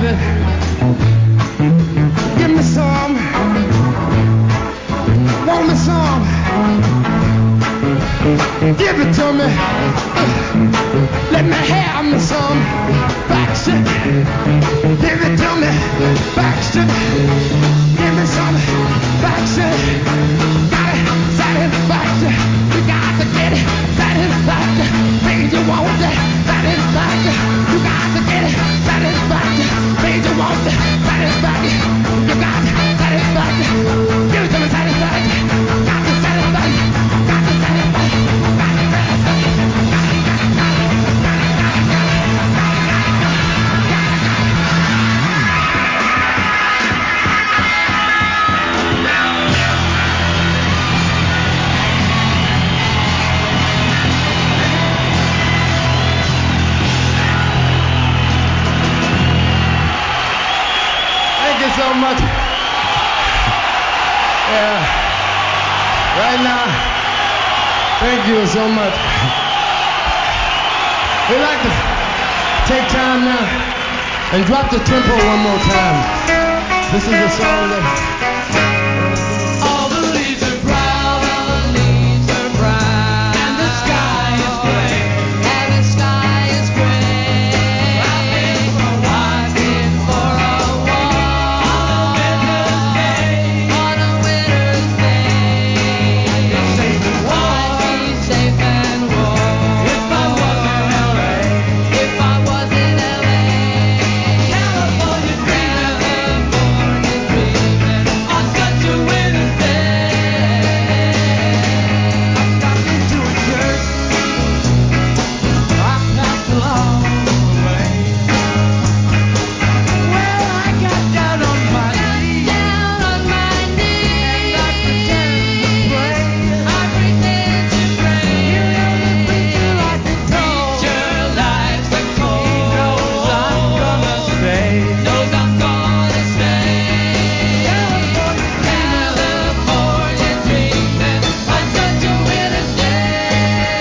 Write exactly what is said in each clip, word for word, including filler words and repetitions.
it. Give me some. Want me some. Give it to me. Let me have me some. Backstreet. Give it to me. Backstreet. Give me some. Backstreet. Got it. Satisfaction. You got to get it. Satisfaction. Baby, you want it. Satisfaction. You got to get it. Satisfaction. Baby, you want it. Satisfaction. You got it. Satisfaction. Give it to me. Satisfaction. Got the satisfaction. Got the satisfaction. Got the satisfaction. So much. Yeah. Right now, thank you so much. We'd like to take time now and drop the tempo one more time. This is a song that all the leaves are brown, all the leaves are brown, and the sky is gray, and the sky is gray. I've been for a while, I've been for a while. On a winter's day, I'd be safe and warm. If I was in L A, if I was in L A, California dreaming, California dreaming on such a winter's day. I stopped into a church, I passed along the way. Well, I got down on my knees, down on my knees, and I pretended to pray. I pretended to pray. You know the preacher likes to told. Preacher likes to told. He knows I'm gonna stay. Knows I'm gonna stay. California dreaming on such a winter's day.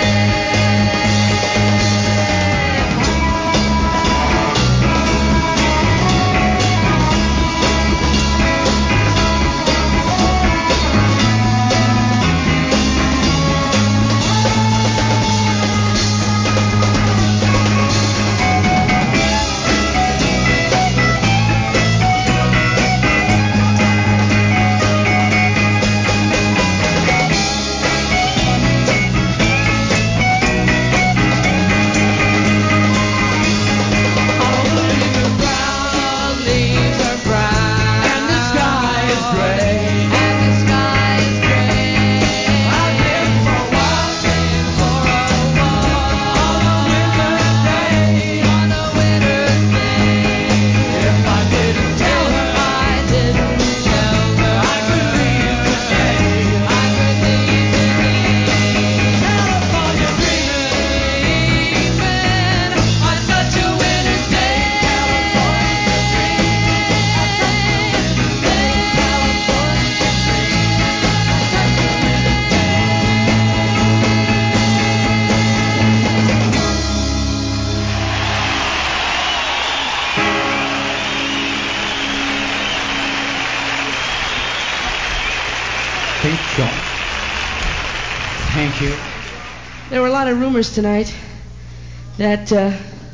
All the leaves are brown, leaves are brown, and the sky is gray, and the sky is gray. I've been for a while, been for a while, on a winter's day, on a winter's day. If I didn't tell her, I didn't tell her, I could leave today, I could leave today. California dreaming on such a winter's day. Thank you. Thank you. There were a lot of rumors tonight that uh,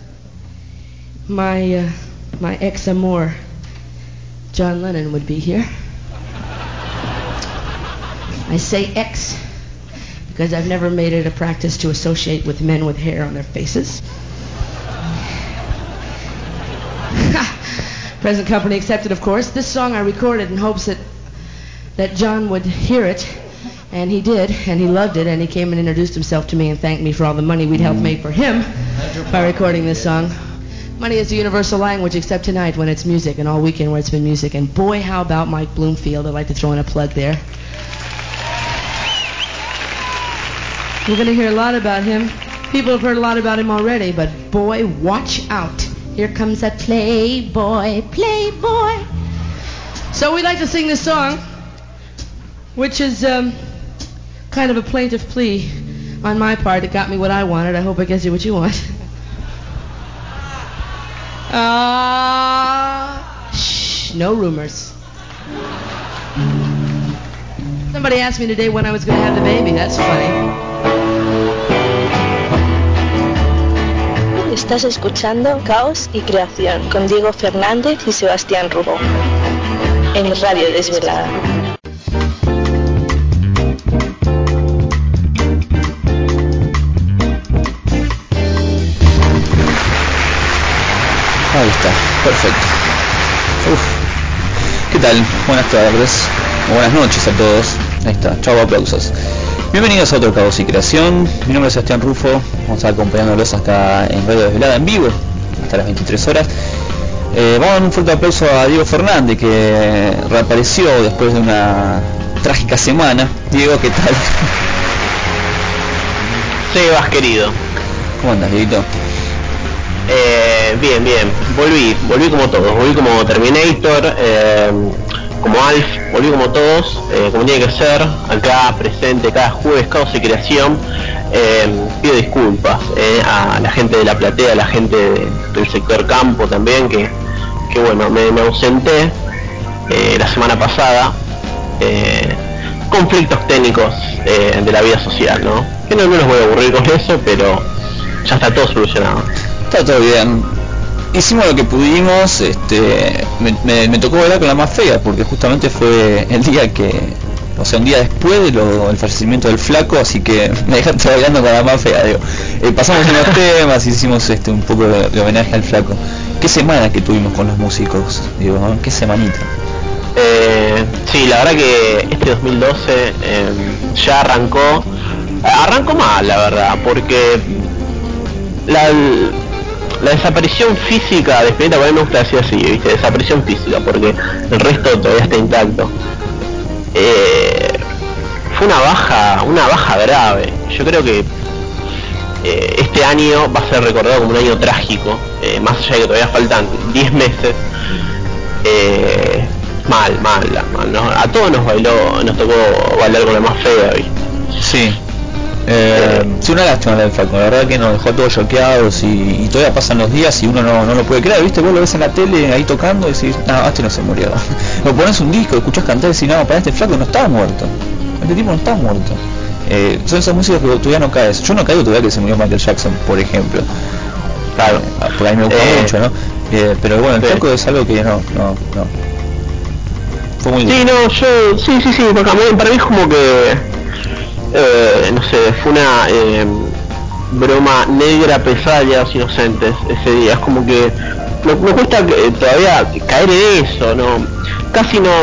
my uh, my ex-amour, John Lennon, would be here. I say ex because I've never made it a practice to associate with men with hair on their faces. Present company accepted, of course. This song I recorded in hopes that that John would hear it, and he did, and he loved it, and he came and introduced himself to me and thanked me for all the money we'd helped make for him by recording this song. Money is a universal language, except tonight when it's music, and all weekend where it's been music. And boy, how about Mike Bloomfield? I'd like to throw in a plug there. You're going to hear a lot about him. People have heard a lot about him already, but boy, watch out. Here comes a playboy, playboy. So we'd like to sing this song, which is um, kind of a plaintive plea on my part. It got me what I wanted. I hope it gets you what you want. Ah. No rumors. Somebody asked me today when I was going to have the baby. That's funny. Estás escuchando Caos y Creación con Diego Fernández y Sebastián Rufo en Radio Desvelada. Ahí está, perfecto. Uf. ¿Qué tal? Buenas tardes, o buenas noches a todos. Ahí está, chau, aplausos. Bienvenidos a otro Caos y Creación. Mi nombre es Sebastián Rufo. Vamos a estar acompañándolos acá en Radio Desvelada en vivo hasta las veintitrés horas. Eh, vamos a dar un fuerte aplauso a Diego Fernández, que reapareció después de una trágica semana. Diego, ¿qué tal? Sebas, querido. ¿Cómo andas, Dieguito? Eh, bien, bien. Volví, volví como todos. Volví como Terminator, eh, como Alf. Volví como todos, eh, como tiene que ser. Acá presente cada jueves, Caos y Creación. Eh, pido disculpas eh, a la gente de la platea, a la gente de, del sector campo también, que, que bueno, me, me ausenté eh, la semana pasada. Eh, conflictos técnicos eh, de la vida social, ¿no? Que no, no los voy a aburrir con eso, pero ya está todo solucionado. Está todo bien. Hicimos lo que pudimos. Este, me, me, me tocó hablar con la más fea, porque justamente fue el día que, o sea, un día después del de fallecimiento del flaco, así que me dejaste bailando con la más fea, digo. Eh, pasamos unos temas, hicimos este un poco de, de homenaje al flaco. Qué semana que tuvimos con los músicos, digo, ¿no? Qué semanita. Eh, sí, la verdad que este dos mil doce eh, ya arrancó, arrancó mal, la verdad, porque la, la desaparición física de Spinetta, para mí me gusta decir así, ¿viste? Desaparición física, porque el resto todavía está intacto. Eh, fue una baja, una baja grave. Yo creo que eh, este año va a ser recordado como un año trágico, eh, más allá de que todavía faltan diez meses. Eh, mal, mal, mal, ¿no? A todos nos bailó, nos tocó bailar con la más fea, ¿viste? Sí. Eh, sí, una lástima la del flaco, la verdad que nos dejó a todos choqueados y, y todavía pasan los días y uno no, no lo puede creer, ¿viste? Vos lo ves en la tele ahí tocando y decís, no, este no se murió. O pones un disco, escuchás cantar y decís, no, para este flaco no estaba muerto, este tipo no está muerto. Eh, son esas músicas que todavía no caes. Yo no caigo todavía que se murió Michael Jackson, por ejemplo. Claro, eh, porque a mí me gusta eh, mucho, ¿no? Eh, pero bueno, el flaco sí. Es algo que no, no, no. Fue muy sí, no, yo, sí, sí, sí, porque para mí es como que Eh, no sé, fue una eh, broma negra pesada de los inocentes ese día. Es como que me, me cuesta eh, todavía caer en eso, no, casi no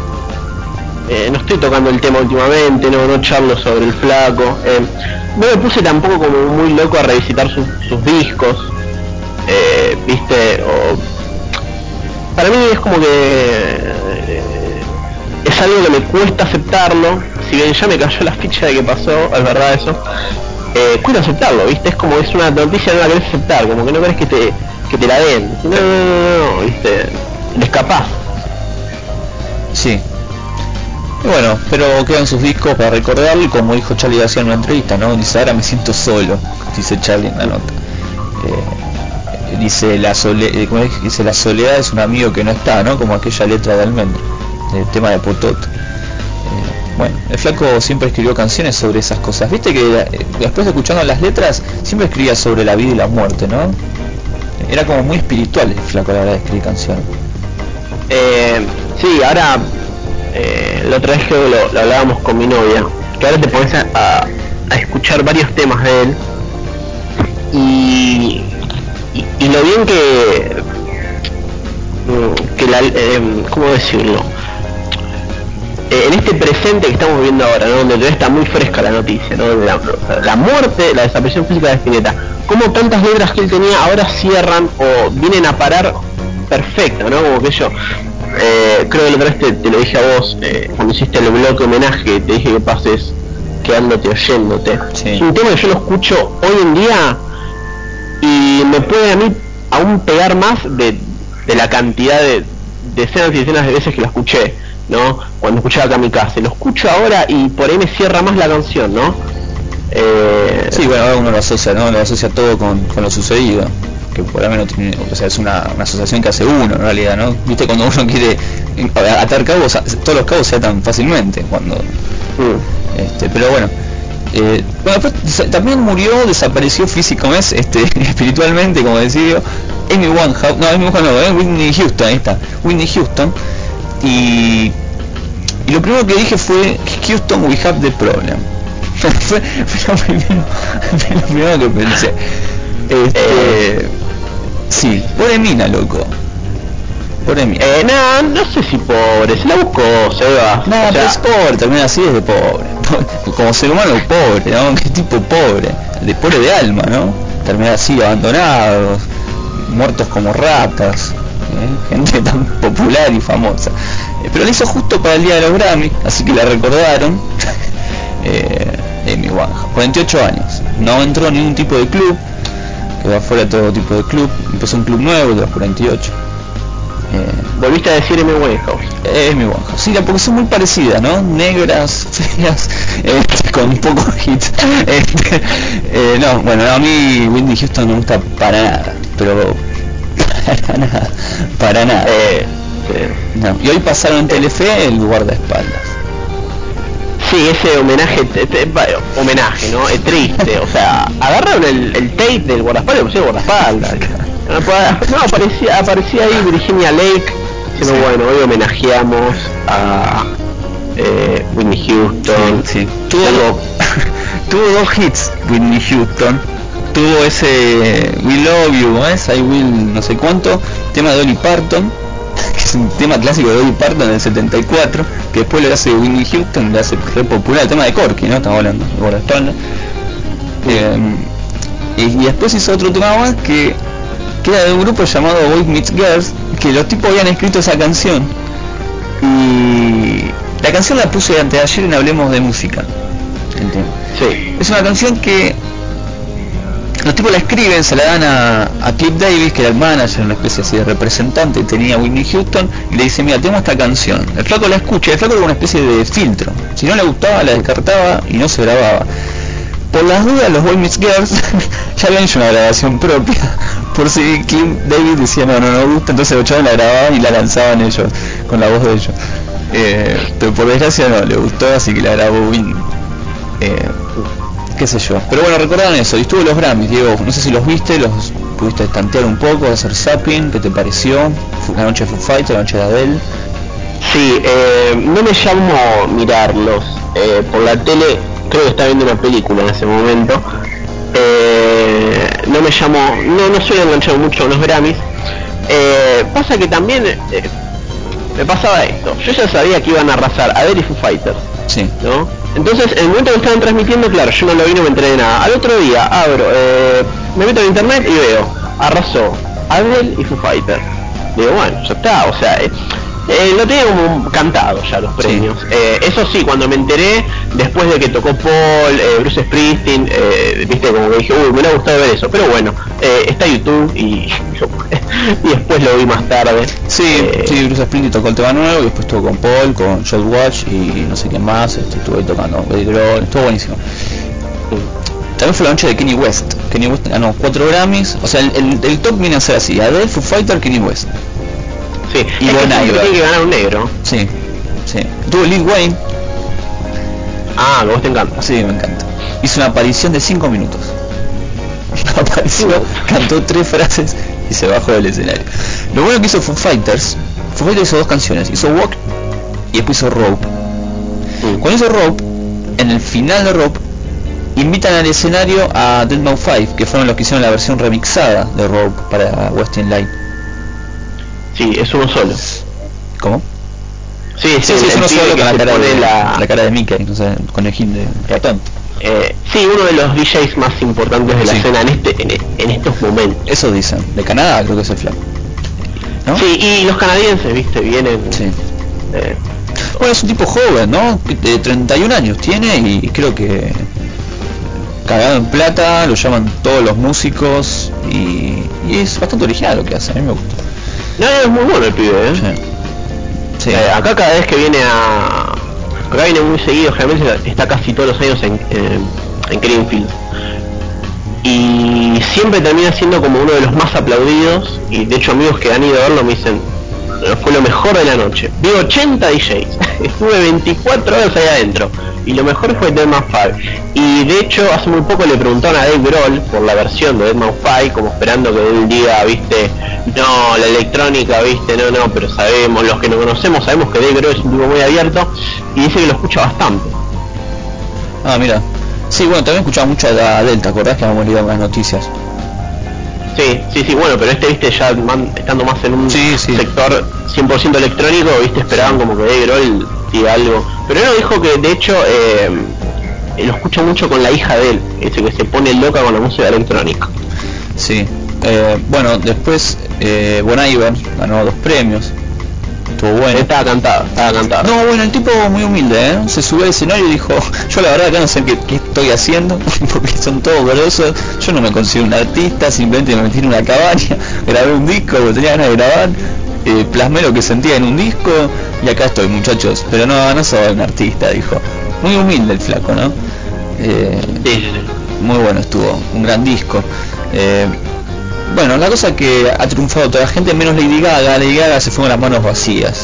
eh, no estoy tocando el tema últimamente, no, no charlo sobre el flaco, eh, no me puse tampoco como muy loco a revisitar sus, sus discos, eh, viste, o, para mí es como que eh, es algo que me cuesta aceptarlo. Si bien ya me cayó la ficha de que pasó, es verdad eso, eh, cuesta aceptarlo, ¿viste? Es como es una noticia, no la querés aceptar, como que no querés que te, que te la den. No, no, no, no, ¿viste? Escapás. Sí. Y bueno, pero quedan sus discos para recordarlo y como dijo Charlie García en una entrevista, ¿no? Dice, ahora me siento solo, dice Charlie en la nota. Eh, dice, la sole, ¿cómo es? Dice, la soledad es un amigo que no está, ¿no? Como aquella letra de Almendra, el tema de Potot. Bueno, el flaco siempre escribió canciones sobre esas cosas. Viste que eh, después de escuchando las letras, siempre escribía sobre la vida y la muerte, ¿no? Era como muy espiritual el flaco a la hora de escribir canciones. Eh, sí, ahora, eh, la otra vez que lo, lo hablábamos con mi novia, que ahora te pones a, a, a escuchar varios temas de él, y, y, y lo bien que, que la, eh, ¿cómo decirlo? En este presente que estamos viendo ahora, ¿no? Donde está muy fresca la noticia, ¿no? La, la muerte, la desaparición física de Spinetta, cómo tantas letras que él tenía ahora cierran o vienen a parar perfecto, ¿no? Como que yo, eh, creo que la otra vez te, te lo dije a vos, eh, cuando hiciste el bloque homenaje, te dije que pases quedándote oyéndote. Sí. Es un tema que yo lo escucho hoy en día y me puede a mí aún pegar más de, de la cantidad de decenas y decenas de veces que lo escuché, ¿no? Cuando escuchaba Kamikaze, lo escucho ahora y por ahí me cierra más la canción, ¿no? Eh... Sí, bueno, ahora uno lo asocia, ¿no? Lo asocia todo con, con lo sucedido. que por lo menos tiene, o sea, es una, una asociación que hace uno en realidad, ¿no? Viste, cuando uno quiere atar cabos, todos los cabos se atan fácilmente, cuando mm. este, pero bueno, eh, bueno, después también murió, desapareció físicamente, este, espiritualmente, como decía Amy Winehouse, no, Amy Winehouse no, eh, Whitney Houston, ahí está, Whitney Houston, y, y lo primero que dije fue, Houston, we have the problem. fue, fue, lo primero, fue lo primero que pensé. Este, sí, pobre mina, loco. Pobre mina. Eh, no, no sé si pobre, se la buscó, Seba. No, pero es pobre, también así es de pobre. Como ser humano pobre, ¿no? ¿Qué tipo pobre? De pobre de alma, ¿no? Terminar así, abandonados, muertos como ratas, ¿eh? Gente tan popular y famosa. Eh, pero lo hizo justo para el día de los Grammy, así que la recordaron. eh, Amy Winehouse, cuarenta y ocho años, no entró en ningún tipo de club, quedó afuera de todo tipo de club, empezó un club nuevo de los cuarenta y ocho. Eh, Volviste a decir Amy Winehouse. Eh, Amy Winehouse, sí, porque son muy parecidas, ¿no? Negras, feas, este, con pocos hits. Este, eh, no, bueno, a mí Whitney Houston no me gusta para nada, pero para nada, para nada. Eh, sí. No. Y hoy pasaron en Telefe el guardaespaldas. Sí, ese homenaje, te, te, homenaje, ¿no? Es triste, o sea, agarraron el, el tape del guardaespaldas y pusieron guardaespaldas. No, aparecía, aparecía ahí Virginia Lake, diciendo, sí. Bueno, hoy homenajeamos a eh, Whitney Houston. Sí, sí. Tuvo, do, tuvo dos hits Whitney Houston, tuvo ese We Love You, ¿no es? I Will no sé cuánto, tema de Dolly Parton, que es un tema clásico de Dolly Parton del setenta y cuatro, que después le hace Whitney Houston, le hace re popular el tema de Corky, ¿no? Estamos hablando de guardaespaldas. Eh, y, y después hizo otro tema más que, que era de un grupo llamado Boys Meets Girls, que los tipos habían escrito esa canción, y la canción la puse antes de ayer en Hablemos de Música. Sí. Es una canción que los tipos la escriben, se la dan a, a Cliff Davis, que era el manager, una especie así de representante, y tenía a Whitney Houston, y le dice, mira, tengo esta canción. El flaco la escucha, el flaco era una especie de filtro, si no le gustaba la descartaba y no se grababa. Por las dudas, los Boys Meets Girls ya habían hecho una grabación propia, por si Cliff Davis decía, no, no, no me gusta, entonces lo echaban, la grababan y la lanzaban ellos, con la voz de ellos. Eh, pero por desgracia no, le gustó, así que la grabó Whitney. Eh, qué sé yo, pero bueno, recordaron eso. Y estuvo los Grammys, Diego, no sé si los viste, los pudiste tantear un poco, hacer zapping, ¿qué te pareció? La noche de Foo Fighters, la noche de Adele. Sí, eh, no me llamo mirarlos, eh, por la tele, creo que estaba viendo una película en ese momento, eh, no me llamo, no, no soy enganchado mucho a los Grammys, eh, pasa que también eh, me pasaba esto, yo ya sabía que iban a arrasar Adele y Foo Fighters, sí, ¿no? Entonces, en el momento que estaban transmitiendo, claro, yo no lo vi, no me enteré de nada. Al otro día, abro, eh, me meto en internet y veo, arrasó Adele y Foo Fighters. Digo, bueno, ya está, o sea, eh, eh, lo tenía como cantado ya los premios. Sí. Eh, eso sí, cuando me enteré, después de que tocó Paul, eh, Bruce Springsteen, eh, viste, como que dije, uy, me hubiera gustado ver eso. Pero bueno, eh, está YouTube y, y después lo vi más tarde. Sí, eh, sí, Bruce Springsteen tocó el tema nuevo y después estuvo con Paul, con Joe Watch y no sé quién más, este, estuvo ahí tocando, estuvo buenísimo. También fue la noche de Kanye West. Kanye West ganó cuatro Grammys, o sea, el, el, el top viene a ser así: Adele, Foo Fighters, Kanye West. Sí, y es Bon que Iver. Tiene que ganar un negro. Sí, sí. Tuvo Lil Wayne. Ah, que vos te encanta. Sí, me encanta. Hizo una aparición de cinco minutos. Apareció, cantó tres frases y se bajó del escenario. Lo bueno que hizo Foo Fighters, Foo Fighters hizo dos canciones, hizo Walk y después hizo Rope. Mm. Cuando hizo Rope, en el final de Rope, invitan al escenario a Dead Mouse cinco, que fueron los que hicieron la versión remixada de Rope para Western Line. Sí, es uno solo. ¿Cómo? Sí, sí, sí, sí es uno solo con la cara, de, la... la cara de Mickey, no sé, con el gil de ratón. Eh, sí, uno de los D Js más importantes de la sí. escena en este en, en estos momentos. Eso dicen. De Canadá creo que es el flaco, ¿no? Sí, y los canadienses, viste, vienen. Sí. Eh, bueno, es un tipo joven, ¿no? De treinta y un años tiene y creo que cagado en plata, lo llaman todos los músicos y, y es bastante original lo que hace, a mí me gusta. No, es muy bueno el pibe, ¿eh? Sí. Sí. Eh, acá cada vez que viene a... Acá viene muy seguido, generalmente está casi todos los años en, en, en Greenfield. y siempre termina siendo como uno de los más aplaudidos, y de hecho amigos que han ido a verlo me dicen, fue lo mejor de la noche. Vi ochenta D Js, estuve veinticuatro horas ahí adentro, y lo mejor fue Deadman Five. Y de hecho hace muy poco le preguntaron a Dave Grohl por la versión de Deadman Five, como esperando que él diga, viste, no, la electrónica, viste, no, no, pero sabemos, los que no conocemos sabemos que Dave Grohl es un tipo muy abierto, y dice que lo escucha bastante. Ah, mira. Sí, bueno, también escuchaba mucho a Adele, ¿te acordás que habíamos leído en las noticias? Sí, sí, sí, bueno, pero este, viste, ya man, estando más en un sí, sí. sector cien por ciento electrónico, viste, esperaban como que Dave Grohl diga algo. Pero él dijo que, de hecho, eh, lo escucha mucho con la hija de él, ese que se pone loca con la música electrónica. Sí, eh, bueno, después eh, Bon Iver ganó dos premios. Estuvo bueno. Estaba cantado, estaba cantado. No, bueno, el tipo muy humilde, ¿eh? Se subió al escenario y dijo, yo la verdad acá no sé qué, qué estoy haciendo, porque son todos grosos, yo no me considero un artista, simplemente me metí en una cabaña, grabé un disco, lo tenía ganas de grabar, eh, plasmé lo que sentía en un disco, y acá estoy, muchachos, pero no, no soy un artista, dijo. Muy humilde el flaco, ¿no? Eh, sí, sí, sí. Muy bueno estuvo, un gran disco. Eh, Bueno, la cosa que ha triunfado toda la gente, menos Lady Gaga. Lady Gaga se fue con las manos vacías.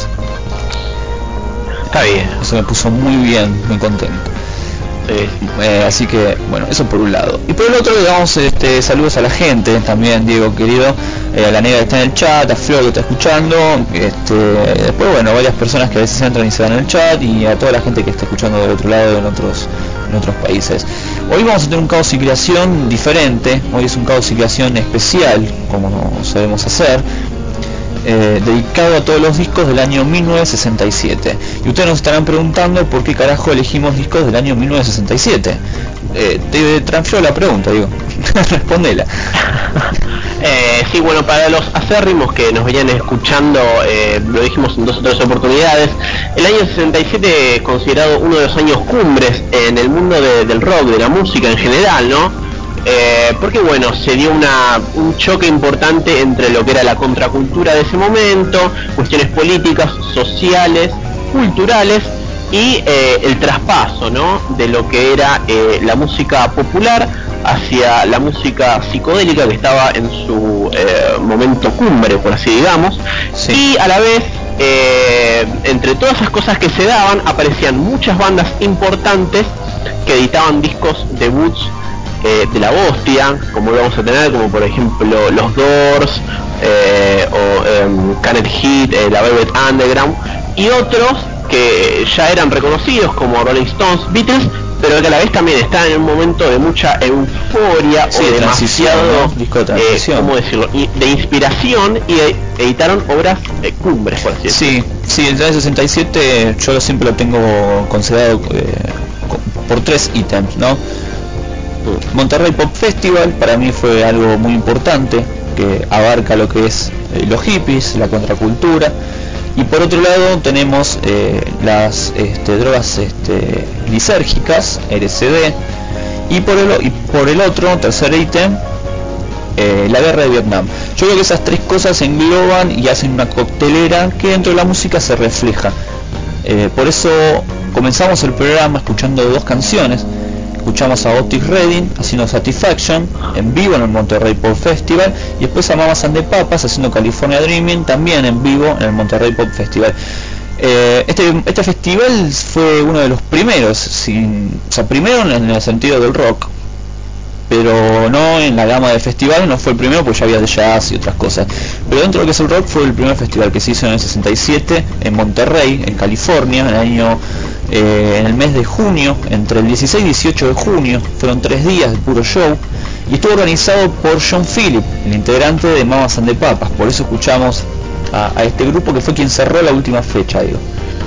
Está bien. Eso me puso muy bien, muy contento. Sí. Eh, así que, bueno, eso por un lado. Y por el otro le damos este, saludos a la gente también, Diego querido, eh, a la negra que está en el chat, a Flor que está escuchando, este, después, bueno, varias personas que a veces entran y se van en el chat, y a toda la gente que está escuchando del otro lado en otros en otros países. Hoy vamos a tener un caos y creación diferente. Hoy es un caos y creación especial, como sabemos hacer, eh, dedicado a todos los discos del año mil novecientos sesenta y siete. Y ustedes nos estarán preguntando por qué carajo elegimos discos del año mil novecientos sesenta y siete. Eh, te transfiero la pregunta, digo. Respondela. Eh, sí, bueno, para los acérrimos que nos venían escuchando, eh, lo dijimos en dos o tres oportunidades, el año sesenta y siete es considerado uno de los años cumbres en el mundo de, del rock, de la música en general, ¿no? Eh, porque bueno, se dio una, un choque importante entre lo que era la contracultura de ese momento, cuestiones políticas, sociales, culturales, y eh, el traspaso, ¿no?, de lo que era eh, la música popular hacia la música psicodélica, que estaba en su eh, momento cumbre, por así digamos. Sí. Y a la vez, eh, entre todas esas cosas que se daban, aparecían muchas bandas importantes que editaban discos debuts eh, de la hostia, como lo vamos a tener, como por ejemplo los Doors, eh, o eh, Canned Heat, eh, la Velvet Underground, y otros que ya eran reconocidos como Rolling Stones, Beatles, pero que a la vez también están en un momento de mucha euforia, sí, o de demasiado, ¿no? Disco de eh, ¿cómo decirlo?, de inspiración, y editaron obras de cumbres, por así decirlo. Sí, sí, el año sesenta y siete yo siempre lo tengo considerado eh, por tres ítems, ¿no? Monterrey Pop Festival para mí fue algo muy importante, que abarca lo que es eh, los hippies, la contracultura. Y por otro lado tenemos eh, las este, drogas este, lisérgicas, L S D, y por el, y por el otro, tercer ítem, eh, la guerra de Vietnam. Yo creo que esas tres cosas se engloban y hacen una coctelera que dentro de la música se refleja. Eh, por eso comenzamos el programa escuchando dos canciones. Escuchamos a Otis Redding haciendo Satisfaction en vivo en el Monterrey Pop Festival, y después a Mamas and the Papas haciendo California Dreaming también en vivo en el Monterrey Pop Festival. Eh, este, este festival fue uno de los primeros, sin, o sea, primero en el sentido del rock, pero no en la gama de festivales, no fue el primero porque ya había de jazz y otras cosas, pero dentro de lo que es el rock fue el primer festival que se hizo en el sesenta y siete en Monterrey, en California, en el año eh, en el mes de junio, entre el dieciséis y dieciocho de junio. Fueron tres días de puro show y estuvo organizado por John Philip, el integrante de Mamas and the Papas. Por eso escuchamos a, a este grupo que fue quien cerró la última fecha, digo.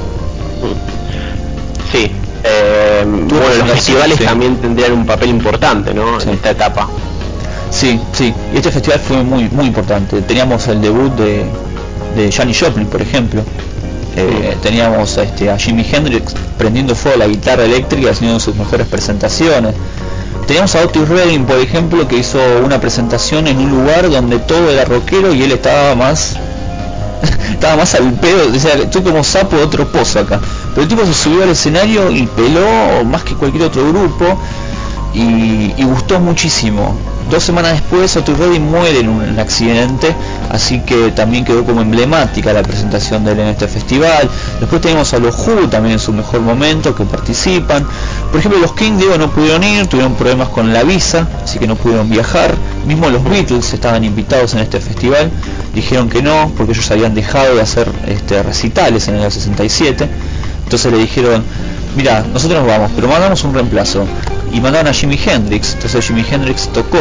Sí. Eh, bueno, los festivales sí. también tendrían un papel importante, ¿no?, sí, en esta etapa. Sí, sí, y este festival fue muy muy importante. Teníamos el debut de, de Janis Joplin, por ejemplo. Eh, mm. Teníamos a, este, a Jimi Hendrix prendiendo fuego la guitarra eléctrica, haciendo sus mejores presentaciones. Teníamos a Otis Redding, por ejemplo, que hizo una presentación en un lugar donde todo era rockero y él estaba más estaba más al pedo, decía, estoy como sapo de otro pozo acá. Pero el tipo se subió al escenario y peló más que cualquier otro grupo, y, y gustó muchísimo, dos semanas después Otis Redding muere en un accidente, así que también quedó como emblemática la presentación de él en este festival. Después tenemos a los Who también en su mejor momento que participan. Por ejemplo, los Kings, digo, no pudieron ir, tuvieron problemas con la visa, así que no pudieron viajar. Mismo los Beatles estaban invitados en este festival, dijeron que no, porque ellos habían dejado de hacer este, recitales en el año sesenta y siete. Entonces le dijeron, mira, nosotros nos vamos, pero mandamos un reemplazo. Y mandaron a Jimi Hendrix, entonces Jimi Hendrix tocó.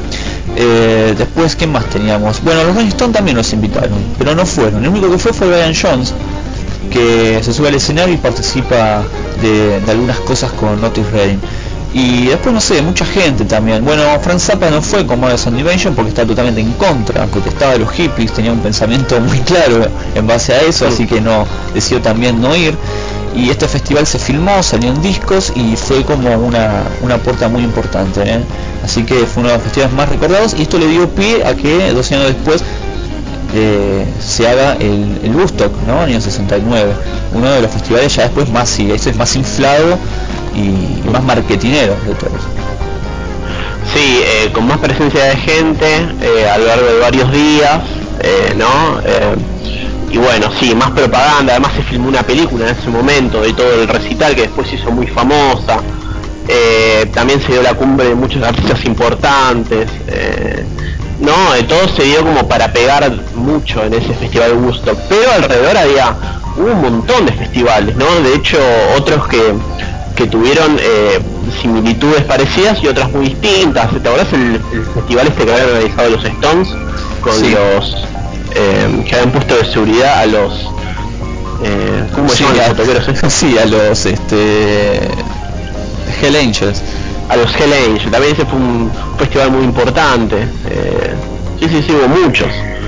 Eh, después, ¿quién más teníamos? Bueno, los Rolling Stones también los invitaron, pero no fueron. El único que fue fue Brian Jones, que se sube al escenario y participa de, de algunas cosas con Otis Redding. Y después, no sé, mucha gente también. Bueno, Frank Zappa no fue con Modern Dimension porque está totalmente en contra, protestaba de los hippies, tenía un pensamiento muy claro en base a eso, así que no decidió también no ir. Y este festival se filmó, salió en discos y fue como una, una puerta muy importante, ¿eh? Así que fue uno de los festivales más recordados, y esto le dio pie a que doce años después eh, se haga el, el Woodstock, ¿no? En el año sesenta y nueve, uno de los festivales ya después más, sí, este es más inflado y más marketinero de todos. Sí, eh, con más presencia de gente eh, a lo largo de varios días, eh, ¿no? Eh, y bueno, sí, más propaganda. Además se filmó una película en ese momento de todo el recital que después se hizo muy famosa. Eh, también se dio la cumbre de muchos artistas importantes. Eh, no, eh, todo se dio como para pegar mucho en ese festival de Woodstock. Pero alrededor había hubo un montón de festivales, ¿no? De hecho, otros que que tuvieron eh, similitudes parecidas y otras muy distintas. ¿Te acuerdas el, el festival este que habían organizado los Stones con sí. los eh, que habían puesto de seguridad a los eh, ¿cómo se sí, llaman los fotoqueros estos? Sí, a los este Hell Angels. A los Hell Angels, también ese fue un festival muy importante. Eh, sí, sí, sí, hubo muchos.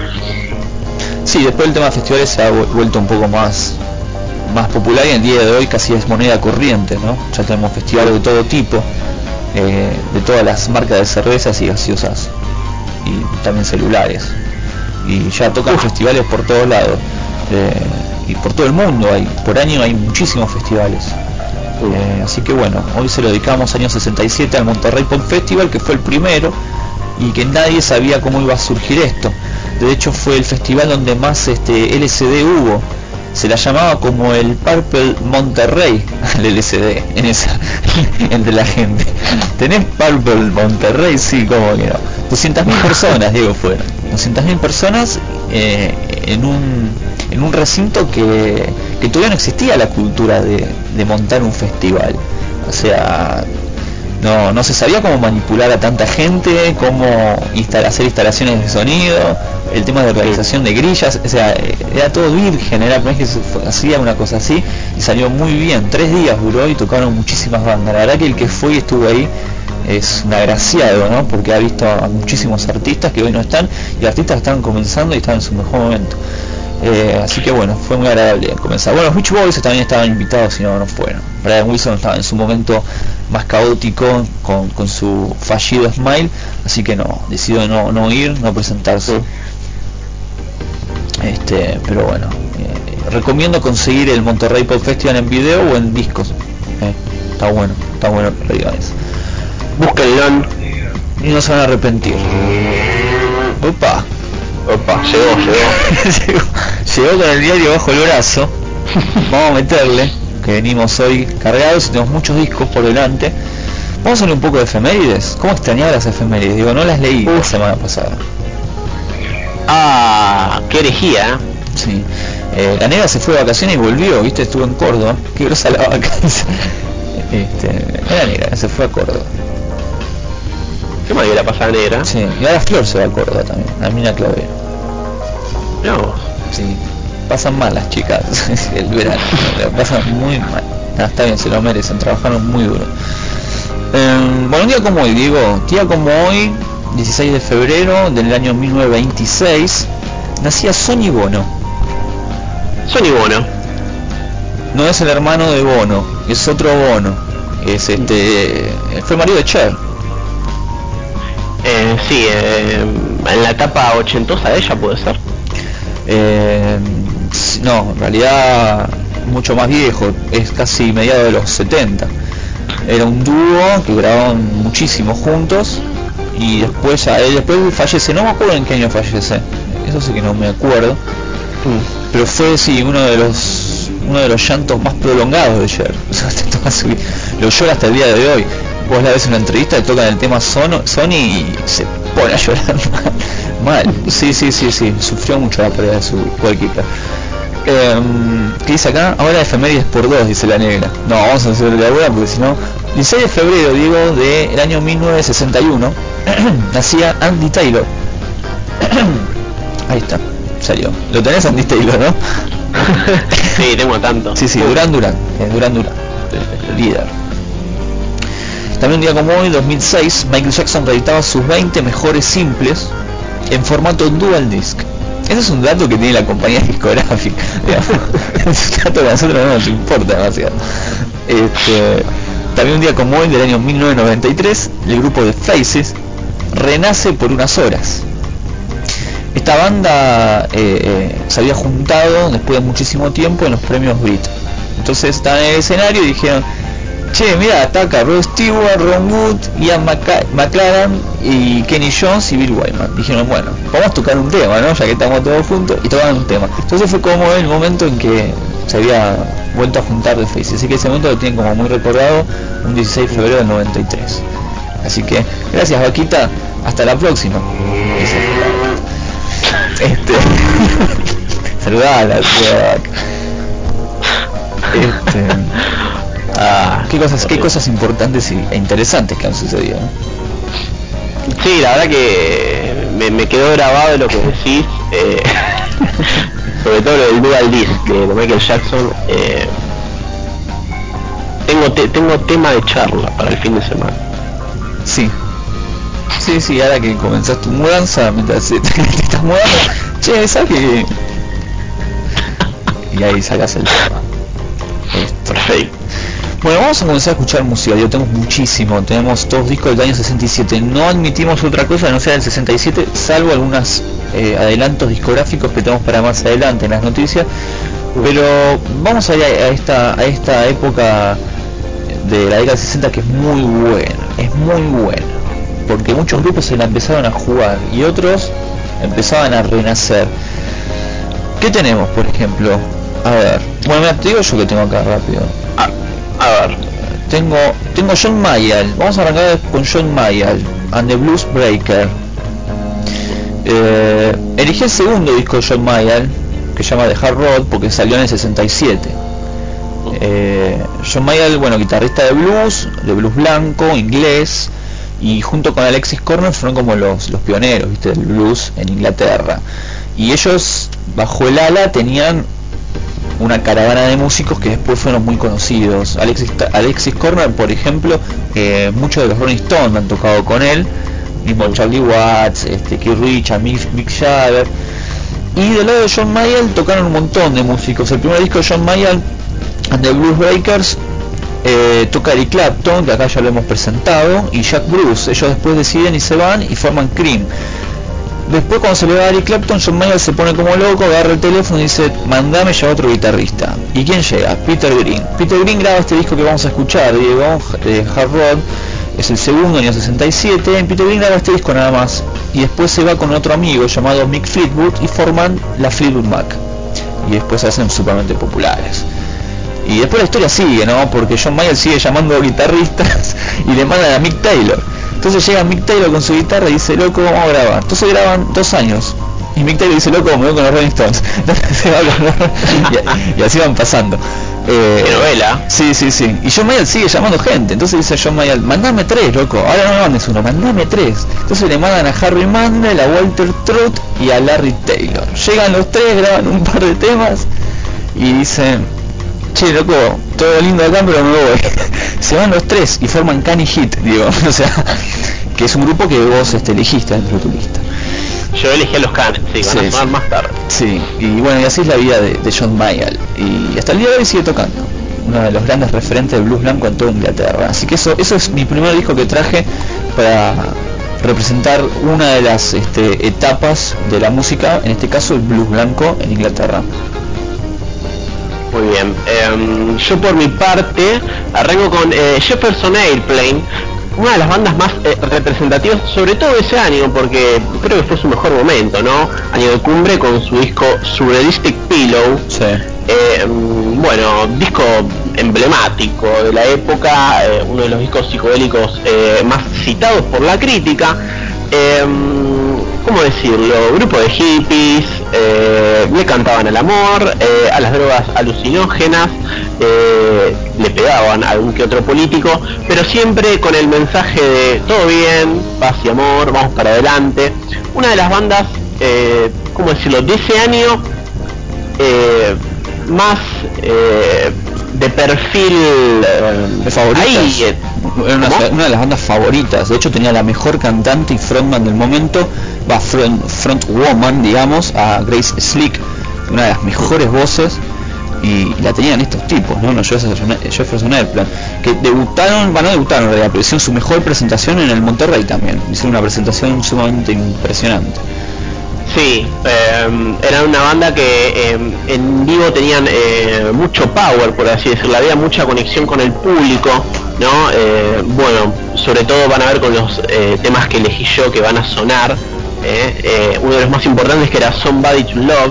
Sí, después el tema de festivales se ha vuelto un poco más más popular y en el día de hoy casi es moneda corriente, ¿no? Ya tenemos festivales de todo tipo, eh, de todas las marcas de cervezas y gaseosas y también celulares, y ya tocan Uf. festivales por todos lados, eh, y por todo el mundo hay, por año hay muchísimos festivales, eh, así que bueno, hoy se lo dedicamos año sesenta y siete al Monterrey Pop Festival, que fue el primero y que nadie sabía cómo iba a surgir esto. De hecho fue el festival donde más este L S D hubo. Se la llamaba como el Purple Monterrey al L S D en esa, entre la gente. ¿Tenés Purple Monterrey? Sí, como que no. doscientas mil personas, digo, fueron. doscientas mil personas eh, en un en un recinto que, que todavía no existía la cultura de, de montar un festival. O sea, no, no se sabía cómo manipular a tanta gente, cómo instalar, hacer instalaciones de sonido, el tema de organización de grillas, o sea, era todo virgen, era no es que se hacía una cosa así, y salió muy bien. Tres días duró y tocaron muchísimas bandas. La verdad que el que fue y estuvo ahí es un agraciado, ¿no? Porque ha visto a muchísimos artistas que hoy no están, y artistas que están comenzando y están en su mejor momento. Eh, así que bueno, fue muy agradable comenzar. Bueno, los Beach Boys también estaban invitados y no, no fueron. Brian Wilson estaba en su momento más caótico con, con su fallido Smile, así que no, decidió no, no ir, no presentarse. Este, pero bueno, eh, recomiendo conseguir el Monterrey Pop Festival en video o en discos. Eh, está bueno, está bueno que lo digan eso. Búsquenlo y no se van a arrepentir. Opa. Opa, llegó, llegó. llegó, llegó con el diario bajo el brazo. Vamos a meterle, que venimos hoy cargados y tenemos muchos discos por delante. Vamos a hablar un poco de efemérides. ¿Cómo extrañaba las efemérides? Digo, no las leí Uf. la semana pasada. Ah, qué herejía. Sí. Eh, la negra se fue de vacaciones y volvió, ¿viste? Estuvo en Córdoba. Qué grosa la vacancia. Este, la negra se fue a Córdoba. ¿Qué más que la pasada negra? Sí, y ahora Flor se va a Córdoba también, la mina Clavero. No. Sí, pasan mal las chicas el verano, pasan muy mal. Ah, está bien, se lo merecen, trabajaron muy duro. Eh, bueno, un día como hoy, Diego, día como hoy, dieciséis de febrero del año mil novecientos veintiséis, nacía Sonny Bono. Sonny Bono. No es el hermano de Bono, es otro Bono. Es este, fue marido de Cher. Eh, sí, eh, en la etapa ochentosa de ella puede ser. Eh, no, en realidad mucho más viejo, es casi mediados de los setenta. Era un dúo que grababan muchísimo juntos y después ya él después fallece, no me acuerdo en qué año fallece, eso sí que no me acuerdo, mm. pero fue sí uno de los uno de los llantos más prolongados de Cher. Lo llora hasta el día de hoy. Vos la ves en una entrevista, le tocan el tema Sony, Sony y se pone a llorar mal, mal. Sí, sí, sí, sí, sufrió mucho la pérdida de su goalkeeper. Eh, ¿Qué dice acá? Ahora efemérides por dos, dice la negra. No, vamos a hacer la buena porque si no. dieciséis de febrero, digo, del año mil novecientos sesenta y uno, nacía Andy Taylor. Ahí está, salió. ¿Lo tenés, Andy Taylor, no? Sí, tengo tanto. Sí, sí, Duran Duran, eh, Duran Duran, líder. También un día como hoy, dos mil seis, Michael Jackson reeditaba sus veinte mejores simples en formato dual disc. Ese es un dato que tiene la compañía discográfica. Es un dato que a nosotros no nos importa demasiado. Este, también un día como hoy, del año mil novecientos noventa y tres, el grupo de Faces renace por unas horas. Esta banda eh, eh, se había juntado después de muchísimo tiempo en los premios Brit. Entonces estaban en el escenario y dijeron: che, mira, está acá Rod Stewart, Ron Wood, Ian Mac- McLaren y Kenny Jones y Bill Wyman. Dijeron, bueno, vamos a tocar un tema, ¿no? Ya que estamos todos juntos, y tocaron un tema. Entonces fue como el momento en que se había vuelto a juntar de Face. Así que ese momento lo tienen como muy recordado, un dieciséis de febrero del noventa y tres. Así que, gracias Vaquita, hasta la próxima. Este... Saludala, saludala. Este... Ah, qué cosas, qué cosas importantes e interesantes que han sucedido, ¿no? Sí, la verdad que me, me quedó grabado lo que decís, eh, sobre todo lo del dual disc de, de Michael Jackson. Eh, tengo te, tengo tema de charla para el fin de semana. Sí, sí, sí. Ahora que comenzás tu mudanza, mientras te, te estás mudando, che, ¿sabes qué? Y ahí sacas el tema. Perfecto. Bueno, vamos a comenzar a escuchar música. Yo tengo muchísimo, tenemos dos discos del año sesenta y siete. No admitimos otra cosa que no sea del sesenta y siete, salvo algunos eh, adelantos discográficos que tenemos para más adelante en las noticias. Pero vamos a ir a esta, a esta época de la década del sesenta que es muy buena, es muy buena, porque muchos grupos se la empezaron a jugar y otros empezaban a renacer. ¿Qué tenemos, por ejemplo? A ver, bueno, mira, te digo yo que tengo acá rápido. Ah. A ver, tengo tengo John Mayall. Vamos a arrancar con John Mayall and the Blues Breaker. Eh, elegí el segundo disco de John Mayall, que se llama The Hard Road, porque salió en el sesenta y siete. Eh, John Mayall, bueno, guitarrista de blues, de blues blanco, inglés, y junto con Alexis Corner fueron como los, los pioneros, ¿viste?, del blues en Inglaterra. Y ellos, bajo el ala, tenían una caravana de músicos que después fueron muy conocidos. Alexis, Alexis Corner, por ejemplo, eh, muchos de los Rolling Stones han tocado con él, mismo Charlie Watts, este, Keith Richards, Mick, Mick Jagger. Y del lado de John Mayall tocaron un montón de músicos. El primer disco de John Mayall and the Blues Breakers eh, toca Eric Clapton, que acá ya lo hemos presentado, y Jack Bruce. Ellos después deciden y se van y forman Cream. Después, cuando se le va a Eric Clapton, John Mayall se pone como loco, agarra el teléfono y dice: mandame ya otro guitarrista. ¿Y quién llega? Peter Green. Peter Green graba este disco que vamos a escuchar, Diego, eh, Hard Road, es el segundo, año sesenta y siete. Peter Green graba este disco nada más, y después se va con otro amigo llamado Mick Fleetwood y forman la Fleetwood Mac, y después se hacen supermente populares. Y después la historia sigue, ¿no? Porque John Mayall sigue llamando a guitarristas y le mandan a Mick Taylor. Entonces llega Mick Taylor con su guitarra y dice: loco, vamos a grabar. Entonces graban dos años. Y Mick Taylor dice: loco, me voy con los Rolling Stones. Entonces se va con los... y, y así van pasando. Eh, ¿Qué novela? Sí, sí, sí. Y John Mayall sigue llamando gente. Entonces dice John Mayall: mandame tres, loco. Ahora no me mandes uno, mandame tres. Entonces le mandan a Harry Mandel, a Walter Trout y a Larry Taylor. Llegan los tres, graban un par de temas y dicen: che, loco, todo lindo acá, pero me voy. Se van los tres y forman Canny Hit, digo, o sea, que es un grupo que vos este, elegiste dentro de tu lista. Yo elegí a los Canes, sí, van sí, a sonar sí. más tarde. Sí, y bueno, y así es la vida de, de John Mayall, y hasta el día de hoy sigue tocando, uno de los grandes referentes del blues blanco en toda Inglaterra. Así que eso, eso es mi primer disco que traje para representar una de las este, etapas de la música, en este caso el blues blanco en Inglaterra. Muy bien, eh, yo por mi parte arranco con eh, Jefferson Airplane, una de las bandas más eh, representativas, sobre todo ese año, porque creo que fue su mejor momento, ¿no? Año de cumbre con su disco Surrealistic Pillow. Sí. Eh, bueno, disco emblemático de la época, eh, uno de los discos psicodélicos eh, más citados por la crítica. Eh, ¿Cómo decirlo? Grupo de hippies, eh, le cantaban al amor, eh, a las drogas alucinógenas, eh, le pegaban a algún que otro político, pero siempre con el mensaje de todo bien, paz y amor, vamos para adelante. Una de las bandas, eh, ¿cómo decirlo?, de ese año, eh, más eh, de perfil eh, de favoritas. Ahí, eh, Era una, una de las bandas favoritas. De hecho tenía la mejor cantante y frontman del momento, va front, front woman, digamos, a Grace Slick, una de las mejores voces, y, y la tenían estos tipos, ¿no? Los Jefferson, Jefferson Airplane, que debutaron, bueno, no debutaron en realidad, pero hicieron su mejor presentación en el Monterrey también. Hicieron una presentación sumamente impresionante. Sí, eh, era una banda que eh, en vivo tenían eh, mucho power, por así decirlo, había mucha conexión con el público, ¿no? Eh, bueno, sobre todo van a ver con los eh, temas que elegí yo que van a sonar, eh, eh, uno de los más importantes que era Somebody to Love,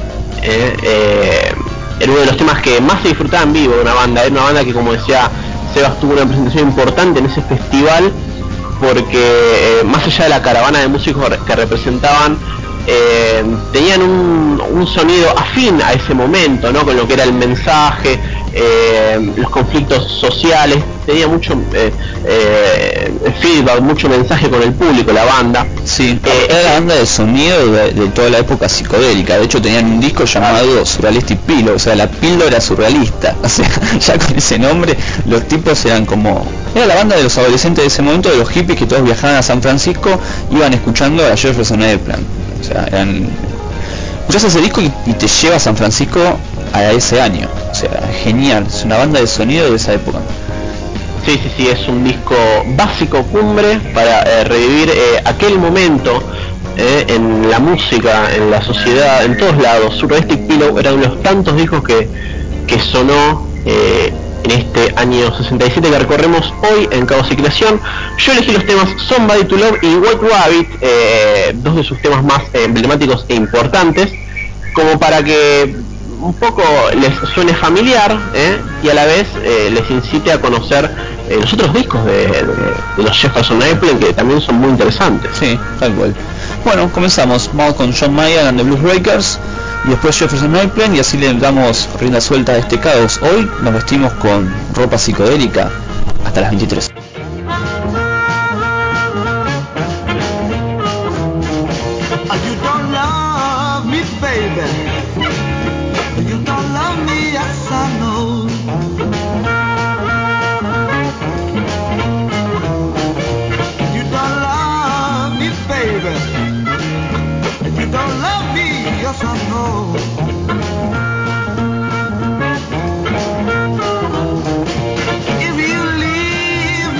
eh, eh, era uno de los temas que más se disfrutaba en vivo de una banda, era una banda que, como decía Sebas, tuvo una presentación importante en ese festival, porque eh, más allá de la caravana de músicos que representaban, Eh, tenían un, un sonido afín a ese momento, ¿no? Con lo que era el mensaje, eh, los conflictos sociales, tenía mucho eh, eh, feedback, mucho mensaje con el público, la banda. Sí, eh, era la banda de sonido de, de toda la época psicodélica. De hecho tenían un disco llamado Surrealistic Pillow, o sea, la píldora surrealista. O sea, ya con ese nombre los tipos eran como... Era la banda de los adolescentes de ese momento, de los hippies que todos viajaban a San Francisco, iban escuchando a Jefferson Airplane. O sea, eran... escuchás ese disco y, y te lleva a San Francisco a ese año. O sea, genial, es una banda de sonido de esa época. Sí, sí, sí, es un disco básico cumbre para eh, revivir eh, aquel momento eh, en la música, en la sociedad, en todos lados. Surrealistic Pillow era uno de los tantos discos que, que sonó eh, en este año sesenta y siete que recorremos hoy en Caos y Creación. Yo elegí los temas Somebody to Love y White Rabbit, eh, dos de sus temas más eh, emblemáticos e importantes, como para que un poco les suene familiar, ¿eh? Y a la vez eh, les incite a conocer eh, los otros discos de, de, de los Jefferson Airplane, que también son muy interesantes. Sí, tal cual. Bueno, comenzamos. Vamos con John Mayer and the Blues Breakers y después Jefferson Airplane, y así le damos rienda suelta a este caos. Hoy nos vestimos con ropa psicodélica hasta las veintitrés. If you leave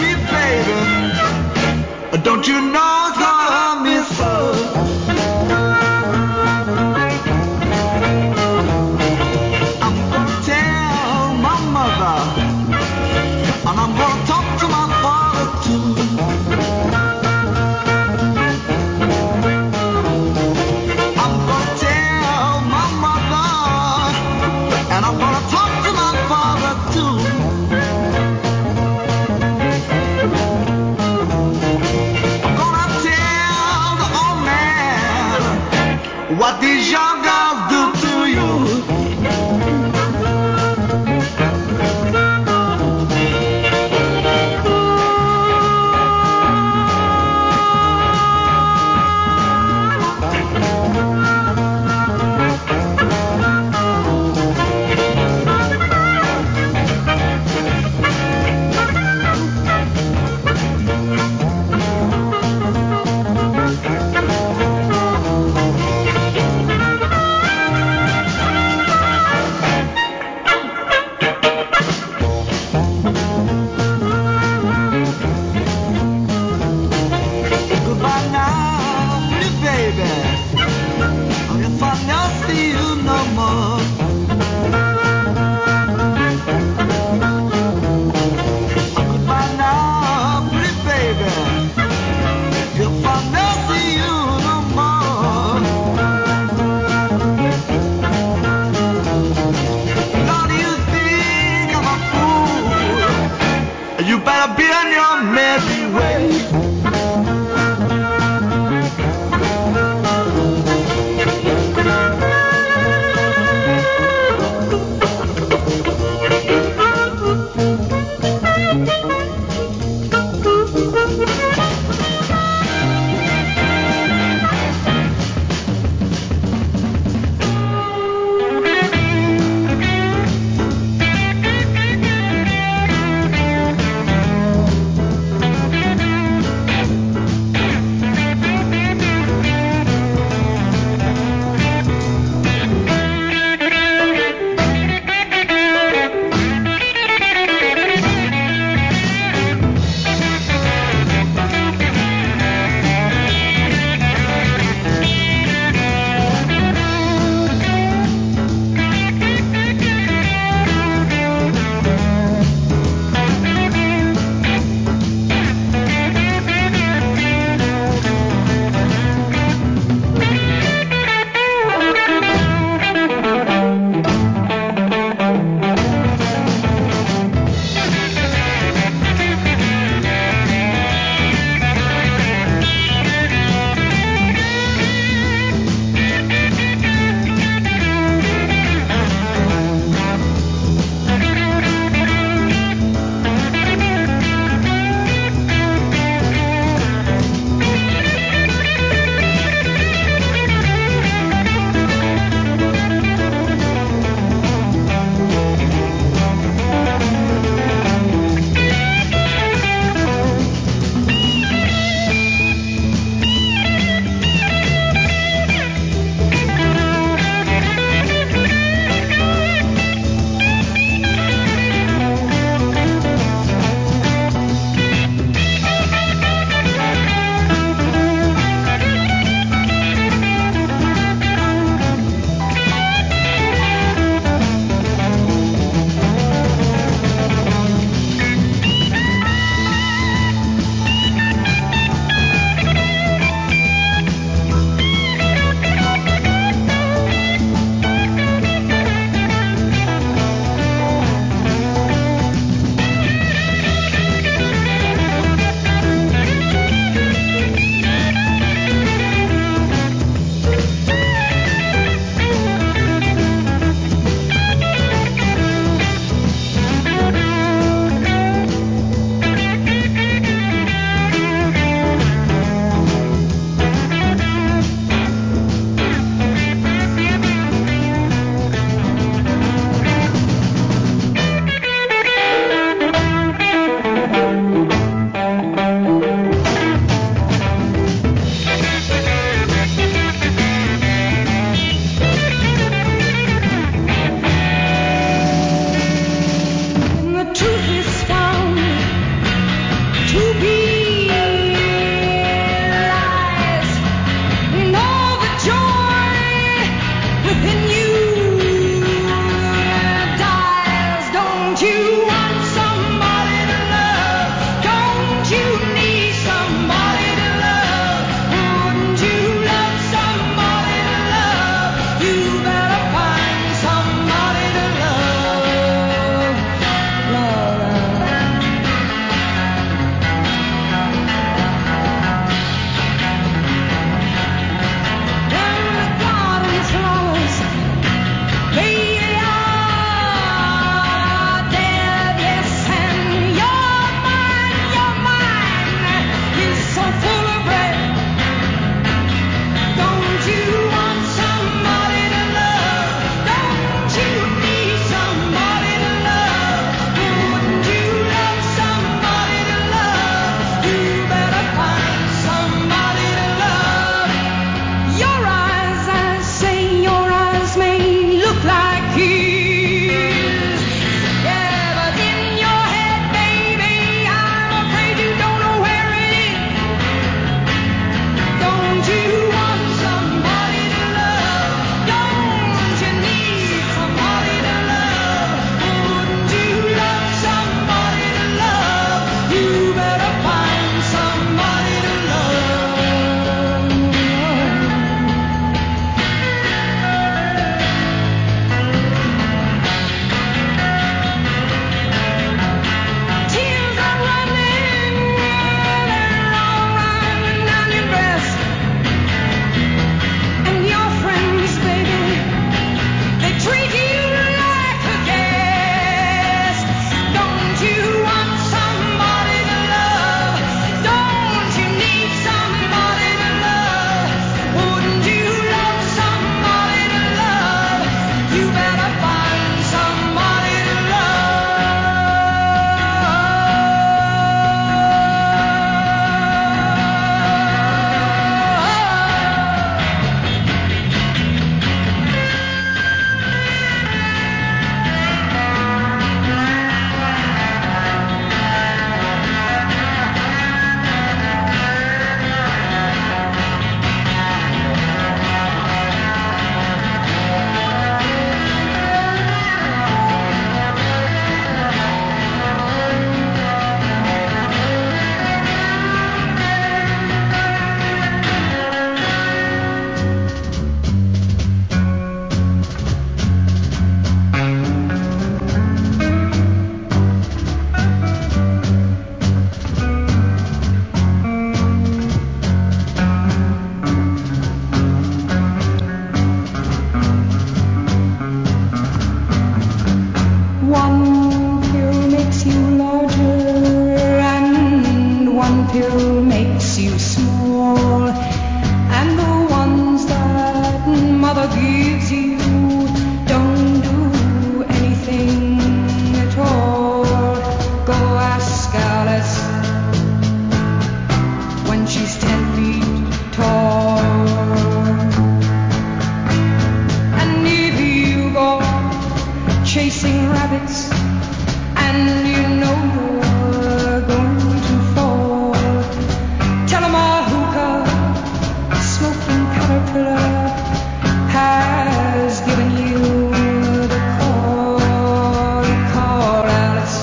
chasing rabbits, and you know you're going to fall. Tell 'em a hookah, smoking caterpillar has given you the call. You called Alice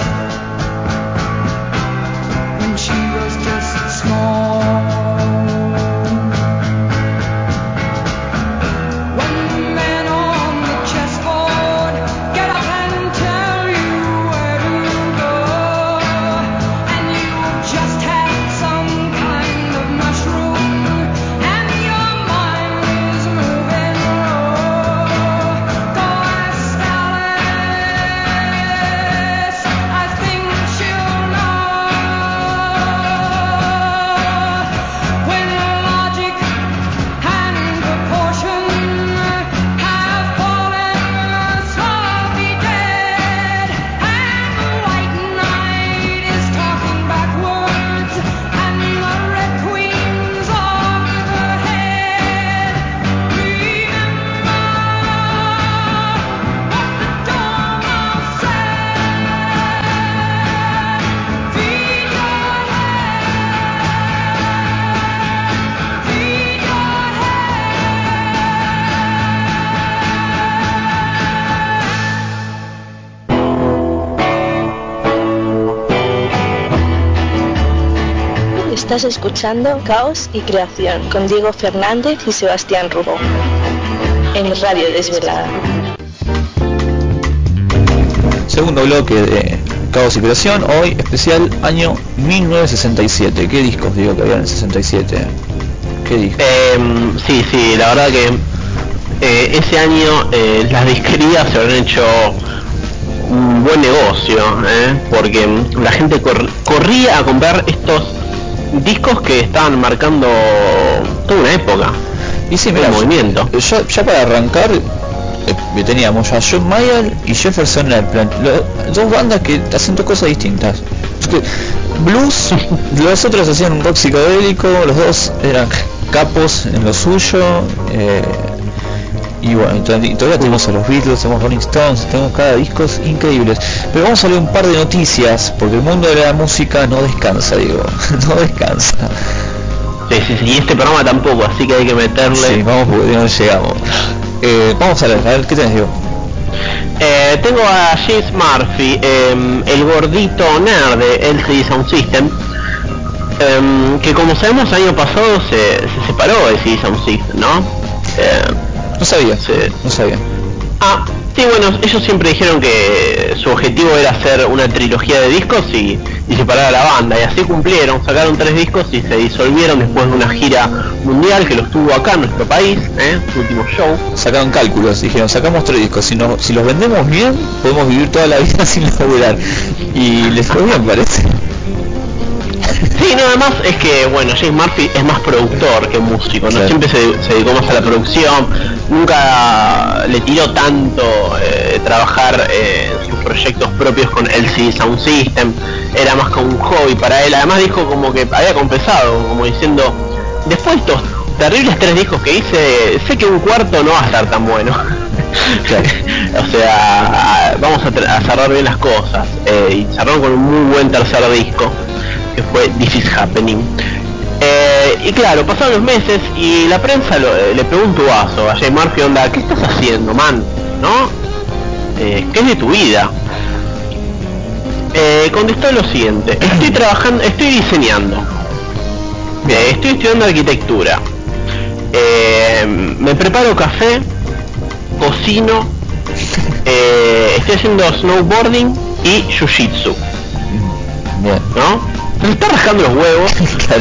when she was just small. One man on the chessboard, get up and tell you where to go. And you just had some kind of mushroom, and your mind is moving low. Go ask Alice, I think she'll know. When logic and proportion have fallen softly dead, and the white knight is talking backwards, and the red queen's off with her head. Remember what the dormouse said. Feed your head, feed your Estás escuchando Caos y Creación con Diego Fernández y Sebastián Rubó en Radio Desvelada. Segundo bloque de Caos y Creación, hoy especial año mil novecientos sesenta y siete. ¿Qué discos digo que había en el sesenta y siete? ¿Qué discos? Eh, sí, sí, la verdad que eh, ese año eh, las disquerías se habrán hecho un buen negocio, ¿eh? Porque la gente cor- corría a comprar estos discos que estaban marcando toda una época. Y sí, el mira, movimiento. Ya, ya para arrancar eh, teníamos a John Mayer y Jefferson Airplane, lo- dos bandas que hacen dos cosas distintas. Es que blues, los otros hacían un rock psicodélico, los dos eran capos en lo suyo, eh, y bueno, y to- y todavía tenemos a los Beatles, tenemos Rolling Stones, tenemos cada discos increíbles. Pero vamos a leer un par de noticias, porque el mundo de la música no descansa, digo, no descansa. Sí, sí, sí, y este programa tampoco, así que hay que meterle. Sí, vamos porque no llegamos. Eh, vamos a leer, a ver, ¿qué tenés, Diego? Eh, tengo a James Murphy, eh, el gordito nerd de L C D Sound System, eh, que como sabemos el año pasado se, se separó de L C D Sound System, ¿no? Eh, No sabía, sí. no sabía. Ah, sí, bueno, ellos siempre dijeron que su objetivo era hacer una trilogía de discos y, y separar a la banda, y así cumplieron, sacaron tres discos y se disolvieron después de una gira mundial que los tuvo acá en nuestro país, ¿eh? Su último show. Sacaron cálculos, dijeron, sacamos tres discos, si, no, si los vendemos bien, podemos vivir toda la vida sin laburar. Y les fue bien, parece. Sí, nada más es que, bueno, James Murphy es más productor que músico, ¿no? Claro. Siempre se, se dedicó más a la producción, nunca le tiró tanto eh, trabajar eh, sus proyectos propios con L C D Sound System, era más como un hobby para él. Además dijo como que había confesado, como diciendo, después de estos terribles tres discos que hice, sé que un cuarto no va a estar tan bueno. O sea, vamos a, tra- a cerrar bien las cosas, eh, y cerraron con un muy buen tercer disco que fue This Is Happening. Eh, y claro, pasaron los meses y la prensa lo, eh, le preguntó a Vaso, a James Murphy, onda, ¿qué estás haciendo, man? ¿No? Eh, ¿Qué es de tu vida? Eh, contestó lo siguiente: estoy trabajando, estoy diseñando, eh, estoy estudiando arquitectura, eh, me preparo café, cocino, eh, estoy haciendo snowboarding y jiu-jitsu, Bien. ¿no? Se está rascando los huevos. Claro.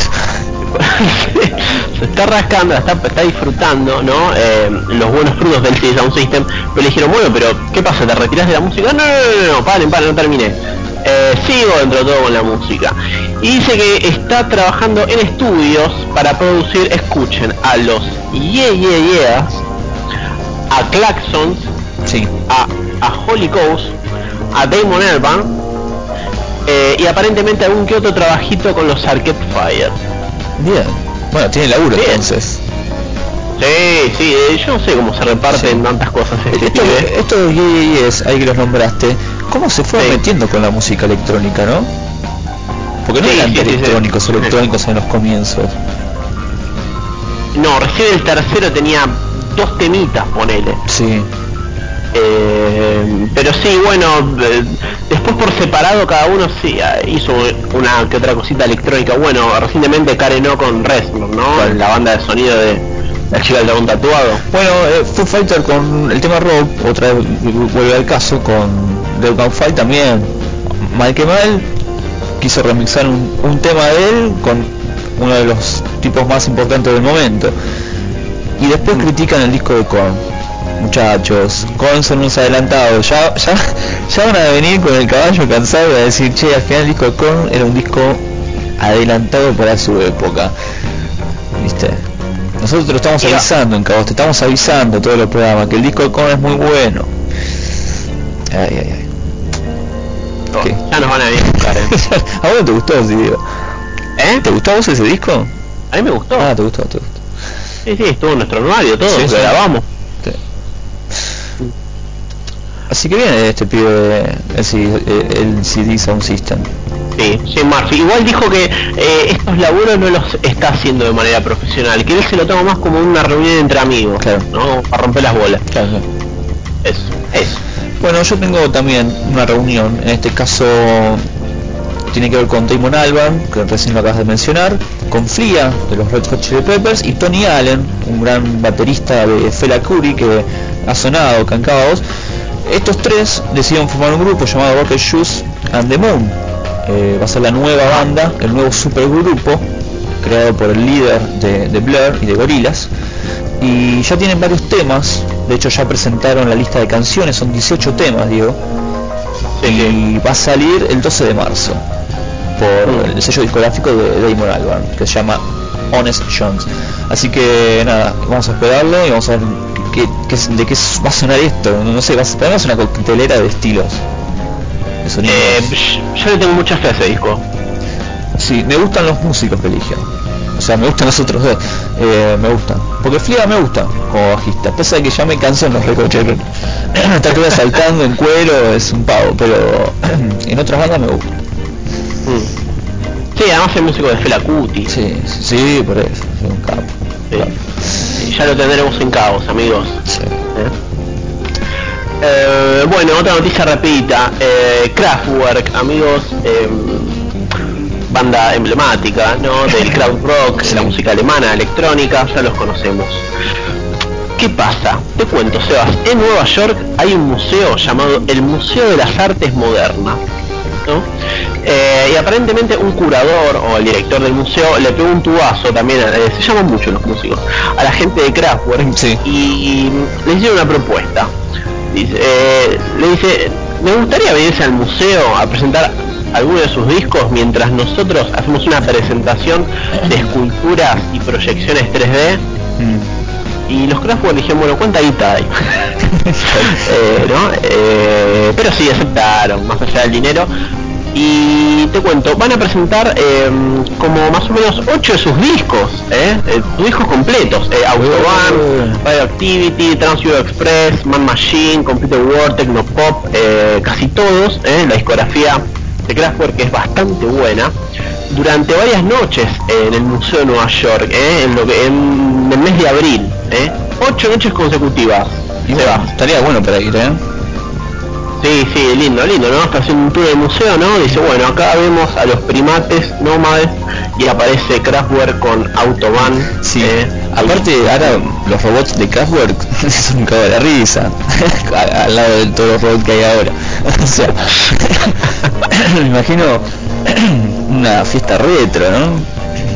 Se está rascando, está, está disfrutando, ¿no? Eh, los buenos frutos del C D Sound System. Pero le dijeron, bueno, pero ¿qué pasa? ¿Te retirás de la música? No, no, no, no, no, paren, paren, no terminé. Eh, sigo dentro de todo con la música. Y dice que está trabajando en estudios para producir, escuchen, a los Yeah Yeah Yeahs, a Klaxons, Sí. a, a Holy Ghost, a Damon Albarn, eh, y aparentemente algún que otro trabajito con los Arcade Fire. Bien. Bueno, tiene laburo Bien. entonces. Sí, sí, eh, yo no sé cómo se reparten Sí. tantas cosas este Esto, pibe. estos Yes, ahí que los nombraste, ¿cómo se fue Sí. metiendo con la música electrónica, no? Porque no Sí, eran sí, sí, sí. electrónicos Sí. electrónicos en los comienzos. No, recién el tercero tenía dos temitas, ponele. Sí. Eh, pero sí, bueno, eh, después por separado cada uno sí eh, hizo una que otra cosita electrónica. Bueno, recientemente Karen O con Reznor, ¿no? Claro. La banda de sonido de La chica del dragón tatuado. Bueno, eh, Foo Fighter con el tema rock, otra vez vuelve al caso con Dead Can Fight también. Mal que mal, quiso remixar un, un tema de él con uno de los tipos más importantes del momento. Y después critican el disco de Korn. Muchachos, Korn son unos adelantados. Ya, ya, ya van a venir con el caballo cansado y a decir, che, al final el disco de Korn era un disco adelantado para su época. ¿Viste? Nosotros te lo estamos Iba. avisando en Cabos, te estamos avisando todos los programas que el disco de Korn es muy bueno. Ay, ay, ay. ¿Qué? Ya nos van a venir a buscar, ¿eh? ¿A vos no te gustó ese video? ¿Eh? ¿Te gustó a vos ese disco? A mí me gustó. Ah, te gustó, te gustó. Sí, sí, estuvo en nuestro anuario, todo, Sí, lo sí. grabamos. Sí. Así que viene este pibe, el, C- el C D Sound System. Sí, Jim Murphy. Igual dijo que eh, estos laburos no los está haciendo de manera profesional, que él se lo toma más como una reunión entre amigos, Claro. ¿no? Para romper las bolas. Claro, claro. Eso, eso. Bueno, yo tengo también una reunión, en este caso tiene que ver con Damon Albarn, que recién lo acabas de mencionar, con Flea de los Red Hot Chili Peppers y Tony Allen, un gran baterista de Fela Kuti que ha sonado acá en Cabos. Estos tres decidieron formar un grupo llamado Rocket Shoes and the Moon. Eh, va a ser la nueva banda, el nuevo supergrupo creado por el líder de, de Blur y de Gorillaz, y ya tienen varios temas. De hecho ya presentaron la lista de canciones, son dieciocho temas, digo, Sí, y sí. va a salir el doce de marzo por el sello discográfico de Damon Albarn, que se llama Honest Jones. Así que nada, vamos a esperarlo y vamos a ver qué, qué, de qué va a sonar esto. No sé, va a ser una coctelera de estilos, de sonidos. Eh, yo le tengo mucha fe a ese disco. Sí, me gustan los músicos que eligen. O sea, me gustan los otros dos. Eh, me gustan. Porque Flea me gusta como bajista. Pese a que ya me canso en los recocheros. Está todo saltando en cuero, es un pavo. Pero en otras bandas me gusta. Mm. Sí, además es músico de Fela Kuti. Sí, sí, sí, por eso. Soy un capo. Sí. Capo. Sí, ya lo tendremos en Cabos, amigos. Sí. ¿Eh? Eh, bueno, otra noticia rapidita. Eh, Kraftwerk, amigos, eh, banda emblemática, ¿no? Del crowd rock, Sí. la música alemana, electrónica, ya los conocemos. ¿Qué pasa? Te cuento, Sebas. En Nueva York hay un museo llamado el Museo de las Artes Modernas, ¿no? Eh, y aparentemente un curador o el director del museo le pegó un tubazo también, eh, se llaman mucho los músicos, a la gente de Kraftwerk, Sí. y le hicieron una propuesta. Dice, eh, le dice, me gustaría venirse al museo a presentar alguno de sus discos mientras nosotros hacemos una presentación de esculturas y proyecciones tres D. Mm. Y los Kraftwerk dijeron, bueno, ¿cuánta guita hay? eh, ¿no? eh, pero sí, aceptaron, más allá del dinero. Y te cuento, van a presentar eh, como más o menos ocho de sus discos, ¿eh? Eh, sus discos completos, eh, Autobahn, Radioactivity, Trans Euro Express, Man Machine, Computer World, Tecnopop, eh, casi todos, ¿eh? La discografía de Kraftwerk, que es bastante buena, durante varias noches en el Museo de Nueva York, ¿eh? en, lo que, en el mes de abril, ¿eh? ocho noches consecutivas. Y Se bueno, va. estaría bueno para ir, ¿eh? Sí, sí, lindo, lindo, ¿no? Está haciendo un tour del museo, ¿no? Dice, bueno, acá vemos a los primates nómades y aparece Kraftwerk con Autobahn. Sí. ¿eh? Aparte, ahora los robots de Kraftwerk son un cago de la risa al, al lado de todos los robots que hay ahora. O sea, me imagino una fiesta retro, ¿no?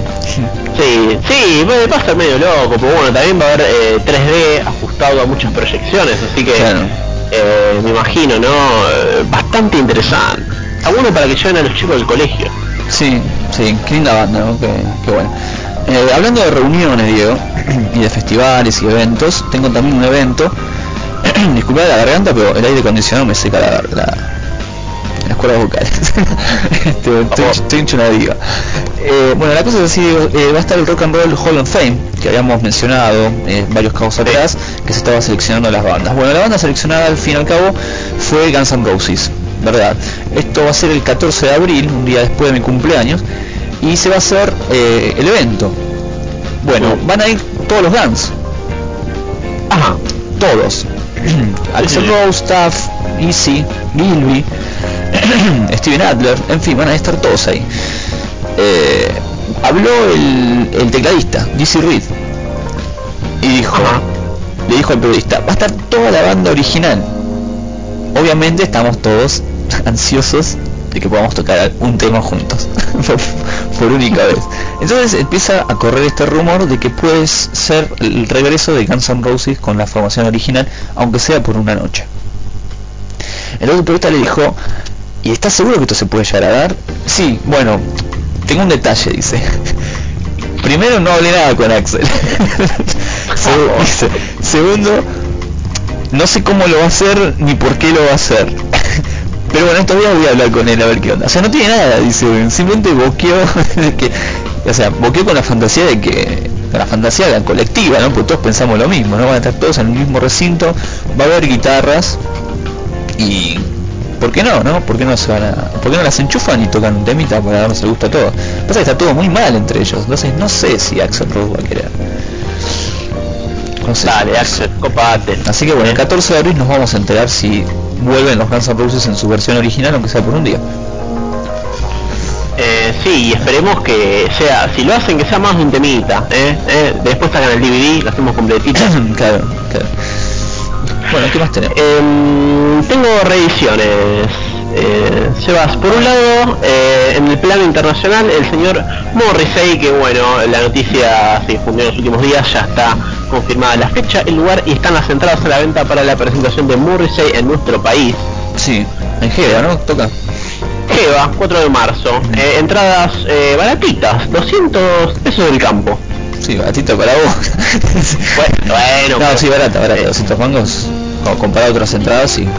Sí, sí, va va a ser medio loco, pero bueno, también va a haber eh, tres D ajustado a muchas proyecciones, así que Claro. eh, me imagino, ¿no? Eh, bastante interesante. Está bueno para que lleven a los chicos del colegio. Sí, sí, qué linda banda, ¿no? Qué, qué bueno. Eh, hablando de reuniones, Diego, y de festivales y eventos, tengo también un evento. Disculpa la garganta, pero el aire acondicionado me seca la, la, las cuerdas vocales. este, estoy, estoy hecho una diva. Eh, bueno, la cosa es así, eh, va a estar el Rock and Roll Hall of Fame, que habíamos mencionado eh, varios casos atrás, que se estaba seleccionando las bandas. Bueno, la banda seleccionada al fin y al cabo fue Guns N' Roses, ¿verdad? Esto va a ser el catorce de abril, un día después de mi cumpleaños, y se va a hacer eh, el evento. Bueno, van a ir todos los Guns. Ajá. Todos. Axl Rose, Taff, Easy, Gilby, Steven Adler, en fin, van a estar todos ahí. Eh, habló el, el tecladista, Dizzy Reed, y dijo, Ajá. le dijo al periodista, va a estar toda la banda original. Obviamente estamos todos ansiosos de que podamos tocar un tema juntos por, por única vez. Entonces empieza a correr este rumor de que puede ser el regreso de Guns N' Roses con la formación original, aunque sea por una noche. Entonces el periodista le dijo, ¿y estás seguro que esto se puede llegar a dar? Sí, bueno, tengo un detalle, dice. Primero, no hablé nada con Axl. Se, dice, segundo, no sé cómo lo va a hacer ni por qué lo va a hacer. Pero bueno, estos días voy a hablar con él a ver qué onda. O sea, no tiene nada, dice, simplemente boqueó, que, o sea, boqueó con la fantasía de que, con la fantasía de la colectiva, ¿no? Porque todos pensamos lo mismo, ¿no? Van a estar todos en el mismo recinto, va a haber guitarras, y ¿por qué no, no? ¿Por qué no se van a, por qué no las enchufan y tocan un temita para darnos el gusto a todos? Pasa que está todo muy mal entre ellos, entonces no sé si Axl Rose va a querer. No sé. Dale, Axl, copate. Así que bueno, el catorce de abril nos vamos a enterar si vuelven los Guns N' Roses en su versión original, aunque sea por un día. Eh, sí, y esperemos que sea, si lo hacen, que sea más de un temita, ¿eh? ¿Eh? Después sacan el D V D, lo hacemos completito. Claro, claro. Bueno, ¿qué más tenemos? Eh, tengo reediciones, eh, Sebas. Por un lado, eh, en el plano internacional, el señor Morrissey, que bueno, la noticia se difundió en los últimos días, ya está confirmada la fecha, el lugar y están las entradas a la venta para la presentación de Morrissey en nuestro país. Sí, en Geva, ¿no? Toca. Geva, cuatro de marzo. Eh, entradas eh, baratitas, doscientos pesos del campo. Sí, baratito para vos. Bueno, bueno. No, pero, sí, barata, barata, doscientos mangos, como comparado a otras entradas, sí.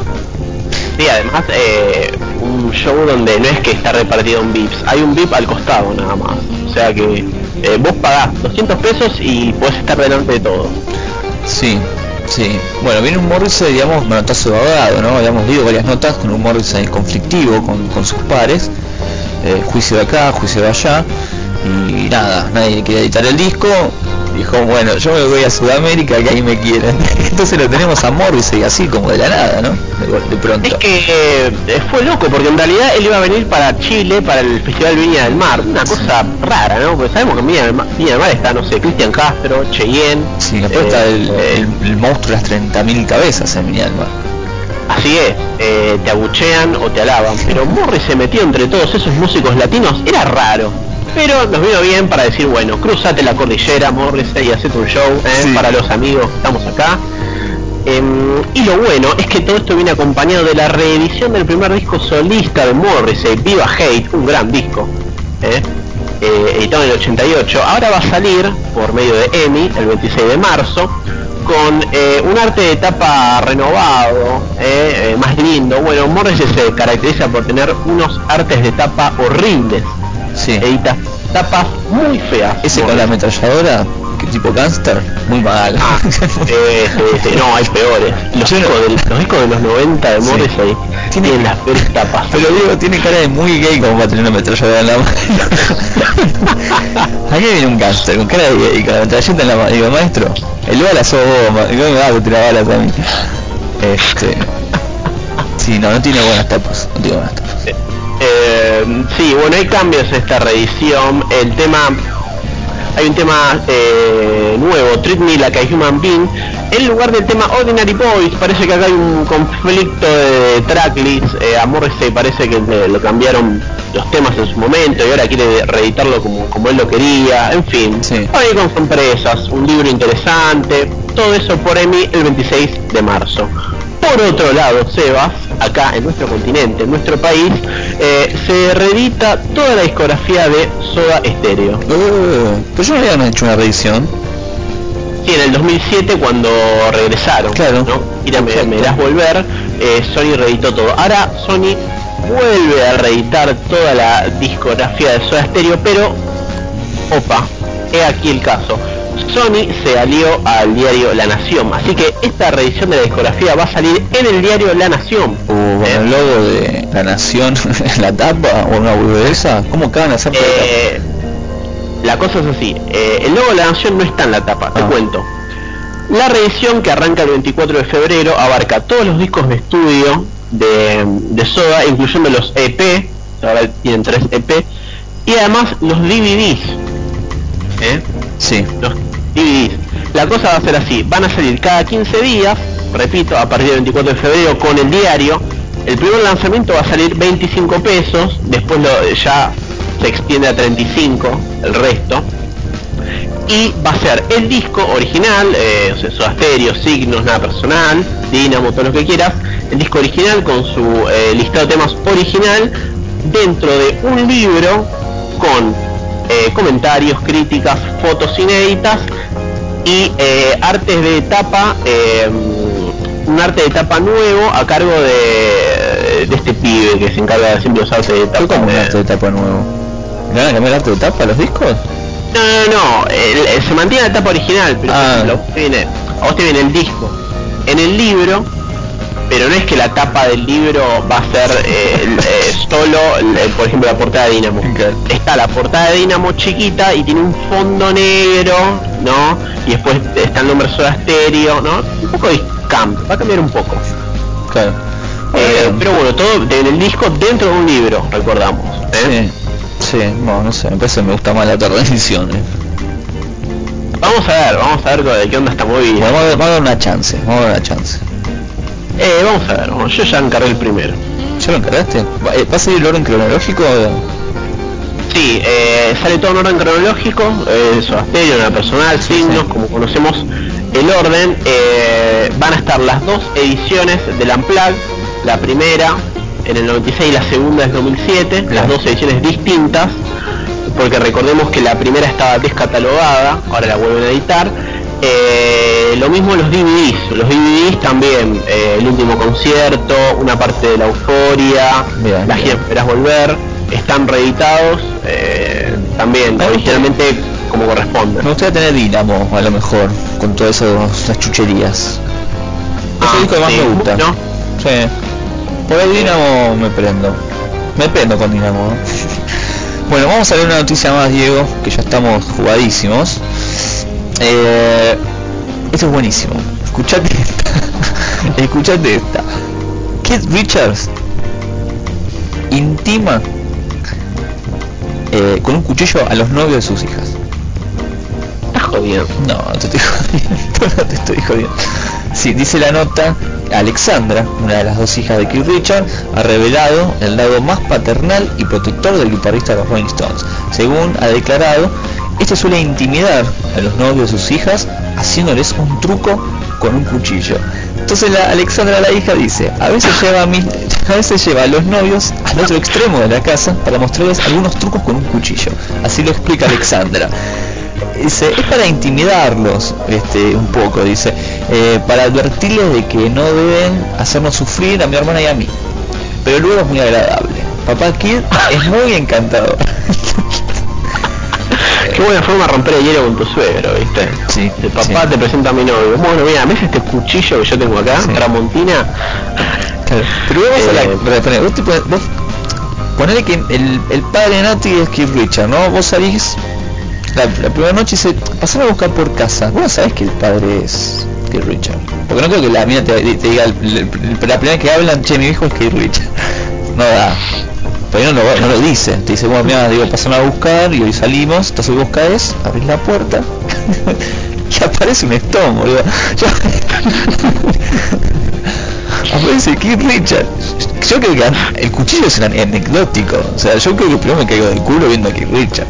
Sí, además, eh, un show donde no es que está repartido en V I Ps, hay un V I P al costado nada más. O sea que eh, vos pagás doscientos pesos y podés estar delante de todo. Sí, sí. Bueno, viene un Morrissey, digamos, manotazo de abogado, ¿no? Habíamos leído varias notas con un Morrissey conflictivo con, con sus pares. Eh, juicio de acá, juicio de allá. Y nada, nadie quería editar el disco. Dijo, bueno, yo me voy a Sudamérica, que ahí me quieren. Entonces lo tenemos a Morrissey así como de la nada, ¿no? De, de pronto. Es que eh, fue loco, porque en realidad él iba a venir para Chile, para el Festival Viña del Mar. Una cosa rara, ¿no? Porque sabemos que en Viña del Mar, Viña del Mar está, no sé, Cristian Castro, Cheyenne. Sí, después eh, está el, el, el monstruo de las treinta mil cabezas en Viña del Mar. Así es, eh, te abuchean o te alaban. Pero Morrissey se metió entre todos esos músicos latinos, era raro. Pero nos vino bien para decir, bueno, cruzate la cordillera, Morrissey, y hacete un show, ¿eh? Sí. Para los amigos que estamos acá. Eh, y lo bueno es que todo esto viene acompañado de la reedición del primer disco solista de Morrissey, Viva Hate, un gran disco, ¿eh? Eh, editado en el ochenta y ocho. Ahora va a salir por medio de EMI el veintiséis de marzo con eh, un arte de tapa renovado, eh, eh, más lindo. Bueno, Morrissey se caracteriza por tener unos artes de tapa horribles. Sí. Edita tapas muy feas. Ese con la ametralladora, que tipo gangster, muy mal. Ah, eh, eh, eh, no, hay peores. Los discos, del, los discos de los noventa de Morrissey, sí, tienen tiene, las peores tapas. Pero digo, tiene cara de muy gay como para tener una ametralladora en la mano. Aquí viene un gangster con cara de gay, con la ametralladora en la mano. Digo, maestro, el bala sos vos, y no me vas a tirar balas a mí. Este... Sí, no, no tiene buenas tapas, no tiene buenas tapas. Eh, eh, sí, bueno, hay cambios en esta reedición. El tema, hay un tema eh, nuevo, Treat Me Like a Human Being, en lugar del tema Ordinary Boys. Parece que acá hay un conflicto de tracklist. eh, a Morrissey parece que le, le cambiaron los temas en su momento y ahora quiere reeditarlo como, como él lo quería, en fin, sí. Ahí con sorpresas, un libro interesante, todo eso por EMI el veintiséis de marzo. Por otro lado, Sebas, acá en nuestro continente, en nuestro país, eh, se reedita toda la discografía de Soda Stereo. Uh, pero yo no habían hecho una reedición. Sí, en el dos mil siete cuando regresaron, claro, ¿no? Mira, me, me das volver, eh, Sony reeditó todo. Ahora Sony vuelve a reeditar toda la discografía de Soda Stereo, pero, opa, he aquí el caso. Sony se alió al diario La Nación, así que esta reedición de la discografía va a salir en el diario La Nación. O con ¿Eh? el logo de La Nación en la tapa, o una burguesa. ¿Cómo acaban de hacer? Eh, la cosa es así, eh, el logo de La Nación no está en la tapa, te Ah. cuento. La reedición, que arranca el veinticuatro de febrero, abarca todos los discos de estudio de, de Soda, incluyendo los E P, ahora tienen tres E P, y además los D V Ds. ¿Eh? Sí. Los D V Ds. La cosa va a ser así, van a salir cada quince días, repito, a partir del veinticuatro de febrero con el diario. El primer lanzamiento va a salir veinticinco pesos, después lo, ya se extiende a treinta y cinco el resto. Y va a ser el disco original, eh, o sea, Soda Stereo, Signos, Nada Personal, Dynamo, todo lo que quieras, el disco original con su eh, listado de temas original, dentro de un libro con eh, comentarios, críticas, fotos inéditas y eh, artes de tapa, eh, un arte de tapa nuevo a cargo de, de este pibe que se encarga de siempre los artes de ¿Qué tapa. como un de- arte de tapa nuevo? ¿Le van a cambiar el arte de tapa a los discos? No, no, no, el- el- se mantiene la tapa original, pero Ah. por ejemplo, a vos te viene, a vos te viene el disco en el libro, pero no es que la tapa del libro va a ser eh, el- eh, solo, el- el- por ejemplo, la portada de Dynamo. Claro. Está la portada de Dynamo chiquita y tiene un fondo negro, ¿no? Y después está el nombre Soda Stereo, ¿no? Un poco de camp, va a cambiar un poco. Claro. Eh, Bueno, pero bueno, todo en el disco dentro de un libro, recordamos. ¿eh? Sí, sí, no, no sé, me parece que me gusta más la otra edición. Eh. Vamos a ver, vamos a ver de qué onda esta movida. Bueno, vamos, a, vamos a dar una chance, vamos a dar una chance. Eh, vamos a ver, vamos, yo ya encargué el primero. ¿Ya lo encargaste? ¿Va, eh, ¿va a seguir el orden cronológico? Sí, eh, sale todo en orden cronológico, eh, Soda Stereo, Nada Personal, Sí, Signos, sí. como conocemos el orden. Eh, van a estar las dos ediciones del Unplugged, la primera en el noventa y seis y la segunda en dos mil siete, las dos ediciones distintas, porque recordemos que la primera estaba descatalogada, ahora la vuelven a editar. Eh, lo mismo los D V Ds, los D V Ds también, eh, el último concierto, una parte de la euforia, Bien, la bien. gira Esperás Volver, están reeditados, eh, también Ah, originalmente como corresponde. Me gustaría tener Dynamo, a lo mejor, con todas esas esas chucherías. Es Ah, el disco que más sí, me gusta. ¿no? Sí. Por el Dynamo me prendo. Me prendo con Dynamo. ¿no? Bueno, vamos a ver una noticia más, Diego, que ya estamos jugadísimos. Eh, esto es buenísimo. Escuchate esta. Escuchate esta. Keith Richards intima eh, con un cuchillo a los novios de sus hijas. Estás jodiendo. No, no te estoy jodiendo, no te estoy jodiendo. Sí, dice la nota, Alexandra, una de las dos hijas de Keith Richards, ha revelado el lado más paternal y protector del guitarrista de los Rolling Stones. Según ha declarado, este suele intimidar a los novios de sus hijas haciéndoles un truco con un cuchillo. Entonces la Alexandra, la hija, dice, a veces lleva a, mis, a veces lleva a los novios al otro extremo de la casa para mostrarles algunos trucos con un cuchillo. Así lo explica Alexandra. Dice, es para intimidarlos este, un poco, dice, eh, para advertirles de que no deben hacernos sufrir a mi hermana y a mí. Pero luego es muy agradable. Papá Kid es muy encantador. Qué buena forma de romper el hielo con tu suegro, ¿viste? Sí, El papá sí. te presenta a mi novio. Bueno, mira, ¿ves este cuchillo que yo tengo acá? Sí. Tramontina. Claro. Pero vamos a Eh, la... Ponele, vos, te pon- vos ponele que el, el padre de Nati es Keith Richards, ¿no? Vos salís la, la primera noche y dice, pasar a buscar por casa. Vos no sabés que el padre es Keith Richards. Porque no creo que la mía te, te diga, el- el- el- la primera vez que hablan, che, mi hijo es Keith Richards. No da. Pero no lo, no lo dice. Te dice, bueno, mira, digo, pasan a buscar y hoy salimos. Entonces vos caes, abrís la puerta y aparece un Stone, boludo. Aparece Keith Richards. Yo creo que el cuchillo es an- anecdótico. O sea, yo creo que primero me caigo del culo viendo a Keith Richards.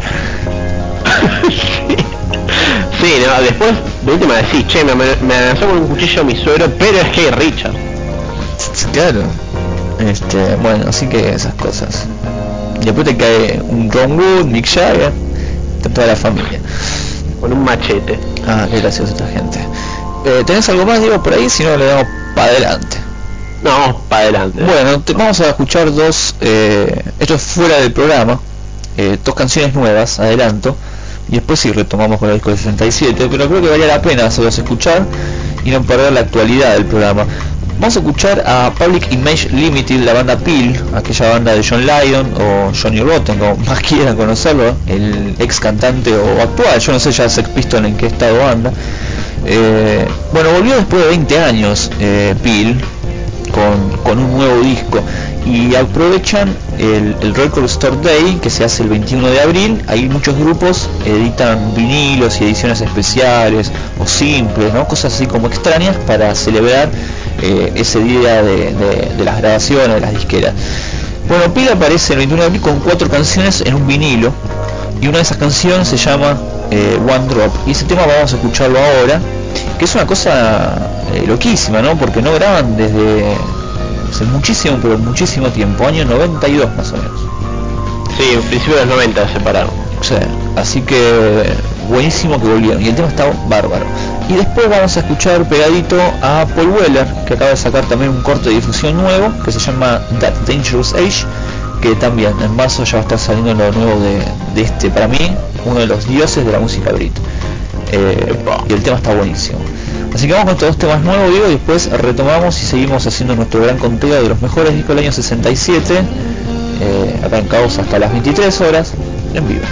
Sí, no, después de última decís, che, me, me amenazó con un cuchillo mi suegro, pero es que Richard. Claro. Este, bueno, así que esas cosas. Y después te cae un Ron Wood, Mick Jagger, está toda la familia. Con un machete. Ah, qué graciosa esta gente. Eh, ¿Tenés algo más, Diego, por ahí? Si no, le damos para adelante. No, para adelante. Bueno, te, vamos a escuchar dos, eh, esto es fuera del programa, eh, dos canciones nuevas, adelanto, y después sí retomamos con el disco del sesenta y siete, pero creo que vale la pena hacerlos escuchar y no perder la actualidad del programa. Vamos a escuchar a Public Image Limited, la banda Peel, aquella banda de John Lydon o Johnny Rotten, como más quieran conocerlo, el ex cantante o actual, yo no sé ya Sex Pistols en qué estado anda. Eh, bueno, volvió después de veinte años eh, Peel con, con un nuevo disco y aprovechan el, el Record Store Day que se hace el veintiuno de abril. Ahí muchos grupos editan vinilos y ediciones especiales o simples, ¿no? Cosas así como extrañas para celebrar eh, ese día de, de, de las grabaciones, de las disqueras. Bueno, Peel aparece el veintiuno de abril con cuatro canciones en un vinilo y una de esas canciones se llama eh, One Drop, y ese tema vamos a escucharlo ahora, que es una cosa eh, loquísima, ¿no? Porque no graban desde hace muchísimo, pero muchísimo tiempo, año noventa y dos más o menos. Sí, en principio de los noventa se separaron. O sea, así que buenísimo que volvieron, y el tema está bárbaro. Y después vamos a escuchar pegadito a Paul Weller, que acaba de sacar también un corte de difusión nuevo, que se llama That Dangerous Age, que también en marzo ya va a estar saliendo lo nuevo de, de este, para mí, uno de los dioses de la música brit. Eh, y el tema está buenísimo. Así que vamos con estos dos temas nuevos, digo, y después retomamos y seguimos haciendo nuestro gran conteo de los mejores discos del año sesenta y siete, eh, arrancados hasta las veintitrés horas, en vivo.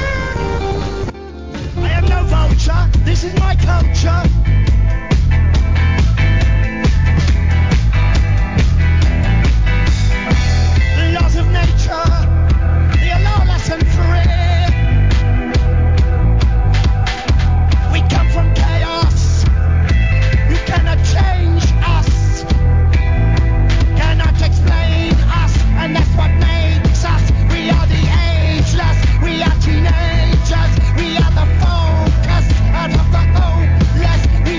I am no vulture, this is my culture. The laws of nature, they are lawless and free. We come from chaos, you cannot change us, cannot explain us, and that's what makes us. We are the ageless, we are teenagers, we are the focus out of the hopeless.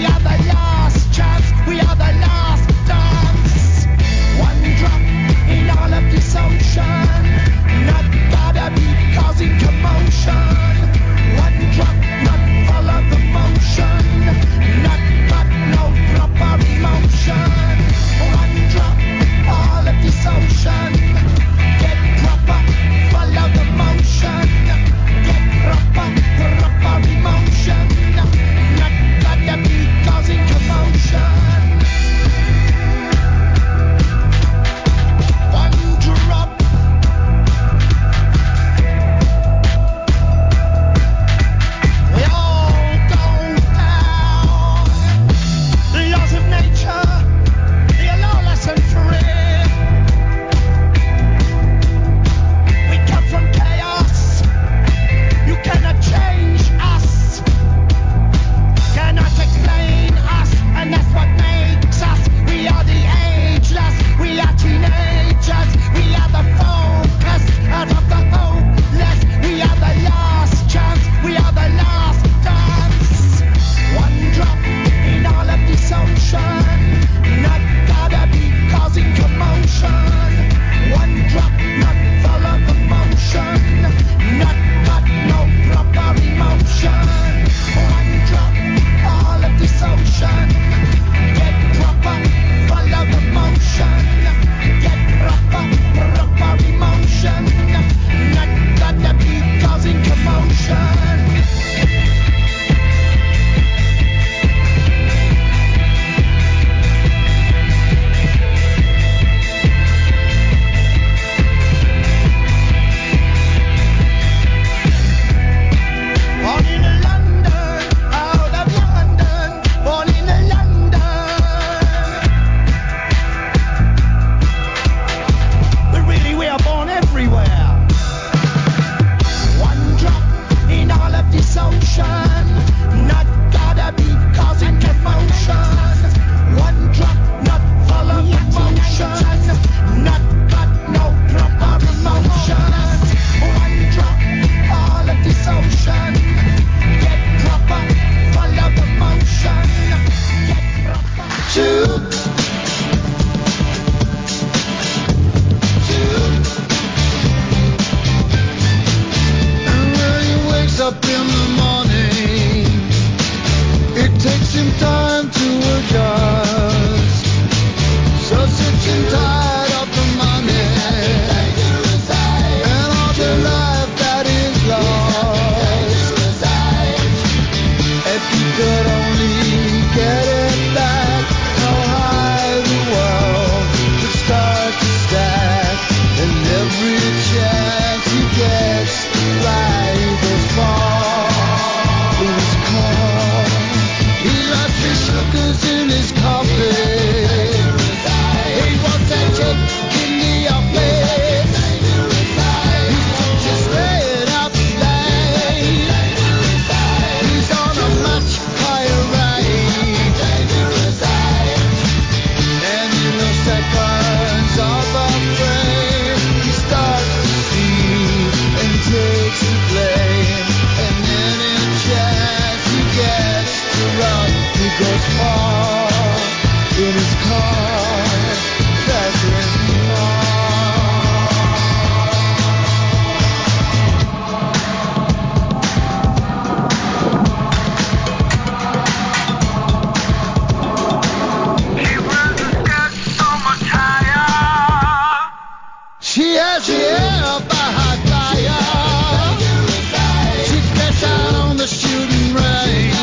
has the air by fire. She gets out on the shooting range,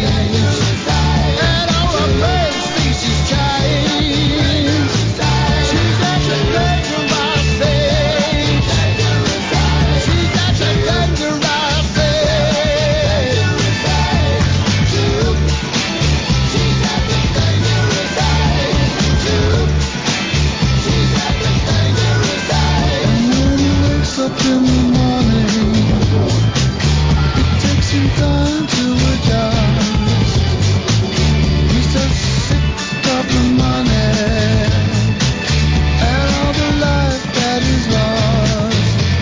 and all her face faces change. She's got a dangerous age. She's got a dangerous age. She's got the dangerous age. She's got the dangerous age. And when he wakes up in the morning, it takes him time to adjust. He's so sick of the money and all the life that he's lost.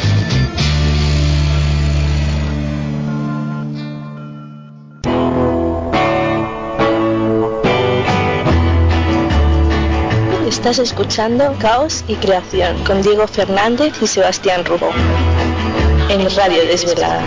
Estás escuchando Caos y Creación con Diego Fernández y Sebastián Rubó en Radio Desvelada.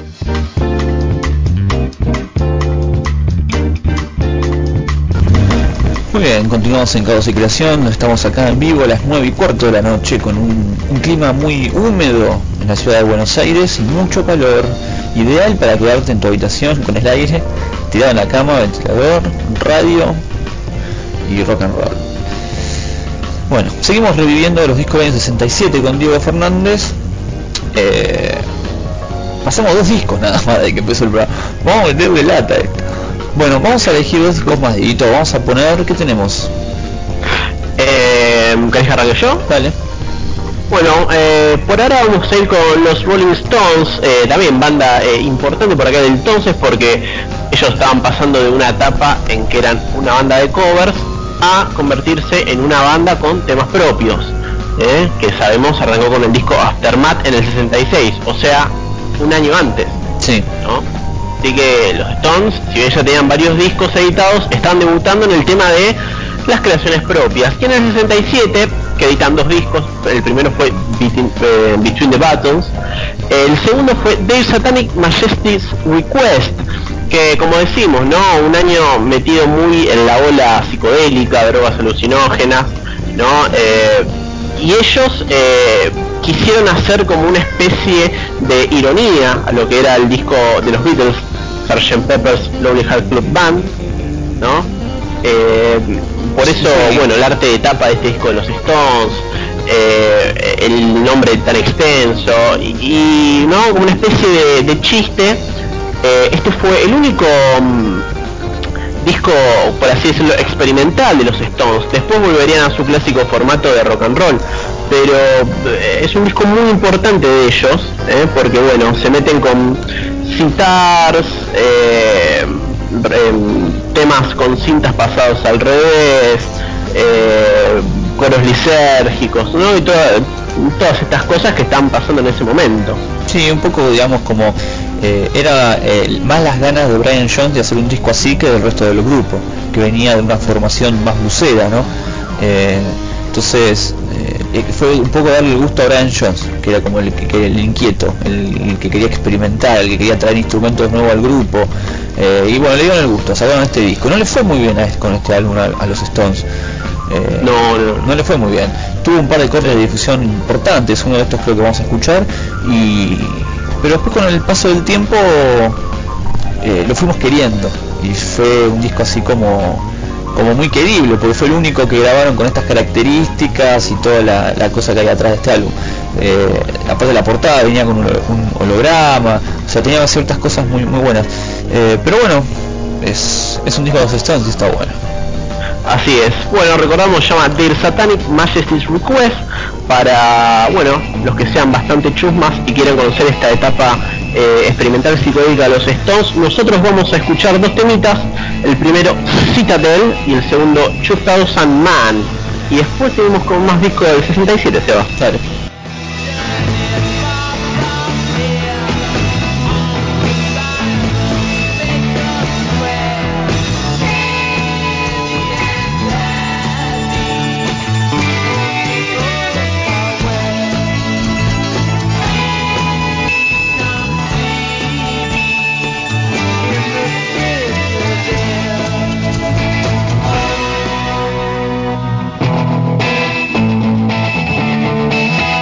Muy bien, continuamos en Caos y Creación. Estamos acá en vivo a las nueve y cuarto de la noche con un, un clima muy húmedo en la ciudad de Buenos Aires y mucho calor, ideal para quedarte en tu habitación con el aire tirado en la cama, ventilador, radio y rock and roll. Bueno, seguimos reviviendo los discos del año sesenta y siete con Diego Fernández. Eh, pasamos dos discos nada más de que empezó el programa. Vamos a meterle lata a esto. Bueno, vamos a elegir dos discos más, Dieguito. Vamos a poner, ¿qué tenemos? Eh, ¿Querés que arranque yo? Dale. Bueno, eh, por ahora vamos a ir con los Rolling Stones, eh, también banda eh, importante por acá del entonces, porque ellos estaban pasando de una etapa en que eran una banda de covers a convertirse en una banda con temas propios, eh, que sabemos arrancó con el disco Aftermath en el sesenta y seis, o sea, un año antes, Sí. ¿no? Así que los Stones, si bien ya tenían varios discos editados, estaban debutando en el tema de las creaciones propias. Y en el sesenta y siete, que editan dos discos, el primero fue Between, eh, Between the Buttons, el segundo fue Their Satanic Majesty's Request, que como decimos, ¿no? Un año metido muy en la ola psicodélica, drogas alucinógenas, ¿no? Eh, y ellos eh, quisieron hacer como una especie de ironía a lo que era el disco de los Beatles, sergeant Pepper's Lonely Hearts Club Band, ¿no? Eh, por eso, Sí. bueno, el arte de tapa de este disco de los Stones, eh, el nombre tan extenso y, y no, como una especie de, de chiste. Eh, este fue el único mm, disco, por así decirlo, experimental de los Stones. Después volverían a su clásico formato de rock and roll, pero eh, es un disco muy importante de ellos, eh, porque bueno, se meten con citars, eh, eh, temas con cintas pasados al revés, eh, coros lisérgicos, ¿no? Y toda, todas estas cosas que están pasando en ese momento. Sí, un poco, digamos, como eh, era eh, más las ganas de Brian Jones de hacer un disco así que del resto del grupo, que venía de una formación más blusera, ¿no? Eh, entonces eh, fue un poco darle el gusto a Brian Jones, que era como el, que, el inquieto, el, el que quería experimentar, el que quería traer instrumentos nuevos al grupo, eh, y bueno, le dieron el gusto, sacaron este disco. No le fue muy bien a, con este álbum a, a los Stones. Eh, no, no, no le fue muy bien. Tuvo un par de cortes de difusión importantes, uno de estos creo que vamos a escuchar, y pero después con el paso del tiempo eh, lo fuimos queriendo y fue un disco así como como muy querible, porque fue el único que grabaron con estas características y toda la, la cosa que hay atrás de este álbum. Eh, aparte de la portada venía con un, un holograma, o sea, tenía ciertas cosas muy muy buenas. Eh, pero bueno, es, es un disco de los Stones y está bueno. Así es. Bueno, recordamos, se llama Their Satanic Majesty's Request, para, bueno, los que sean bastante chusmas y quieren conocer esta etapa eh, experimental psicodélica de los Stones. Nosotros vamos a escuchar dos temitas, el primero Citadel y el segundo two thousand Man, y después seguimos con más discos del sesenta y siete, Seba. Dale. Thank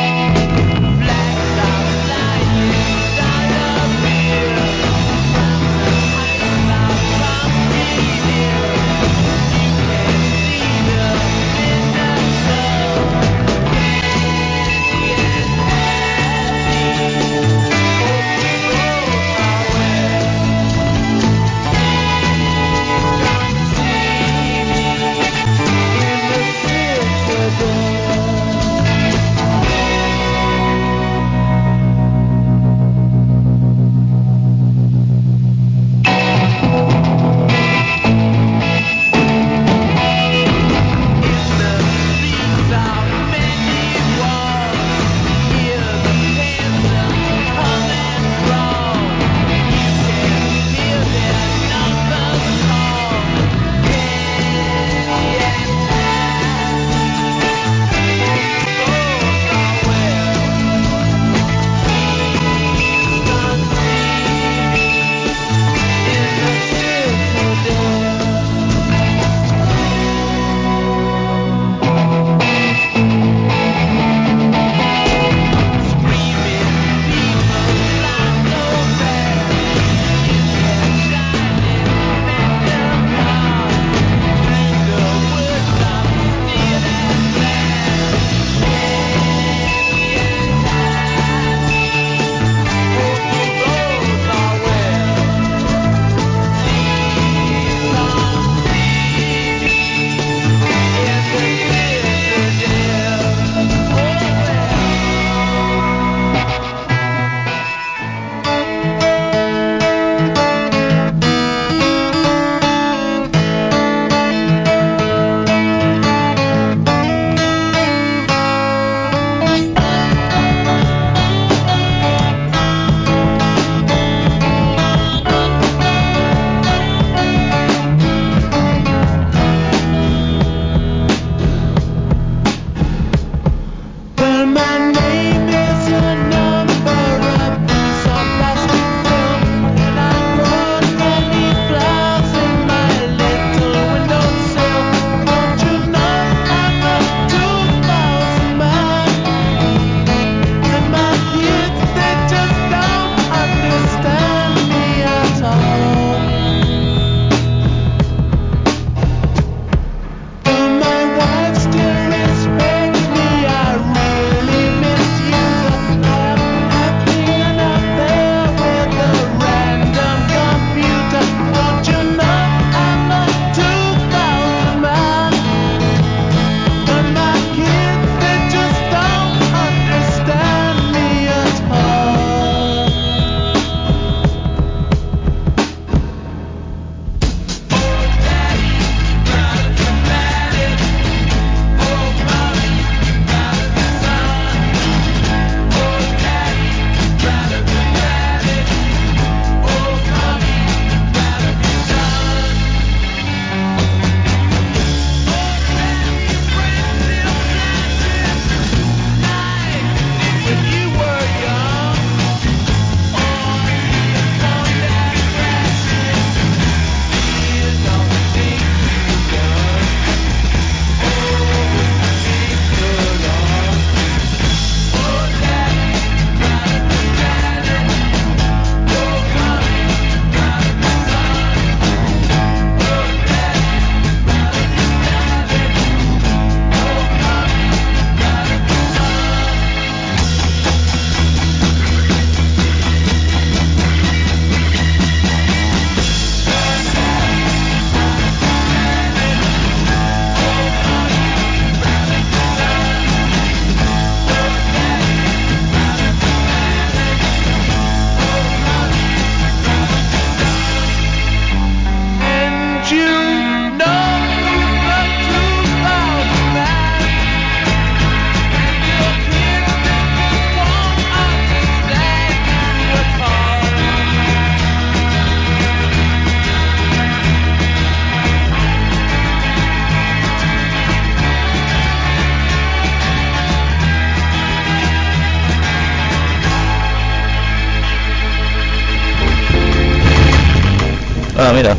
primera.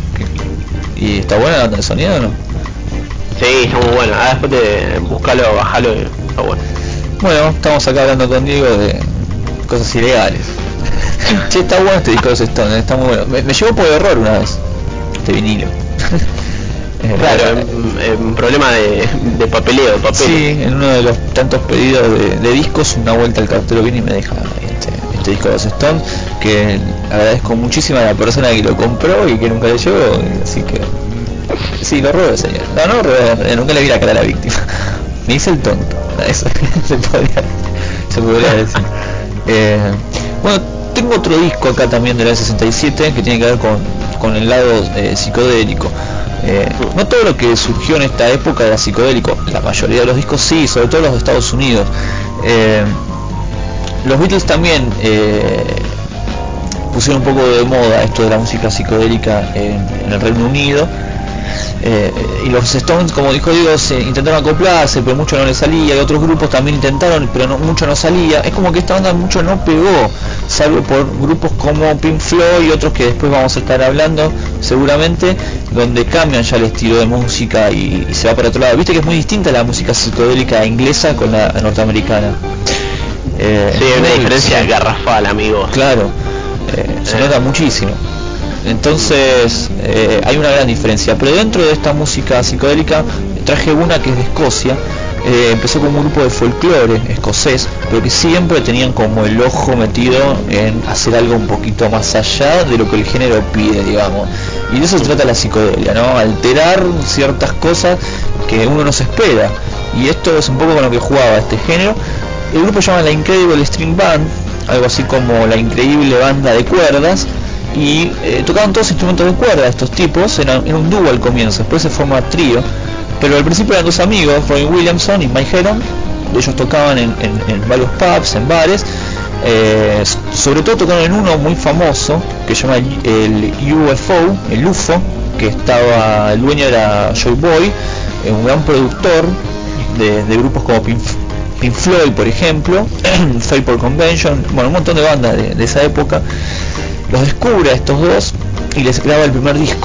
¿Y está buena la banda de sonido o no? Sí, está muy bueno. Ah, después te buscalo, bajalo y está bueno. Bueno, estamos acá hablando con Diego de cosas ilegales. Che, está bueno este disco de los Stones, está muy bueno. Me, me llegó por error una vez, este vinilo. Eh, Claro, eh, un problema de, de papeleo, de papel. Sí, en uno de los tantos pedidos de, de discos, una vuelta al cartero viene y me deja este, este disco de los Stones, que agradezco muchísimo a la persona que lo compró y que nunca le llegó, así que sí, lo robé, señor. No, no, robé, nunca le vi la cara a la víctima. Me hice el tonto, eso se podría, se podría decir. Eh, bueno, tengo otro disco acá también del sesenta y siete que tiene que ver con, con el lado eh, psicodélico. Eh, no todo lo que surgió en esta época era psicodélico, la mayoría de los discos sí, sobre todo los de Estados Unidos. Eh, los Beatles también eh, pusieron un poco de moda esto de la música psicodélica en, en el Reino Unido. Eh, y los Stones, como dijo Diego, se intentaron acoplarse, pero mucho no les salía, y otros grupos también intentaron, pero no, mucho no salía. Es como que esta banda mucho no pegó, salvo por grupos como Pink Floyd y otros que después vamos a estar hablando seguramente, donde cambian ya el estilo de música y, y se va para otro lado. Viste que es muy distinta la música psicodélica inglesa con la norteamericana. Eh, Sí, hay una muy- diferencia sí. garrafal, amigos. Claro, eh, se nota muchísimo. Entonces eh, hay una gran diferencia. Pero dentro de esta música psicodélica traje una que es de Escocia. Eh, empezó como un grupo de folclore escocés, pero que siempre tenían como el ojo metido en hacer algo un poquito más allá de lo que el género pide, digamos. Y de eso se trata la psicodelia, ¿no? Alterar ciertas cosas que uno no se espera. Y esto es un poco con lo que jugaba este género. El grupo se llama la Incredible String Band, algo así como la increíble banda de cuerdas, y eh, tocaban todos instrumentos de cuerda estos tipos, era, era un dúo al comienzo, después se forma trío, pero al principio eran dos amigos, Robin Williamson y Mike Heron. Ellos tocaban en, en, en varios pubs, en bares, eh, sobre todo tocaron en uno muy famoso que se llama el U F O, el U F O, que estaba, el dueño era Joy Boy, eh, un gran productor de, de grupos como Pink, Pink Floyd, por ejemplo, Fairport Convention, bueno, un montón de bandas de, de esa época. Los descubre a estos dos y les graba el primer disco.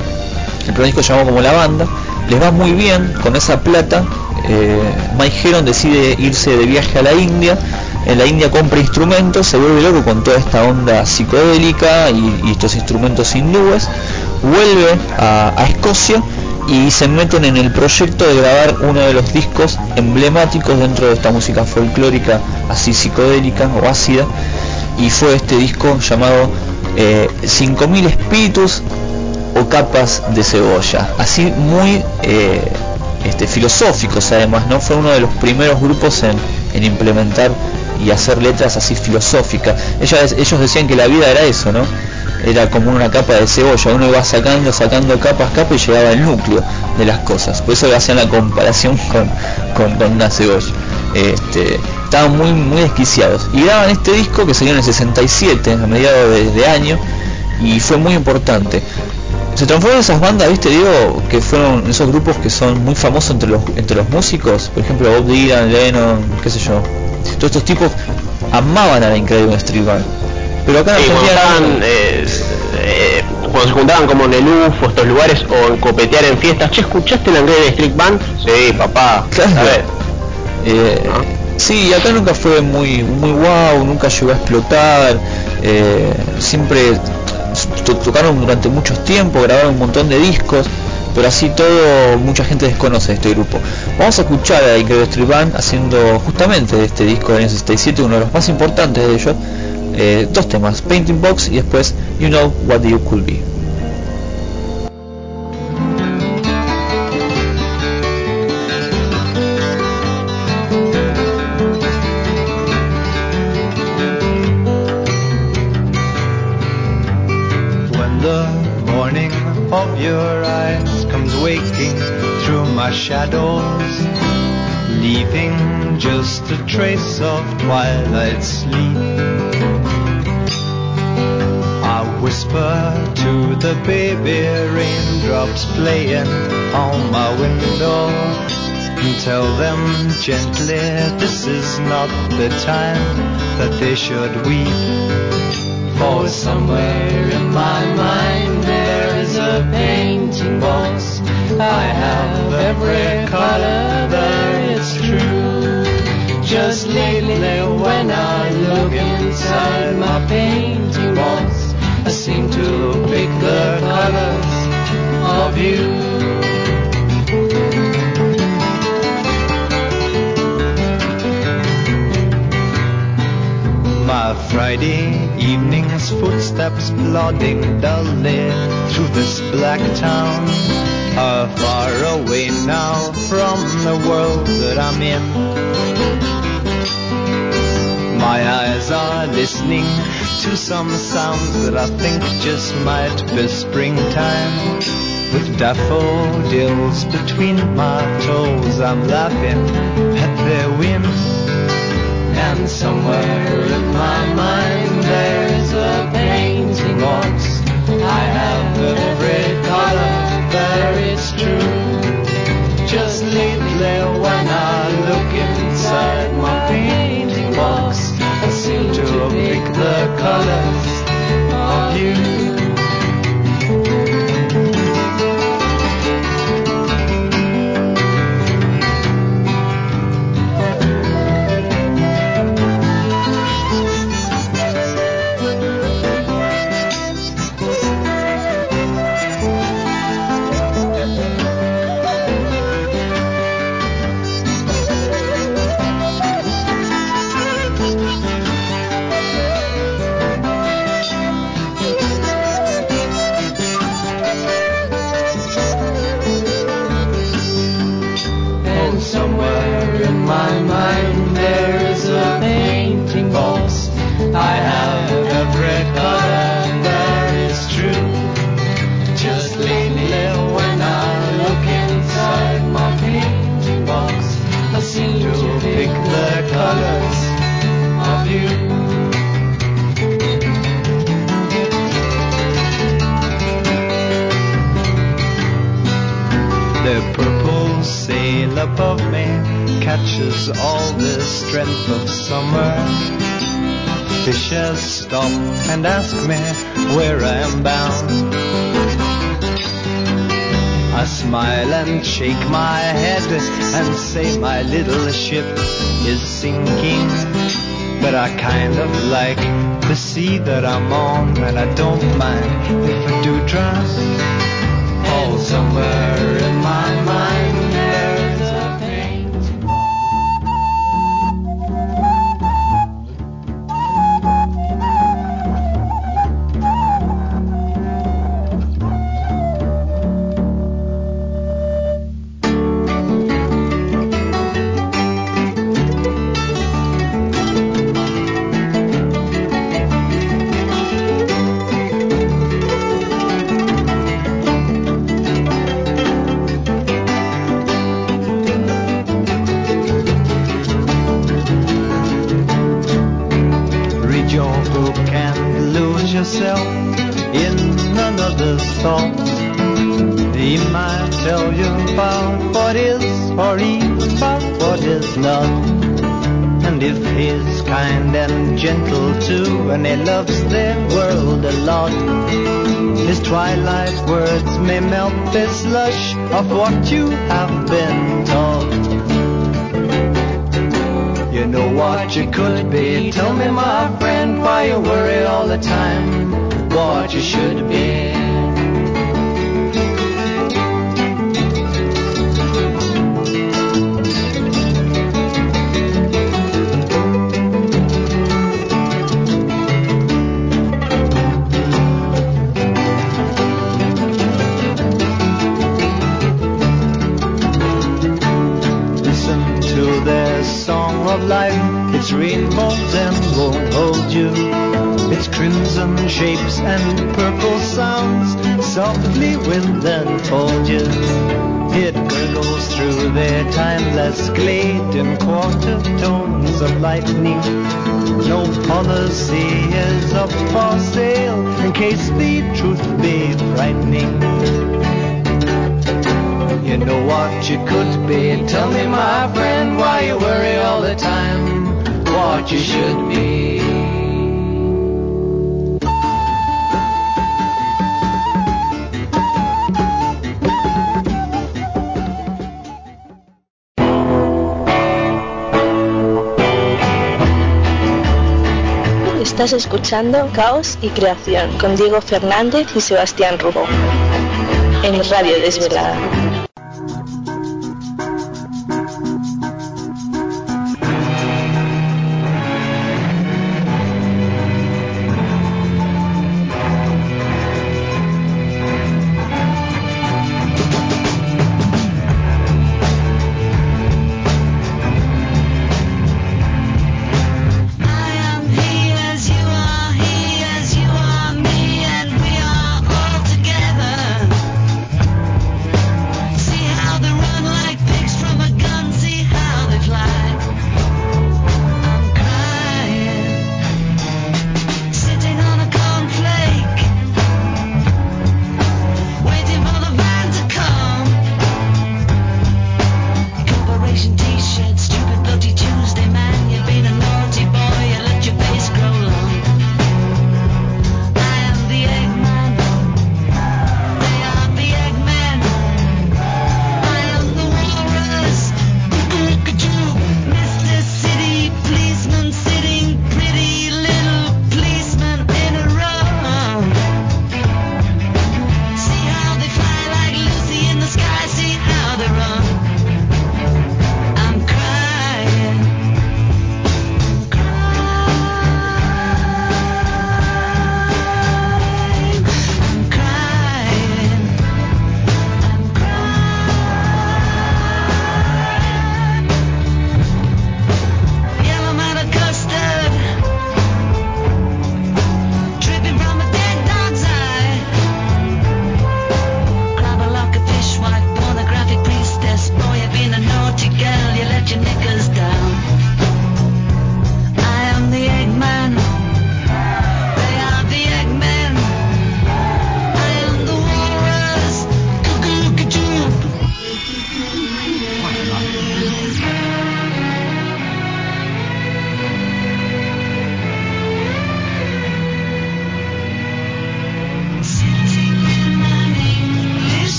El primer disco se llamó como La Banda. Les va muy bien con esa plata. eh, Mike Heron decide irse de viaje a la India. En la India compra instrumentos, se vuelve loco con toda esta onda psicodélica y, y estos instrumentos hindúes. Vuelve a, a Escocia y se meten en el proyecto de grabar uno de los discos emblemáticos dentro de esta música folclórica así psicodélica o ácida, y fue este disco llamado eh, cinco mil espíritus o capas de cebolla, así muy eh, este, filosóficos además, ¿no? Fue uno de los primeros grupos en, en implementar y hacer letras así filosóficas. Ellas, ellos decían que la vida era eso, ¿no? Era como una capa de cebolla, uno iba sacando, sacando capas, capas y llegaba al núcleo de las cosas. Por eso hacían la comparación con, con, con una cebolla. Este, estaban muy muy desquiciados y graban este disco que salió en el sesenta y siete, a mediados de, de año, y fue muy importante. Se transformó en esas bandas, viste, digo, que fueron esos grupos que son muy famosos entre los entre los músicos, por ejemplo Bob Dylan, Lennon, qué sé yo. Todos estos tipos amaban a la Incredible String Band. Pero acá en Sí, cuando, Argentina estaban, eh, eh, cuando se juntaban como en el U F O, estos lugares, o en copetear en fiestas, che, ¿escuchaste la Incredible String Band? Sí, papá, Claro. ¿sabes? Eh, sí, acá nunca fue muy muy wow, nunca llegó a explotar, eh, siempre to- tocaron durante muchos tiempos, grabaron un montón de discos, pero así todo mucha gente desconoce de este grupo. Vamos a escuchar a Incredible String Band haciendo justamente de este disco del año sesenta y siete uno de los más importantes de ellos, eh, dos temas, Painting Box y después You Know What You Could Be. When the morning of your eyes comes waking through my shadows, leaving just a trace of twilight sleep, I whisper to the baby raindrops playing on my window, and tell them gently this is not the time that they should weep. For somewhere in my mind there a painting box. I have every color there, it's true. Just lately when I look inside my painting box, I seem to pick the colors of you. My Friday evening's footsteps plodding dully through this black town are far away now from the world that I'm in. My eyes are listening to some sounds that I think just might be springtime. With daffodils between my toes, I'm laughing at their whim. And somewhere in my mind there's a painting box. I have every color there, it's true. Just lately when I look inside my painting box, I seem to pick the colors of you. Above me catches all the strength of summer. Fishes stop and ask me where I am bound. I smile and shake my head and say my little ship is sinking. But I kind of like the sea that I'm on, and I don't mind if I do drown. Oh, somewhere in my mind and he loves the world a lot. His twilight words may melt the slush of what you have been taught. You know what you could be. Tell me, my friend, why you worry all the time. What you should be. Its rainbows and won't hold you. Its crimson shapes and purple sounds softly will enfold you. It gurgles through their timeless glade in quarter tones of lightning. No policy is up for sale in case the truth be frightening. You know what you could be. Tell me, my friend, why you worry all the time. What you should be. Estás escuchando Caos y Creación con Diego Fernández y Sebastián Rubó en Radio Desvelada.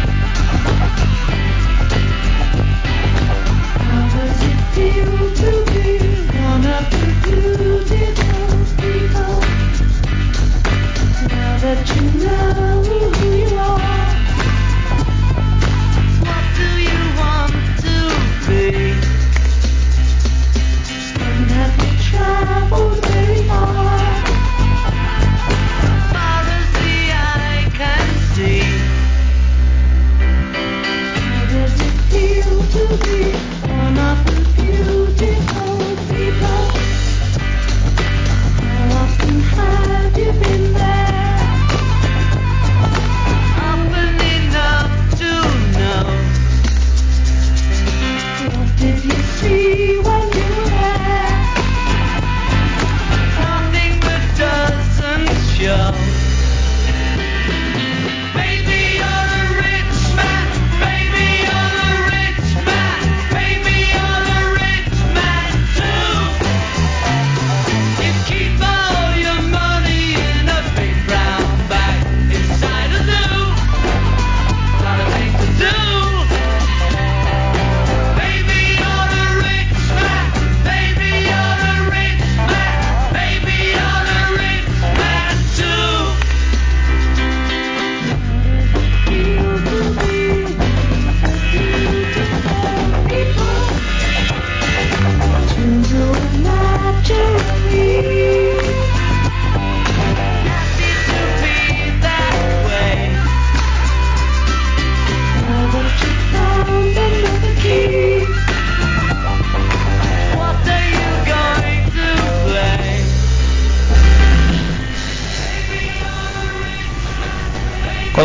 Feel to be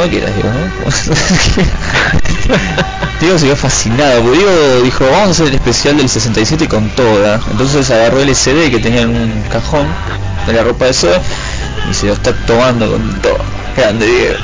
Cuando quieras, Diego, ¿no? Diego se quedó fascinado, porque Diego dijo, vamos a hacer el especial del sesenta y siete con toda. Entonces agarró el C D que tenía en un cajón de la ropa de Zoe y se lo está tomando con todo. Grande Diego.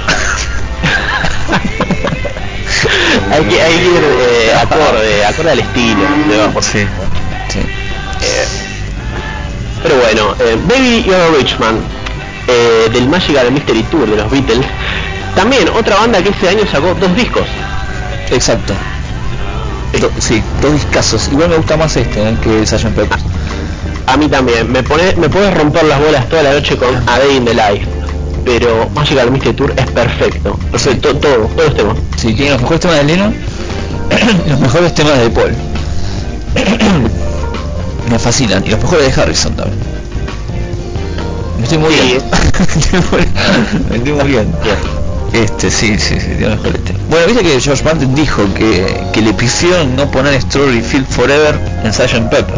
hay que hay que ir eh, acorde, acorde al estilo, ¿no? Sí, sí. Eh, pero bueno, eh, Baby You're a Rich Man, eh, del Magical Mystery Tour de los Beatles, también otra banda que ese año sacó dos discos. Exacto. Do, sí, dos discazos. Igual me gusta más este ¿eh? que sergeant Pepper. A mí también, me pone, me puedes romper las bolas toda la noche con A Day in the Life, pero Magical Mystery Tour es perfecto. O sea, to, todo, todos los temas. Sí, tiene los mejores temas de Lennon, los mejores temas de Paul. Me fascinan, y los mejores de Harrison también. Me estoy muy bien. Me estoy muy bien. Este, sí, sí, sí, tiene mejores temas. Bueno, viste que George Martin dijo que, que le pisieron no poner Strawberry Field Forever en sergeant Pepper.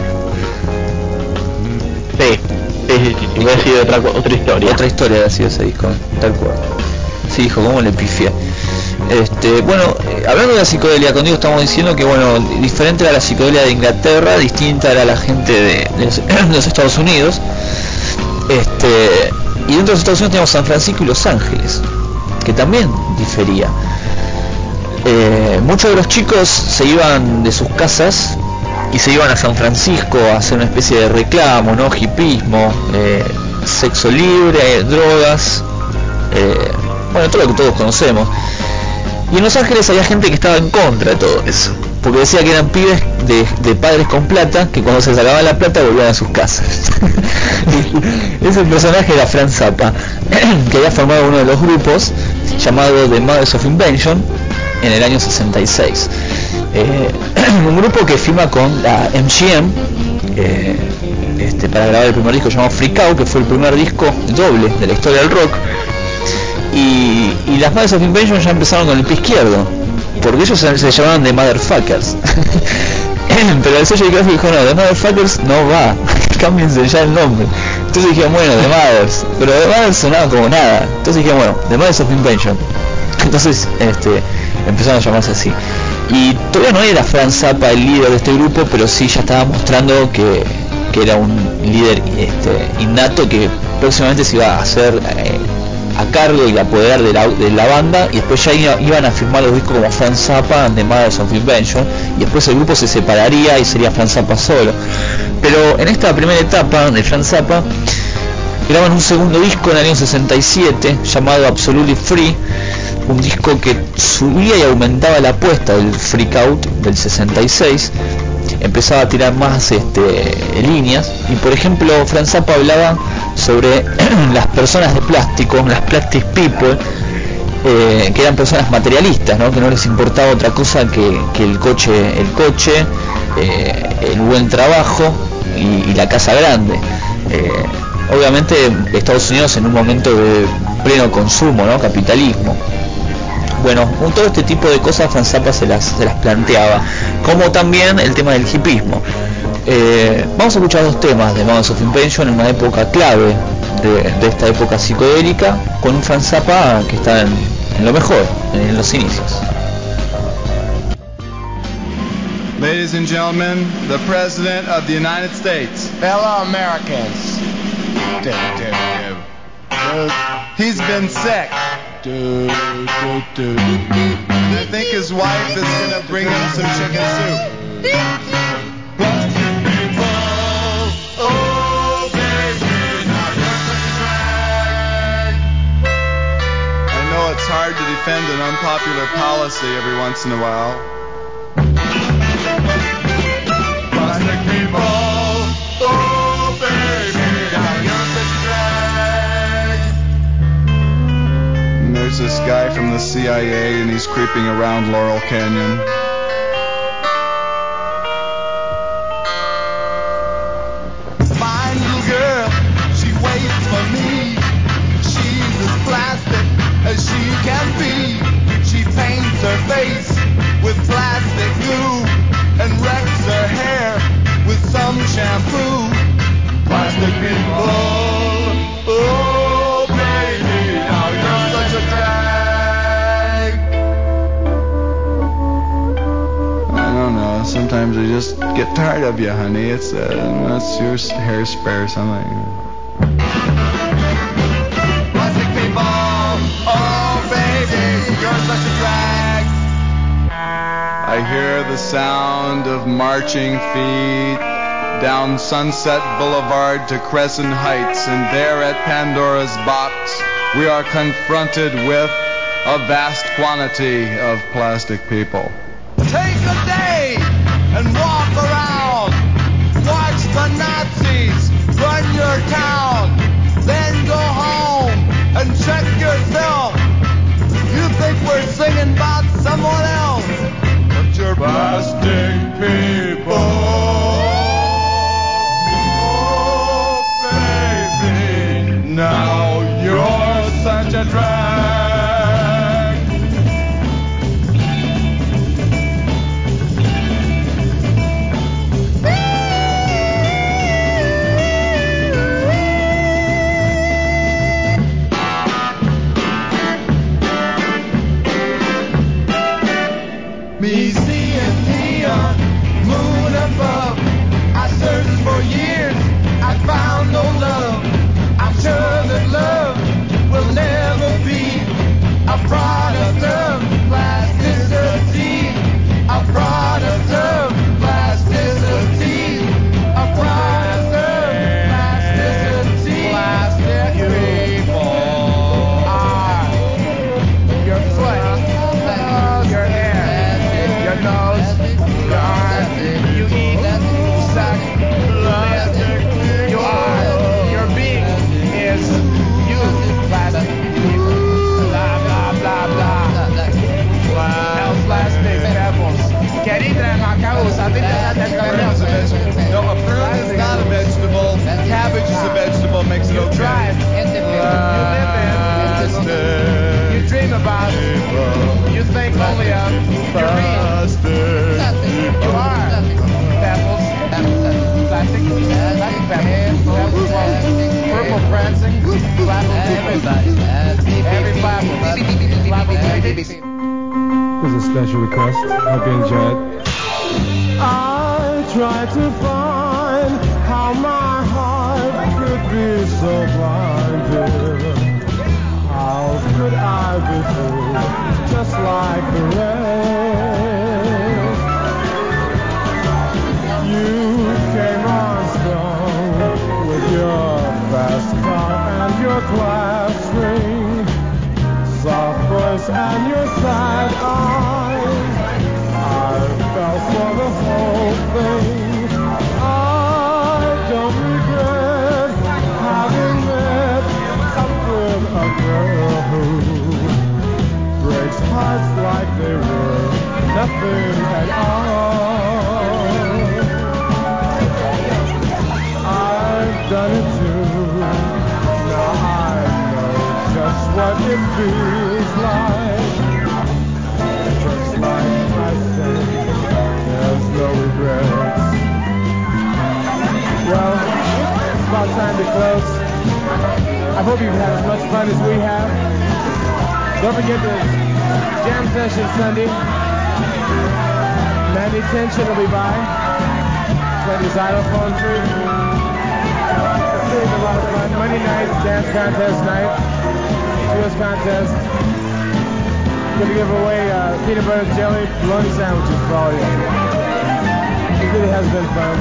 Sí, sí, sí, sí, sí. Hubiera sido otra, otra historia. Otra historia ha sido ese disco, tal cual. Sí, dijo, ¿cómo le pifié? Este, bueno, eh, hablando de la psicodelia, contigo estamos diciendo que, bueno, diferente era la psicodelia de Inglaterra, distinta era la gente de, de, los, de los Estados Unidos. Este, y dentro de los Estados Unidos teníamos San Francisco y Los Ángeles, que también difería. Eh, muchos de los chicos se iban de sus casas y se iban a San Francisco a hacer una especie de reclamo, ¿no? Hipismo, eh, sexo libre, drogas, eh, bueno, todo lo que todos conocemos. Y en Los Ángeles había gente que estaba en contra de todo eso, porque decía que eran pibes de, de padres con plata, que cuando se sacaban la plata volvían a sus casas. Ese personaje era Frank Zappa, que había formado uno de los grupos llamado The Mothers of Invention en el año sesenta y seis. Eh, un grupo que firma con la M G M eh, este, para grabar el primer disco llamado Freak Out, que fue el primer disco doble de la historia del rock. Y, y las Mothers of Invention ya empezaron con el pie izquierdo, porque ellos se, se llamaban The Motherfuckers. Pero el sello de clase dijo, no, The Motherfuckers no va, cámbiense ya el nombre. Entonces dijeron, bueno, The Mothers, pero The Mothers sonaba como nada. Entonces dijeron, bueno, The Mothers of Invention. Entonces este, empezaron a llamarse así. Y todavía no era Frank Zappa el líder de este grupo, pero sí ya estaba mostrando que, que era un líder este, innato, que próximamente se iba a hacer eh, a cargo y apoderar de la, de la banda, y después ya iba, iban a firmar los discos como Frank Zappa and the Mothers of Invention, y después el grupo se separaría y sería Frank Zappa solo. Pero en esta primera etapa de Frank Zappa graban un segundo disco en el año sesenta y siete llamado Absolutely Free, un disco que subía y aumentaba la apuesta del Freak Out del sesenta y seis, empezaba a tirar más este, líneas, y por ejemplo Frank Zappa hablaba sobre las personas de plástico, las plastic people, eh, que eran personas materialistas, ¿no? Que no les importaba otra cosa que, que el coche, el coche, eh, el buen trabajo y, y la casa grande. Eh, obviamente Estados Unidos en un momento de pleno consumo, ¿no? Capitalismo. Bueno, todo este tipo de cosas Frank Zappa se las, se las planteaba, como también el tema del hipismo. Eh, vamos a escuchar dos temas de Mothers of Invention en una época clave de, de esta época psicodélica, con un Frank Zappa que está en, en lo mejor, en los inicios. Ladies and gentlemen, the President of the United States. Hello, Americans. Do, do, do. Uh, he's been sick. Do, do, do. And I think his wife is gonna bring him some chicken soup. I know it's hard to defend an unpopular policy every once in a while. Plastic people, oh baby, now you're the drag. And there's this guy from the C I A and he's creeping around Laurel Canyon. Fine little girl, she waits for me. She's as plastic as she can be. She paints her face with plastic glue and wrecks her hair with some shampoo. Plastic people, oh baby, now you're such a drag. just get tired of you, honey. It's uh, that's your s- hairspray or something. Plastic people, oh baby, you're such a drag. I hear the sound of marching feet down Sunset Boulevard to Crescent Heights, and there at Pandora's box we are confronted with a vast quantity of plastic people. Take a day and walk around. Watch the Nazis run your town. Then go home and check yourself. You think we're singing about someone else, but you're plastic people. Oh, baby, now you're such a drag. Me seeing neon, moon above. I searched for years, I found no love. I'm sure that love will never be a product of plasticity. A product of plasticity. A product of plasticity. Plastic people are your foot, your hair, your nose, your arm, you eat, you suck, live, you are, your being is you, plastic people, blah, blah, blah, blah, el plastic pebbles, querida la causa, No, a prune is not a vegetable. Cabbage is a vegetable, makes it you okay. drive, you live in, you dream about, you think only of, you read, you are pebbles, plastic, plastic pebbles, pebbles, purple prancing, plastic, everybody, every plastic, plastic. This is a special request. Hope you enjoy it. I tried to find how my heart could be so blinded. How could I be fooled just like the rest? You came on strong with your fast car and your class ring, soft voice and your sad eyes. I fell for the whole thing. I don't regret having met up with a girl who breaks hearts like they were nothing at all. I've done it too. Now I know just what it feels like. Just like I said, there's no regrets. Well, it's about time to close. I hope you've had as much fun as we have. Don't forget the jam session Sunday. Mandy Tension will be by. Play the xylophone for you. It's really a lot of fun. Monday night, dance contest night. Skills contest. Going to give away uh, peanut butter and jelly bologna sandwiches for all of you. It really has been fun.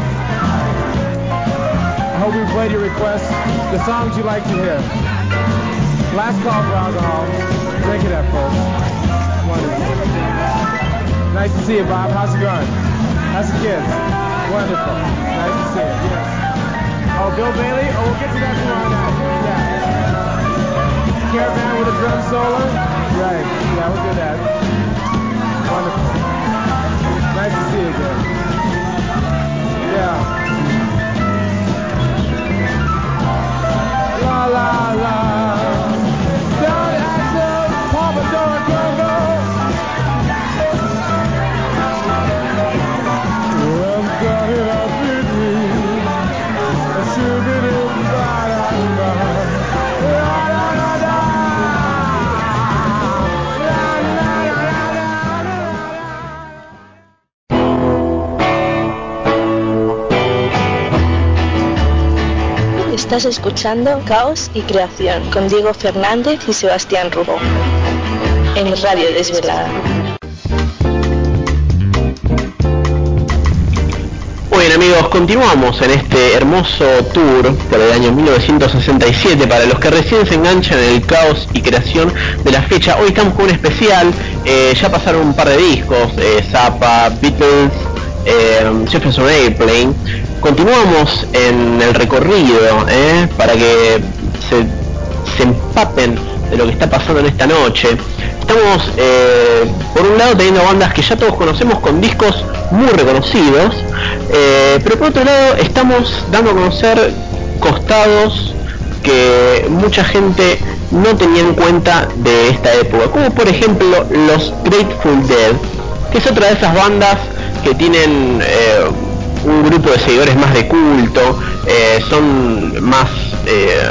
I hope we played your requests, the songs you like to hear. Last call for alcohol. Drink it up, folks. Wonderful. Nice to see you, Bob. How's it going? How's the kids? Wonderful. Nice to see you. Yes. Oh, Bill Bailey? Oh, we'll get to that tomorrow night. Yeah. Caravan with a drum solo? Right. Yeah, we'll do that. Wonderful. Nice to see you again. Yeah. La la la. Down at the Pompadour Congo. Well, got it up in me. Shoot it in, da da da. La la la da. La la la la la la. Estás escuchando Caos y Creación con Diego Fernández y Sebastián Rubó en Radio Desvelada. Muy bien amigos, continuamos en este hermoso tour por el año mil novecientos sesenta y siete. Para los que recién se enganchan en el caos y creación de la fecha, hoy estamos con un especial. Eh, ya pasaron un par de discos, eh, Zappa, Beatles, eh, Jefferson Airplane. Continuamos en el recorrido eh, para que se, se empapen de lo que está pasando en esta noche. Estamos eh, por un lado teniendo bandas que ya todos conocemos con discos muy reconocidos, eh, pero por otro lado estamos dando a conocer costados que mucha gente no tenía en cuenta de esta época, como por ejemplo los Grateful Dead, que es otra de esas bandas que tienen eh, un grupo de seguidores más de culto, eh, son más eh,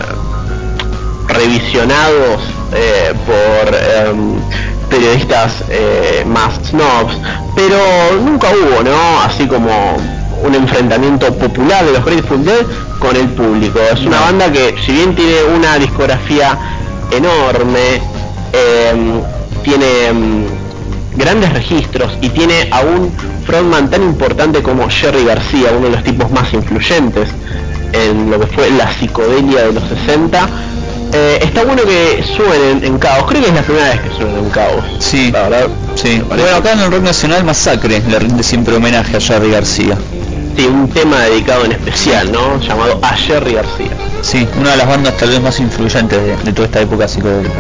revisionados eh, por eh, periodistas eh, más snobs, pero nunca hubo, ¿no? Así como un enfrentamiento popular de los Grateful Dead con el público. Es una banda que, si bien tiene una discografía enorme, eh, tiene eh, grandes registros y tiene a un frontman tan importante como Jerry García, uno de los tipos más influyentes en lo que fue la psicodelia de los sesenta. Eh, está bueno que suenen en Caos, creo que es la primera vez que suenan en Caos. Sí, la verdad. Sí. Bueno, acá en el Rock Nacional Masacre le rinde siempre homenaje a Jerry García. Sí, un tema dedicado en especial, ¿no? Llamado A Jerry García. Sí, una de las bandas tal vez más influyentes de, de toda esta época psicodélica,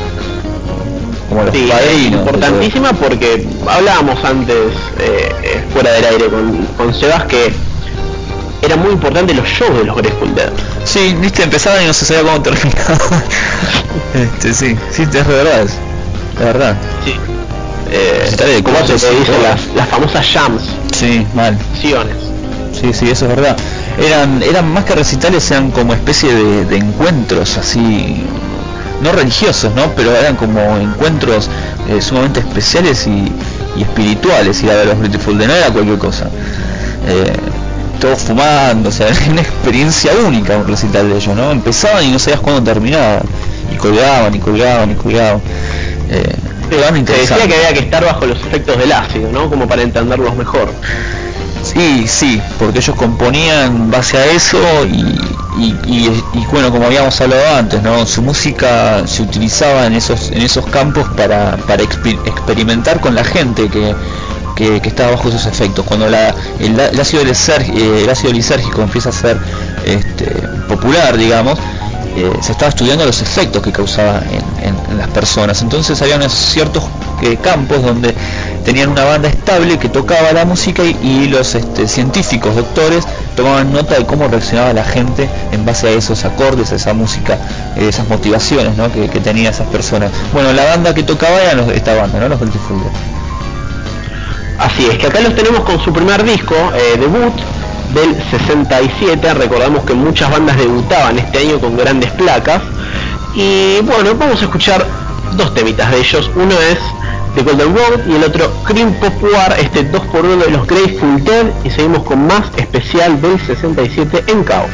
¿no? Como los Sí, Padrinos. importantísima porque hablábamos antes eh, eh, fuera del aire con, con Sebas que era muy importante los shows de los Grateful Dead. Sí, viste, empezaban y no se sabía cómo terminaban. este, sí, sí, es verdad, es, es verdad. Sí. Eh, de ¿Cómo se sí, dice? Las, las famosas jams. Sí, mal. Sesiones. Sí, sí, eso es verdad. Eran, eran más que recitales, eran como especie de, de encuentros así, no religiosos, ¿no? Pero eran como encuentros eh, sumamente especiales y, y espirituales. Ir a ver los Beautiful Dead no era cualquier cosa. Eh, todos fumando, o sea, era una experiencia única un recital de ellos, ¿no? Empezaban y no sabías cuándo terminaban, y colgaban, y colgaban, y colgaban. Eh, Se decía que había que estar bajo los efectos del ácido, ¿no? Como para entenderlos mejor. Sí, sí, porque ellos componían base a eso y, y, y, y bueno, como habíamos hablado antes, ¿no? Su música se utilizaba en esos en esos campos para, para exper experimentar con la gente que, que, que estaba bajo esos efectos. Cuando la, el, el, ácido lisérgico, el ácido lisérgico empieza a ser este, popular, digamos, eh, se estaba estudiando los efectos que causaba en, en, en las personas. Entonces había unos ciertos eh, campos donde tenían una banda estable que tocaba la música y, y los este, científicos, doctores, tomaban nota de cómo reaccionaba la gente en base a esos acordes, a esa música, eh, esas motivaciones, ¿no? que, que tenían esas personas. Bueno, la banda que tocaba era los, esta banda, ¿no? Los Beautiful Dead. Así es, que acá los tenemos con su primer disco, eh, debut, del sesenta y siete. Recordamos que muchas bandas debutaban este año con grandes placas. Y bueno, vamos a escuchar dos temitas de ellos. Uno es The Golden Road y el otro Cream Pop War, este dos por uno de los Grateful Dead. Y seguimos con más especial del sesenta y siete en Caos.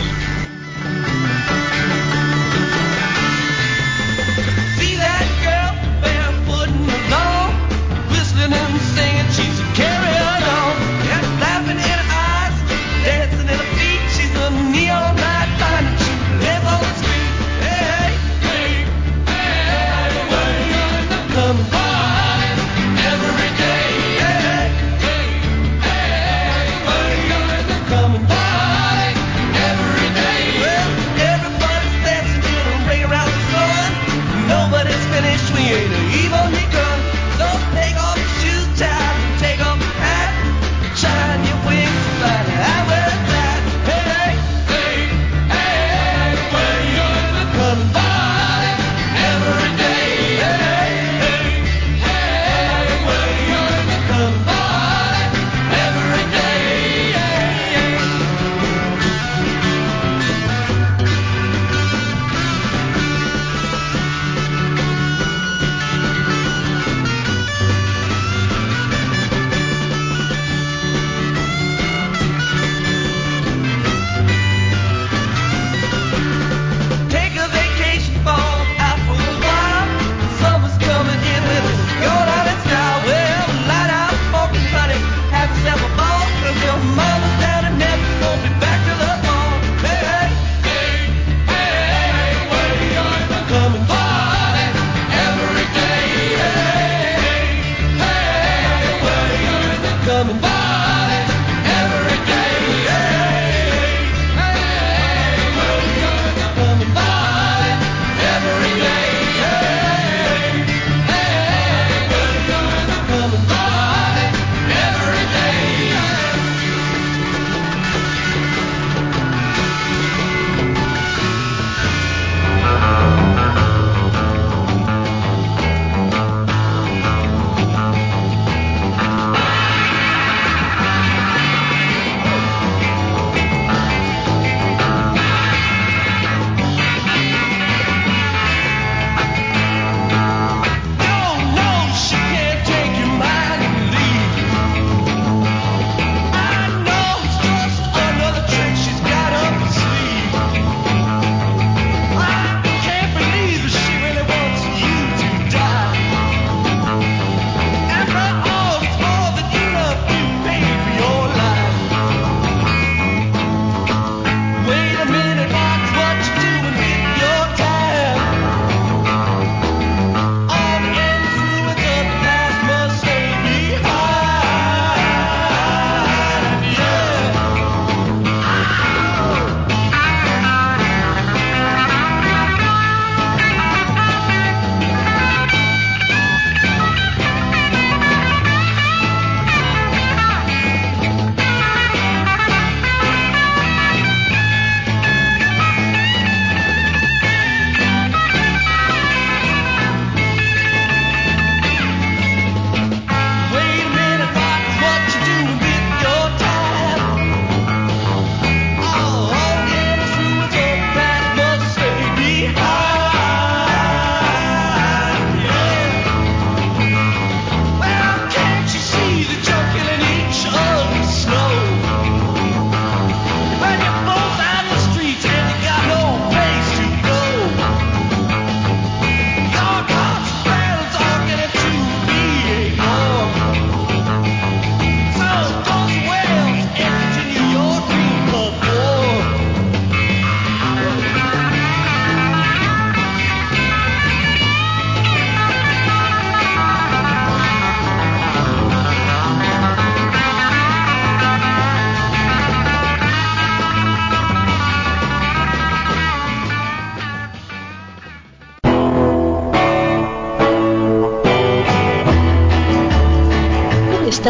Every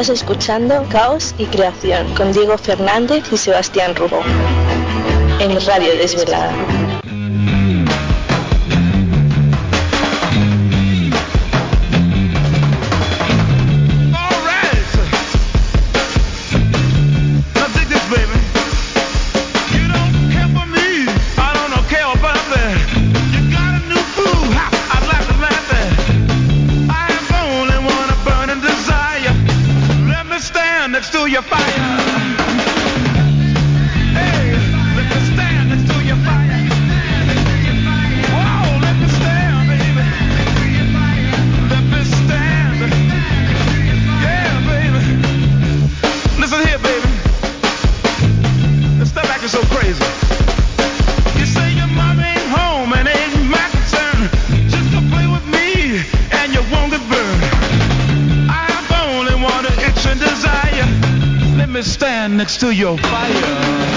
Estás escuchando Caos y Creación con Diego Fernández y Sebastián Rubó en Radio Desvelada. Next to your fire.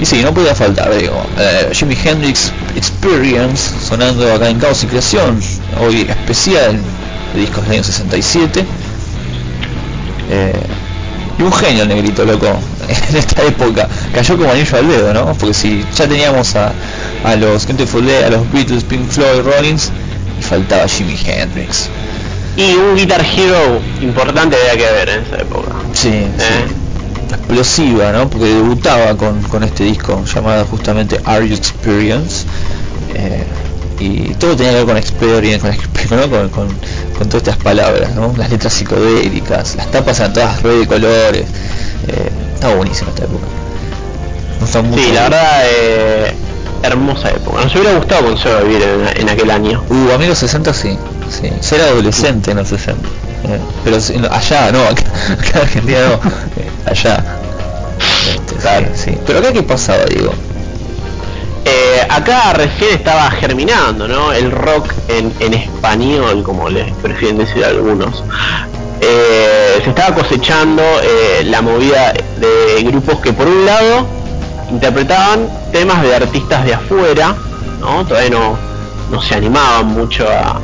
sí, no podía faltar, digo. Eh, Jimi Hendrix Experience, sonando acá en Caos y Creación, hoy especial de discos del año sesenta y siete. Eh, y un genio el negrito, loco, en esta época. Cayó como anillo al dedo, ¿no? Porque si ya teníamos a, a los Beautiful Day, a los Beatles, Pink Floyd, Rollins, y faltaba Jimi Hendrix. Y un Guitar Hero importante había que ver en esa época. Sí, ¿Eh? sí. Explosiva, ¿no? Porque debutaba con, con este disco llamado justamente Are You Experience, eh, y todo tenía que ver con experience, con, ¿no? con, con, con todas estas palabras, ¿no? Las letras psicodélicas, las tapas eran todas re de colores, eh, estaba buenísima esta época. Me gusta mucho. Sí, la verdad, eh, hermosa época. Nos hubiera gustado con solo vivir en, en aquel año. Uh, a mí los sesenta sí, sí. Yo era adolescente en los sesenta. Eh, pero allá, no, acá, acá en Argentina no, eh, allá. Este, claro. Sí, sí. Pero acá qué pasaba, digo. Eh, acá recién estaba germinando, ¿no? El rock en, en español, como les prefieren decir algunos. Eh, se estaba cosechando eh, la movida de grupos que por un lado interpretaban temas de artistas de afuera, ¿no? Todavía no, no se animaban mucho a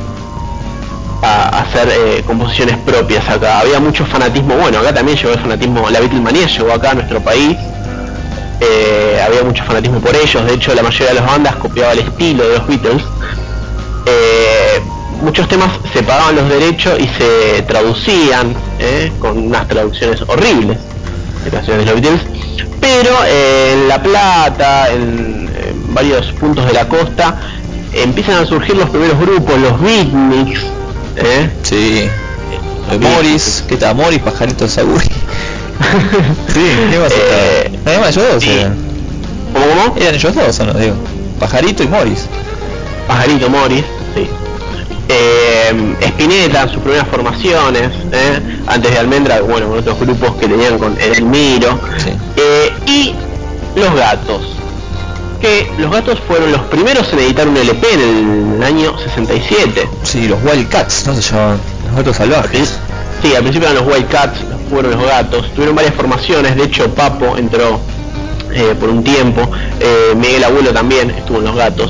a hacer eh, composiciones propias acá. Había mucho fanatismo, bueno, acá también llegó el fanatismo, la Beatlemanía llegó acá a nuestro país, eh, había mucho fanatismo por ellos, de hecho la mayoría de las bandas copiaba el estilo de los Beatles. Eh, muchos temas se pagaban los derechos y se traducían, eh, con unas traducciones horribles de canciones de los Beatles, pero eh, en La Plata, en, en varios puntos de la costa, empiezan a surgir los primeros grupos, los beatniks. ¿Eh? Sí, eh, Morris, ¿qué tal? Morris, Pajarito Saguri. Sí, ¿qué más eh, está? Además ellos dos sí. eran. ¿Cómo, cómo? Eran ellos dos, no digo. Pajarito y Morris. Pajarito, Morris, sí. Eh, Spinetta en sus primeras formaciones, ¿eh? Antes de Almendra, bueno, con otros grupos que tenían con Edelmiro. Sí. Eh, y Los Gatos, que Los Gatos fueron los primeros en editar un L P en el año sesenta y siete. Sí, los Wildcats, ¿no se llaman? Los Gatos Salvajes. Sí, al principio eran los Wildcats, fueron los Gatos. Tuvieron varias formaciones, de hecho Papo entró eh, por un tiempo, eh, Miguel Abuelo también estuvo en Los Gatos.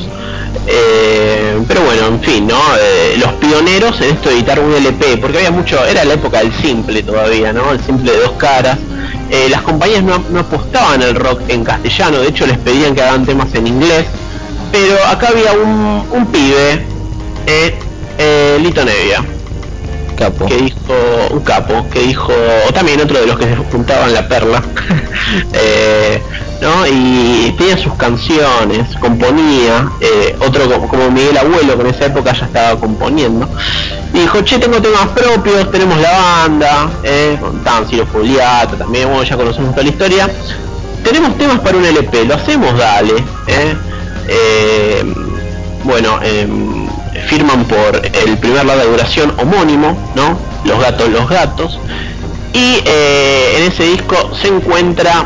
Eh, pero bueno, en fin, ¿no? Eh, los pioneros en esto de editar un L P, porque había mucho, era la época del simple todavía, ¿no? El simple de dos caras. Eh, las compañías no, no apostaban al rock en castellano, de hecho les pedían que hagan temas en inglés, pero acá había un, un pibe, eh, eh, Lito Nevia, capo, que dijo, un capo, que dijo, o también otro de los que se juntaban La Perla, eh, ¿no? Y tenía sus canciones, componía, eh, otro como, como Miguel Abuelo, que en esa época ya estaba componiendo, y dijo, che, tengo temas propios, tenemos la banda, eh, con Tansilo Foliata, también, bueno, ya conocemos toda la historia, tenemos temas para un L P, lo hacemos, dale, eh, eh, bueno, eh, firman por el primer larga duración homónimo, ¿no? Los Gatos, Los Gatos, y eh, en ese disco se encuentra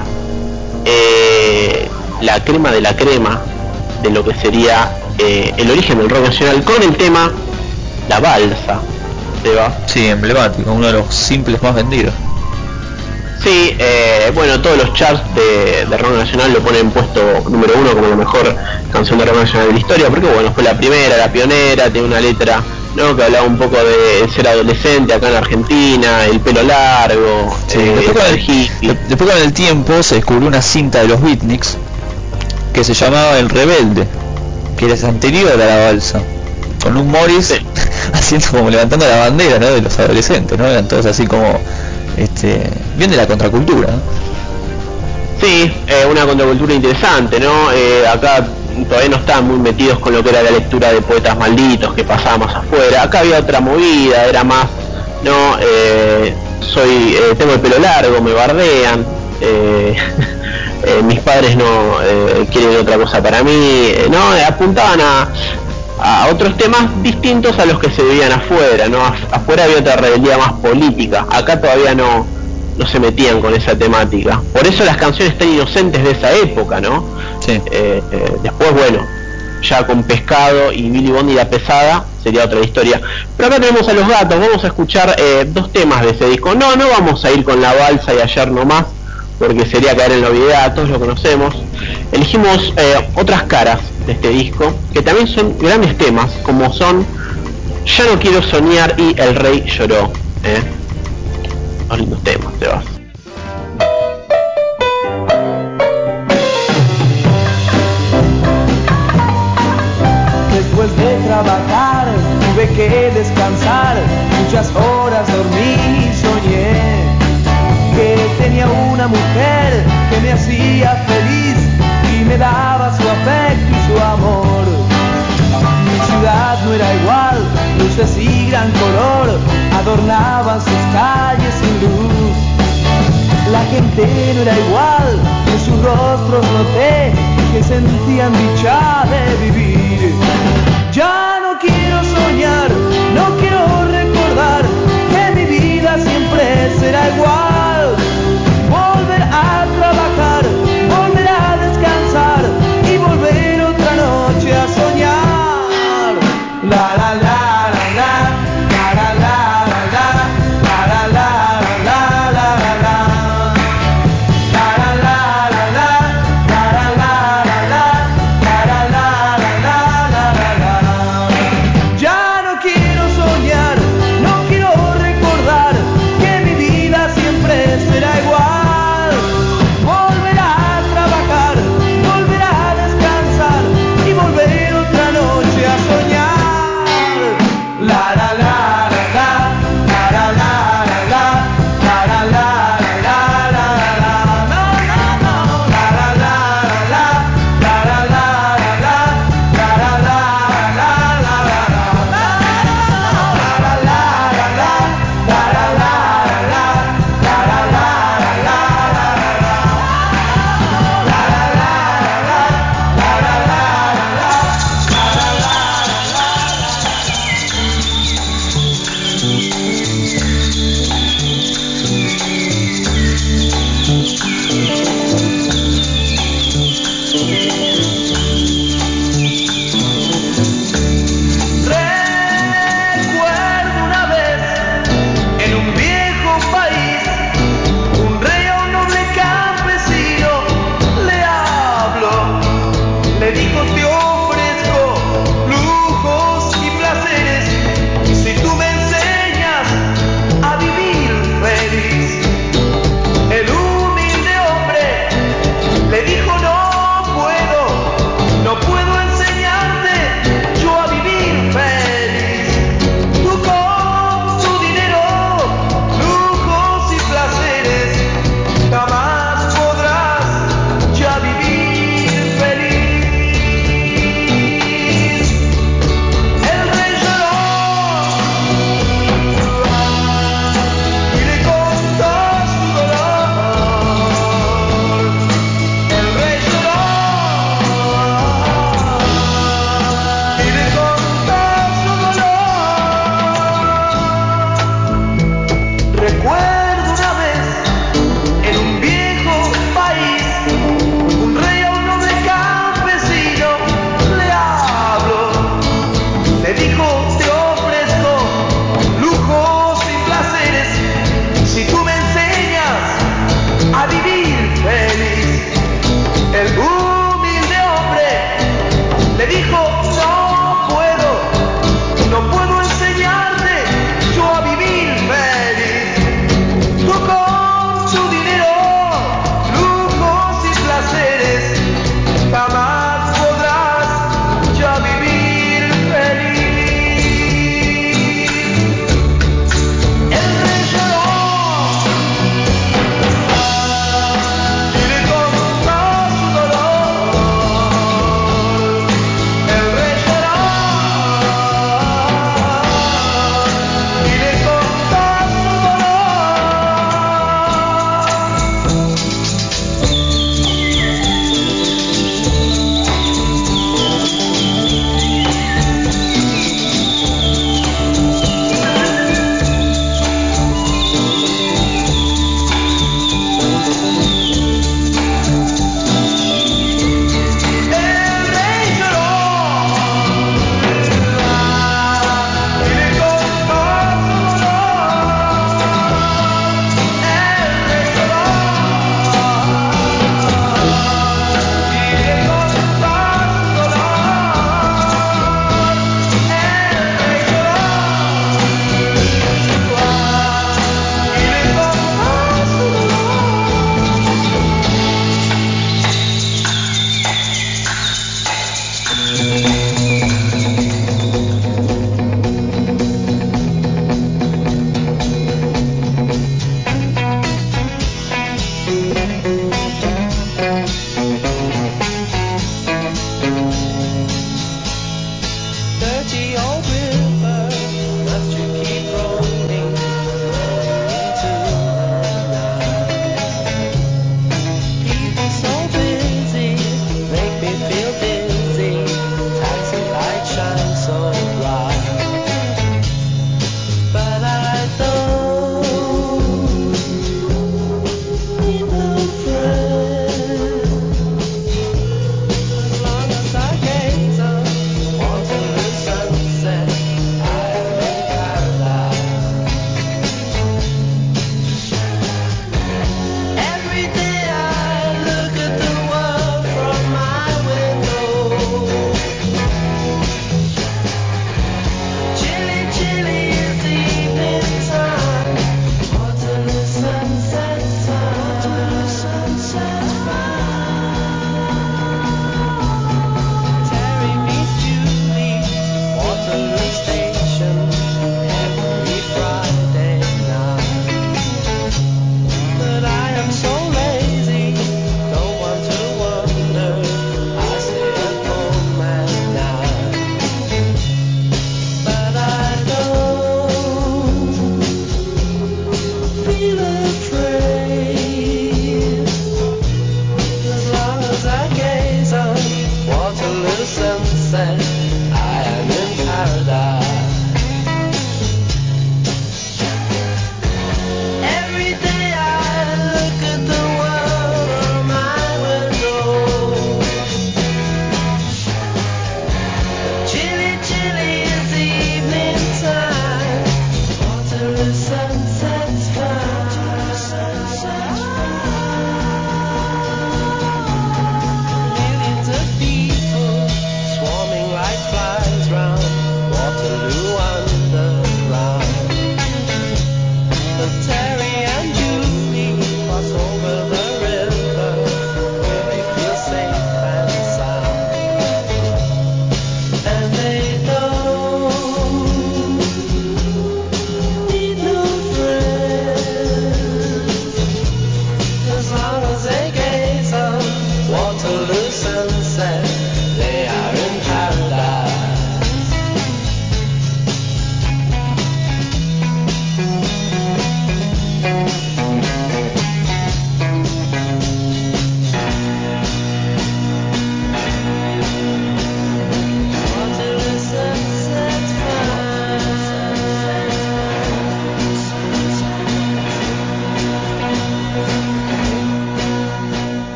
eh, la crema de la crema de lo que sería eh, el origen del rock nacional, con el tema La Balsa, ¿va? Sí, emblemático, uno de los simples más vendidos. Sí, eh, bueno, todos los charts de, de rock nacional lo ponen en puesto número uno como la mejor canción de rock nacional de la historia, porque bueno, fue la primera, la pionera, tiene una letra, ¿no?, que hablaba un poco de ser adolescente acá en Argentina, el pelo largo, sí, eh, después, con el el, hippie. después con el tiempo se descubrió una cinta de los beatniks que se llamaba El Rebelde, que era anterior a La Balsa, con un Morris sí. haciendo como levantando la bandera, ¿no?, de los adolescentes, ¿no? Eran todos así como este bien de la contracultura, ¿no? Sí, eh, una contracultura interesante, ¿no? Eh, acá todavía no estaban muy metidos con lo que era la lectura de poetas malditos que pasaba más afuera. Acá había otra movida, era más, no, eh, soy, eh, tengo el pelo largo, me bardean, eh, eh, mis padres no eh, quieren otra cosa para mí, eh, no, eh, apuntaban a a otros temas distintos a los que se vivían afuera, ¿no? Afuera había otra rebeldía más política, acá todavía no, no se metían con esa temática. Por eso las canciones tan inocentes de esa época, ¿no? Sí. Eh, eh, después, bueno, ya con Pescado y Billy Bond y La Pesada sería otra historia. Pero acá tenemos a Los Gatos, vamos a escuchar eh, dos temas de ese disco. No, no vamos a ir con La Balsa y Ayer Nomás, porque sería caer en la obviedad, todos lo conocemos. Elegimos eh, otras caras de este disco, que también son grandes temas, como son Ya no quiero soñar y El rey lloró. ¿eh? Dos lindos temas, Sebas. Después de trabajar tuve que descansar, muchas horas dormí y soñé que tenía una mujer que me hacía feliz y me daba su afecto y su amor. Mi ciudad no era igual, luces y gran color adornaban sus calles sin luz. La gente no era igual, en sus rostros noté que sentían dicha de vivir. Ya no quiero soñar, no quiero recordar que mi vida siempre será igual. Volver a trabajar, volver a descansar y volver otra noche a soñar. La la la la la, la la la la, la la la la, la la la. La la la la la, la la la la la, la la la la la.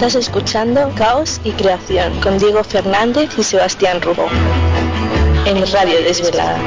Estás escuchando Caos y Creación con Diego Fernández y Sebastián Rubó en Radio Desvelada.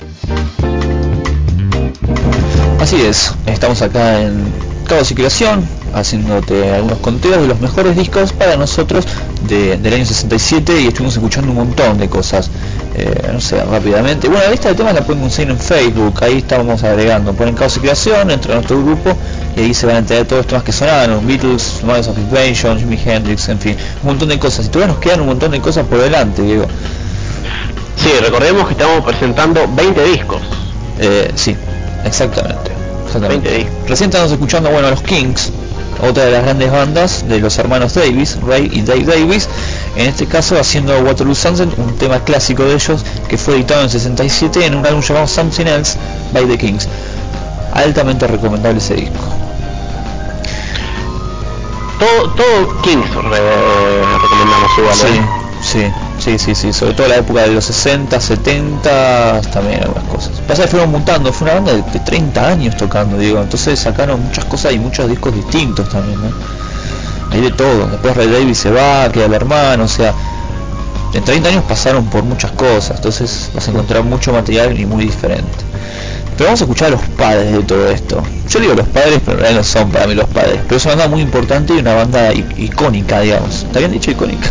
Así es, estamos acá en Caos y Creación haciéndote algunos conteos de los mejores discos para nosotros de, del año sesenta y siete, y estuvimos escuchando un montón de cosas, eh, no sé, rápidamente. Bueno, la lista de temas la pueden conseguir en Facebook, ahí estamos agregando, ponen Caos y Creación, entra a nuestro grupo y ahí se van a enterar todos los temas que sonaron: Beatles, Mothers of Invasion, Jimi Hendrix, en fin, un montón de cosas, y todavía nos quedan un montón de cosas por delante, Diego. Sí, recordemos que estamos presentando veinte discos. Eh, sí, exactamente. exactamente. veinte discos. Recién estamos escuchando, bueno, a los Kings, otra de las grandes bandas de los hermanos Davis, Ray y Dave Davis, en este caso haciendo Waterloo Sunset, un tema clásico de ellos que fue editado en sesenta y siete en un álbum llamado Something Else by the Kings. Altamente recomendable ese disco. Todo, todo Kings re- recomendamos igual. Sí, ¿eh? sí, sí, sí, sí, sobre todo la época de los sesenta, setenta, también algunas cosas. Pasa que fueron mutando, fue una banda de, de treinta años tocando, digo, entonces sacaron muchas cosas y muchos discos distintos también, ¿no? Hay de todo. Después Ray Davis se va, queda el hermano, o sea, en treinta años pasaron por muchas cosas, entonces vas a encontrar mucho material y muy diferente. Pero vamos a escuchar a los padres de todo esto. Yo digo los padres, pero en realidad no son para mí los padres, pero es una banda muy importante y una banda i- icónica, digamos. ¿Está bien dicho icónica?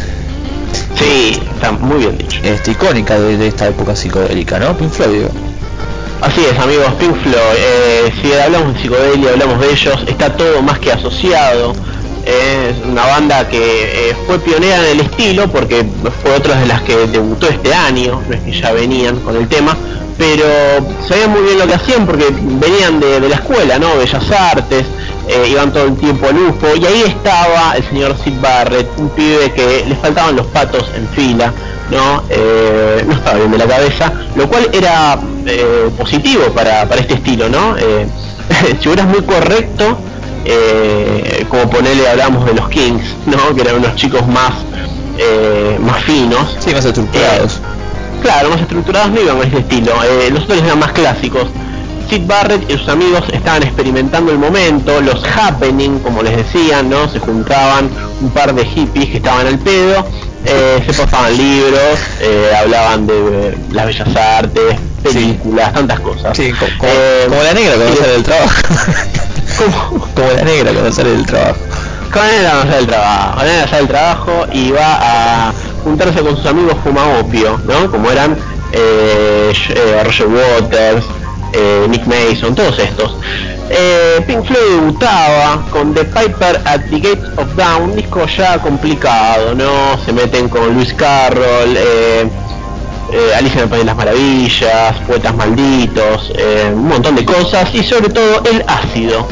Sí, está muy bien dicho. Este, icónica de, de esta época psicodélica, ¿no? Pink Floyd, digo. Así es, amigos, Pink Floyd. Eh, si hablamos de psicodelia, hablamos de ellos, está todo más que asociado. Es una banda que eh, fue pionera en el estilo porque fue otra de las que debutó este año, no es que ya venían con el tema, pero sabían muy bien lo que hacían porque venían de, de la escuela, ¿no? Bellas Artes, eh, iban todo el tiempo al U F O, y ahí estaba el señor Syd Barrett, un pibe que le faltaban los patos en fila, ¿no? Eh, no estaba bien de la cabeza, lo cual era eh, positivo para, para este estilo, ¿no? Eh, si hubieras muy correcto, eh, como ponerle, hablamos de los Kings, ¿no? Que eran unos chicos más eh, más finos, sí, más estructurados. Eh, claro, más estructurados, no iban con ese estilo. Eh, los otros eran más clásicos. Syd Barrett y sus amigos estaban experimentando el momento, los happening, como les decían, ¿no? Se juntaban un par de hippies que estaban al pedo, eh, se pasaban libros, eh, hablaban de eh, las bellas artes, películas, sí, tantas cosas. Sí, como, como, eh, como la negra cuando sale del trabajo. ¿Cómo? Como la negra cuando sale del trabajo. Como la negra cuando sale del trabajo. La negra sale del trabajo y va a juntarse con sus amigos fuma opio, ¿no? Como eran eh, eh, Roger Waters, eh, Nick Mason, todos estos. Eh, Pink Floyd debutaba con The Piper at the Gates of Dawn, un disco ya complicado, ¿no? Se meten con Lewis Carroll, eh, eh, Alicia en el País de las Maravillas, Poetas Malditos, eh, un montón de cosas, y sobre todo el ácido.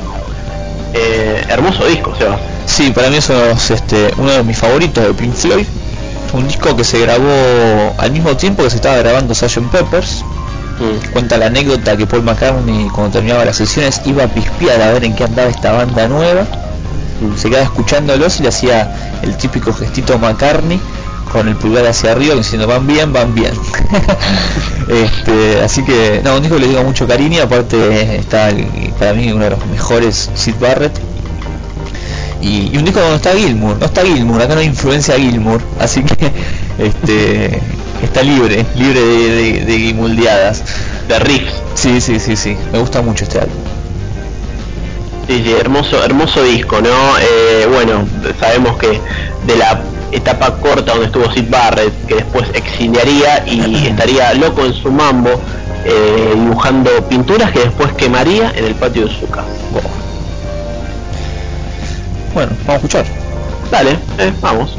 Eh, hermoso disco, Sebas. Sí, para mí eso es este, uno de mis favoritos de Pink Floyd. Un disco que se grabó al mismo tiempo que se estaba grabando sergeant Pepper's. Mm. Cuenta la anécdota que Paul McCartney, cuando terminaba las sesiones, iba a pispear a ver en qué andaba esta banda nueva. Mm. Se quedaba escuchándolos y le hacía el típico gestito McCartney con el pulgar hacia arriba diciendo van bien, van bien. este, así que no, un disco que le digo mucho cariño. Aparte está para mí uno de los mejores, Syd Barrett. Y, y un disco donde está Gilmour, no está Gilmour, acá no hay influencia Gilmour, así que este está libre, libre de, de, de guimuldeadas, de riffs. Sí, sí, sí, sí, me gusta mucho este álbum. Sí, sí, hermoso, hermoso disco, ¿no? Eh, bueno, sabemos que de la etapa corta donde estuvo Syd Barrett, que después exiliaría y estaría loco en su mambo, eh, dibujando pinturas que después quemaría en el patio de su casa. Wow. Bueno, vamos a escuchar. Dale, eh, vamos.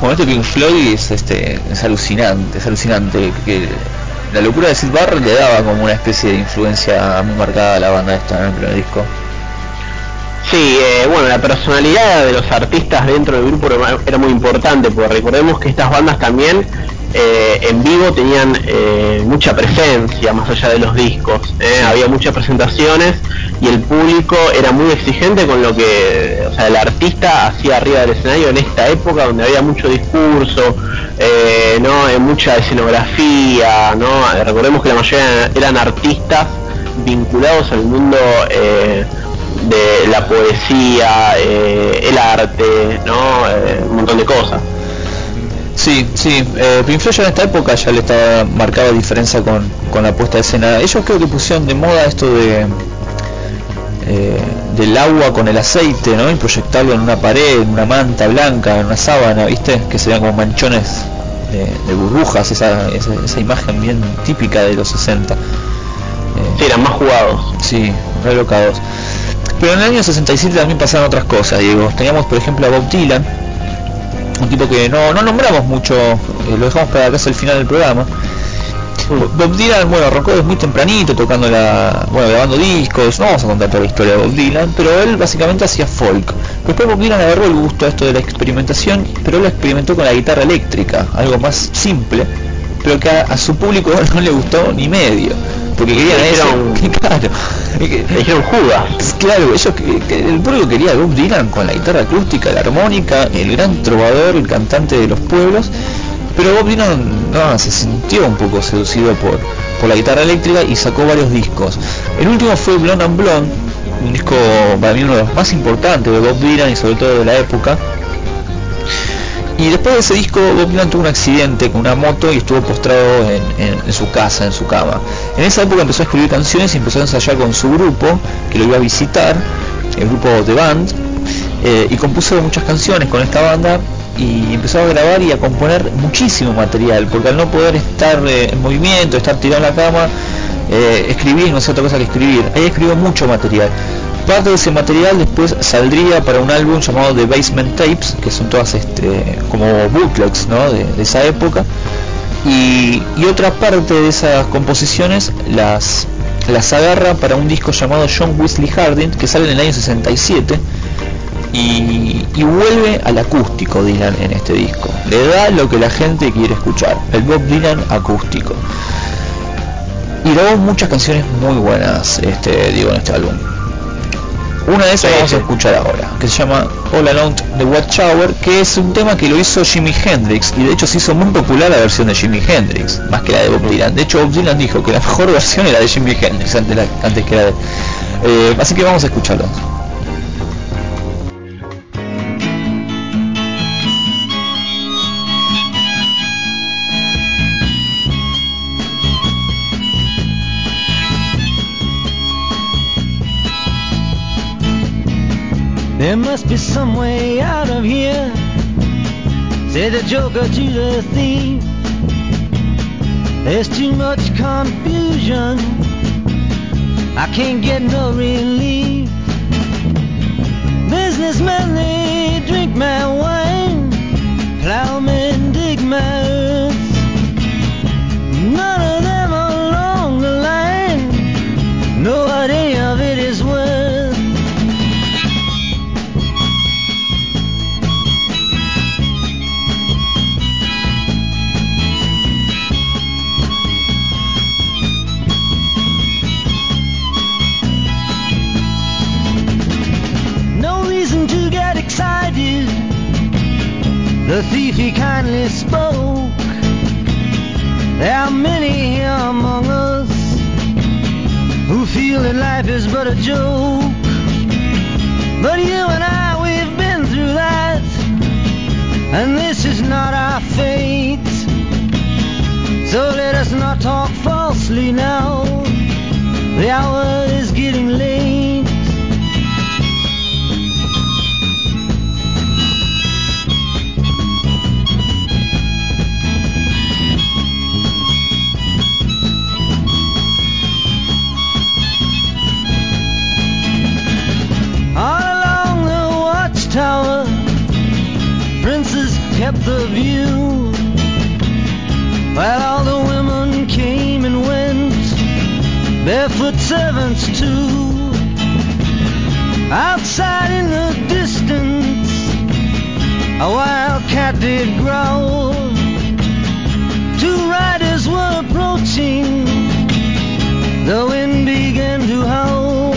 Bueno, este Pink Floyd es, este, es alucinante, es alucinante. Que la locura de Syd Barrett le daba como una especie de influencia muy marcada a la banda esta en el primer disco. Sí, eh, bueno, la personalidad de los artistas dentro del grupo era, era muy importante, porque recordemos que estas bandas también eh, en vivo tenían eh, mucha presencia más allá de los discos, eh, había muchas presentaciones y el público era muy exigente con lo que, o sea, el artista hacía arriba del escenario en esta época donde había mucho discurso, eh, no, eh, mucha escenografía, no, eh, recordemos que la mayoría eran artistas vinculados al mundo eh, de la poesía, eh, el arte, ¿no? Eh, un montón de cosas. Sí, sí, eh, Pink Floyd ya en esta época ya le estaba marcada diferencia con, con la puesta de escena. Ellos creo que pusieron de moda esto de eh, del agua con el aceite, ¿no? Y proyectarlo en una pared, en una manta blanca, en una sábana, ¿viste? Que se vean como manchones de, de burbujas, esa, esa, esa imagen bien típica de los sesenta. Eh, sí, eran más jugados. Sí, relocados. Pero en el año sesenta y siete también pasaron otras cosas, Diego. Teníamos por ejemplo a Bob Dylan, un tipo que no, no nombramos mucho, eh, lo dejamos para casi el final del programa. Mm. Bob Dylan, bueno, arrancó desde muy tempranito tocando la, bueno, grabando discos, no vamos a contar toda la historia de Bob Dylan, pero él básicamente hacía folk. Después Bob Dylan agarró el gusto a esto de la experimentación, pero él lo experimentó con la guitarra eléctrica, algo más simple, pero que a, a su público no le gustó ni medio. Porque querían eso, que, claro, que, dijeron Judas. Claro, ellos que, que el público quería a Bob Dylan con la guitarra acústica, la armónica, el gran trovador, el cantante de los pueblos, pero Bob Dylan no, se sintió un poco seducido por, por la guitarra eléctrica y sacó varios discos. El último fue Blonde and Blonde, un disco para mí uno de los más importantes de Bob Dylan y sobre todo de la época. Y después de ese disco Bob Dylan tuvo un accidente con una moto y estuvo postrado en, en, en su casa, en su cama. En esa época empezó a escribir canciones y empezó a ensayar con su grupo, que lo iba a visitar, el grupo The Band, eh, y compuso muchas canciones con esta banda y empezó a grabar y a componer muchísimo material, porque al no poder estar eh, en movimiento, estar tirado en la cama, eh, escribir no es otra cosa que escribir. Ahí escribió mucho material. Parte de ese material después saldría para un álbum llamado The Basement Tapes, que son todas este, como bootlegs, ¿no? de, de esa época, y, y otra parte de esas composiciones las, las agarra para un disco llamado John Wesley Harding, que sale en el año sesenta y siete, y, y vuelve al acústico Dylan en este disco, le da lo que la gente quiere escuchar, el Bob Dylan acústico, y grabó muchas canciones muy buenas, este, digo, en este álbum. Una de esas sí, vamos sí. a escuchar ahora, que se llama All Alone the Watchtower, que es un tema que lo hizo Jimi Hendrix, y de hecho se hizo muy popular la versión de Jimi Hendrix, más que la de Bob Dylan. De hecho Bob Dylan dijo que la mejor versión era de Jimi Hendrix antes, la, antes que la de... Eh, así que vamos a escucharlo. There must be some way out of here, said the joker to the thief. There's too much confusion, I can't get no relief. Businessmen, they drink my wine, plowmen dig my earth. None of them along the line know what any of it is worth. The thief he kindly spoke. There are many here among us who feel that life is but a joke. But you and I, we've been through that, and this is not our fate. So let us not talk falsely now, the hour is getting late. depth of view. While all the women came and went, barefoot servants too. Outside in the distance, a wild cat did growl. Two riders were approaching, the wind began to howl.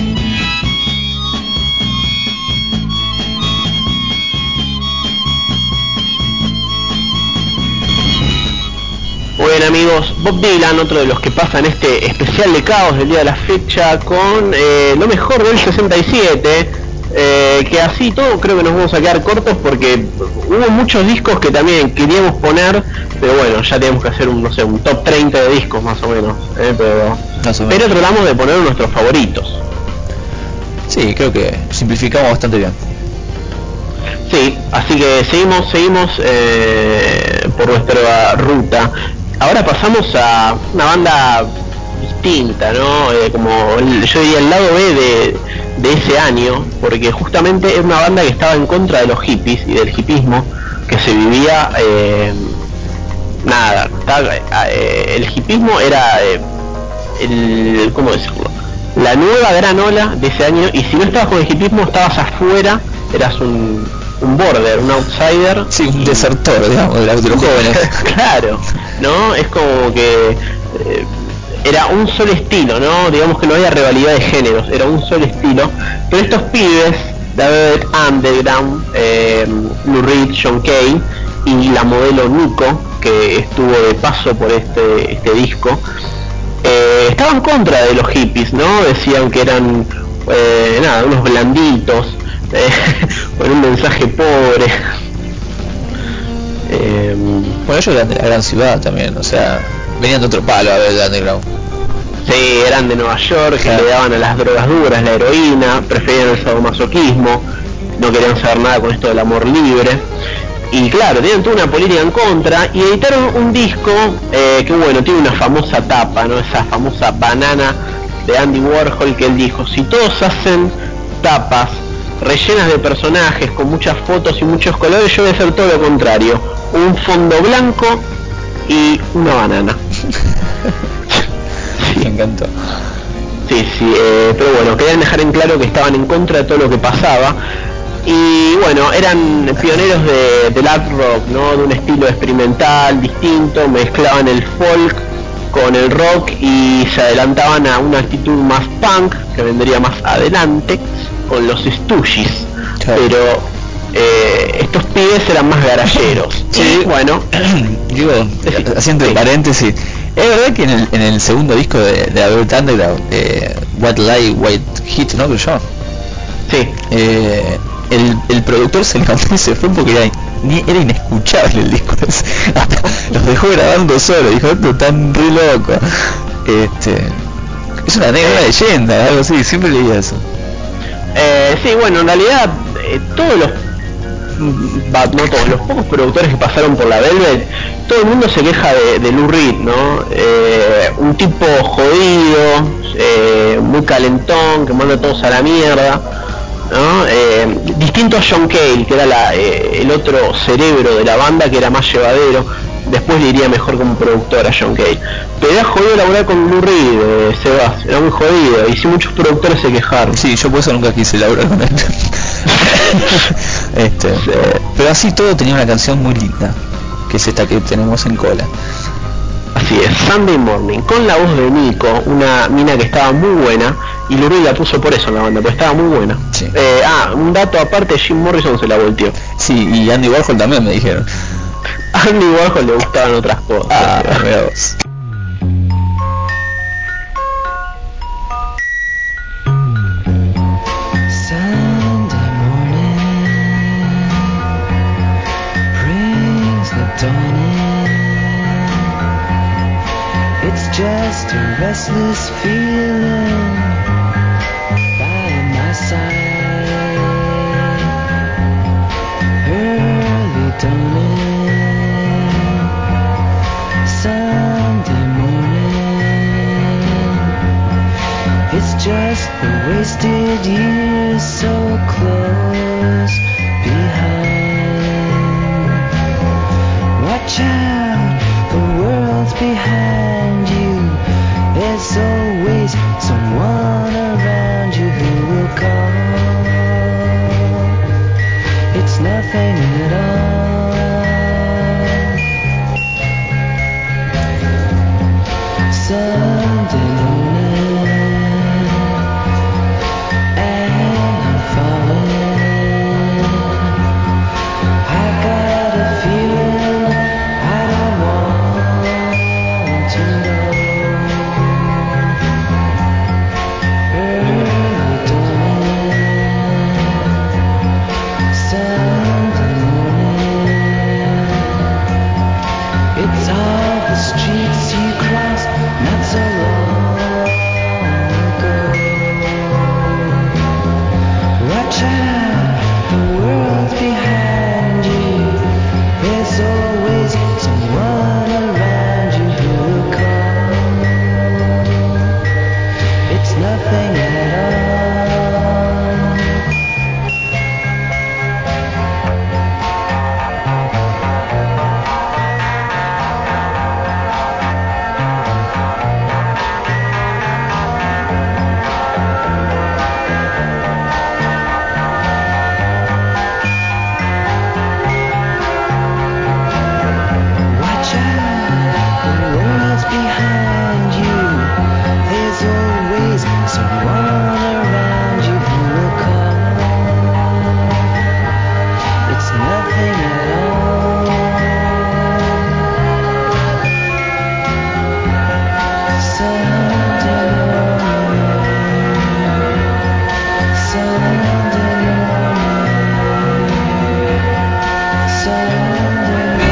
Bueno amigos, Bob Dylan, otro de los que pasan este especial de Caos del día de la fecha con eh, lo mejor del sesenta y siete, eh, que así todo creo que nos vamos a quedar cortos porque hubo muchos discos que también queríamos poner, pero bueno, ya tenemos que hacer un, no sé, un top treinta de discos más o menos, eh, pero, más o menos. pero tratamos de poner nuestros favoritos. Sí, creo que simplificamos bastante bien. Sí, así que seguimos, seguimos eh, por nuestra ruta. Ahora pasamos a una banda distinta, ¿no? Eh, como el, yo diría el lado B de, de ese año, porque justamente era una banda que estaba en contra de los hippies y del hipismo que se vivía. Eh, nada, estaba, eh, el hipismo era eh, el, ¿cómo decirlo? La nueva gran ola de ese año, y si no estabas con el hipismo estabas afuera, eras un un border, un outsider. Sí, un desertor, digamos, de los jóvenes. Claro, ¿no? Es como que eh, era un solo estilo, ¿no? Digamos que no había rivalidad de géneros, era un solo estilo. Pero estos pibes, David Underground, eh, Lou Reed, John Kay y la modelo Nico, que estuvo de paso por este, este disco, eh, estaban contra de los hippies, ¿no? Decían que eran, eh, nada, unos blanditos, Eh, con un mensaje pobre. Eh, bueno, ellos eran de la gran ciudad también, o sea, venían de otro palo a ver el underground. Sí, eran de Nueva York, que le daban a las drogas duras, la heroína, preferían el sadomasoquismo, no querían saber nada con esto del amor libre. Y claro, tenían toda una política en contra y editaron un disco eh, que bueno, tiene una famosa tapa, ¿no? Esa famosa banana de Andy Warhol, que él dijo: si todos hacen tapas rellenas de personajes con muchas fotos y muchos colores, yo voy a hacer todo lo contrario, un fondo blanco y una banana. Sí. Me encantó. Sí, sí, eh, pero bueno, querían dejar en claro que estaban en contra de todo lo que pasaba. Y bueno, eran pioneros de, del art rock, ¿no? De un estilo experimental, distinto, mezclaban el folk con el rock y se adelantaban a una actitud más punk, que vendría más adelante, con los Stooges. Claro. Pero eh, estos pibes eran más garajeros. Sí, y bueno, digo, haciendo sí. paréntesis, es verdad que en el, en el segundo disco de, de David Underground, eh, What Lie, White Hit, ¿no? Creo yo. Sí. Eh, el, el productor se levantó y se fue porque era, ni, era inescuchable el disco. Hasta los dejó grabando solo, dijo, esto tan re loco. Este, es una negra leyenda, algo así, siempre leía eso. Eh, sí, bueno, en realidad eh, todos los, no todos, los pocos productores que pasaron por la Velvet, todo el mundo se queja de, de Lou Reed, ¿no? Eh, un tipo jodido, eh, muy calentón, que manda a todos a la mierda, ¿no? Eh, distinto a John Cale, que era la, eh, el otro cerebro de la banda, que era más llevadero. Después le iría mejor como productor a John Cale. Pero era jodido laburar con Lou Reed, eh, Sebas, era muy jodido, y sí, muchos productores se quejaron. Sí, yo por eso nunca quise laburar con él. este, sí. eh, pero así todo tenía una canción muy linda, que es esta que tenemos en cola. Así es, Sunday Morning, con la voz de Nico, una mina que estaba muy buena, y Lou Reed la puso por eso en la banda, porque estaba muy buena. Sí. Eh, ah, un dato aparte, Jim Morrison se la volteó. Sí, y Andy Warhol también me dijeron. A Andy Warhol le gustaban otras cosas. Ah, mira vos. Sunday morning brings the dawn in. It's just a restless feeling by my side. Early dawning. Sunday morning, it's just the wasted years so close behind. at all. Sunday morning, and I'm falling. I got a feeling I don't want to know. Early dawning, Sunday morning. It's all the streets you crossed not so long ago. Watch out, the world's behind you. There's always someone around you who will call. It's nothing at all. Watch out, the world's behind you. There's always someone around you who will call. It's nothing at all. Sunday morning, Sunday morning, Sunday morning.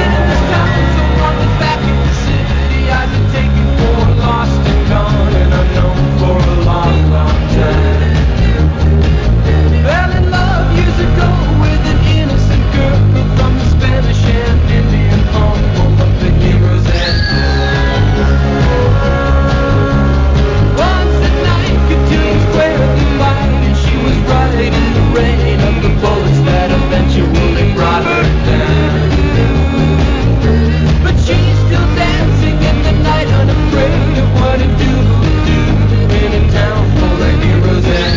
I've been taken for lost and gone and unknown for a long, long time. Fell in love years ago with an innocent girl from the Spanish and Indian home of the heroes and once at night, Cotillion Square the light, and she was right in the rain of the bullets that eventually brought her down. But she's still dancing in the night, unafraid of what it do do in a town full of heroes and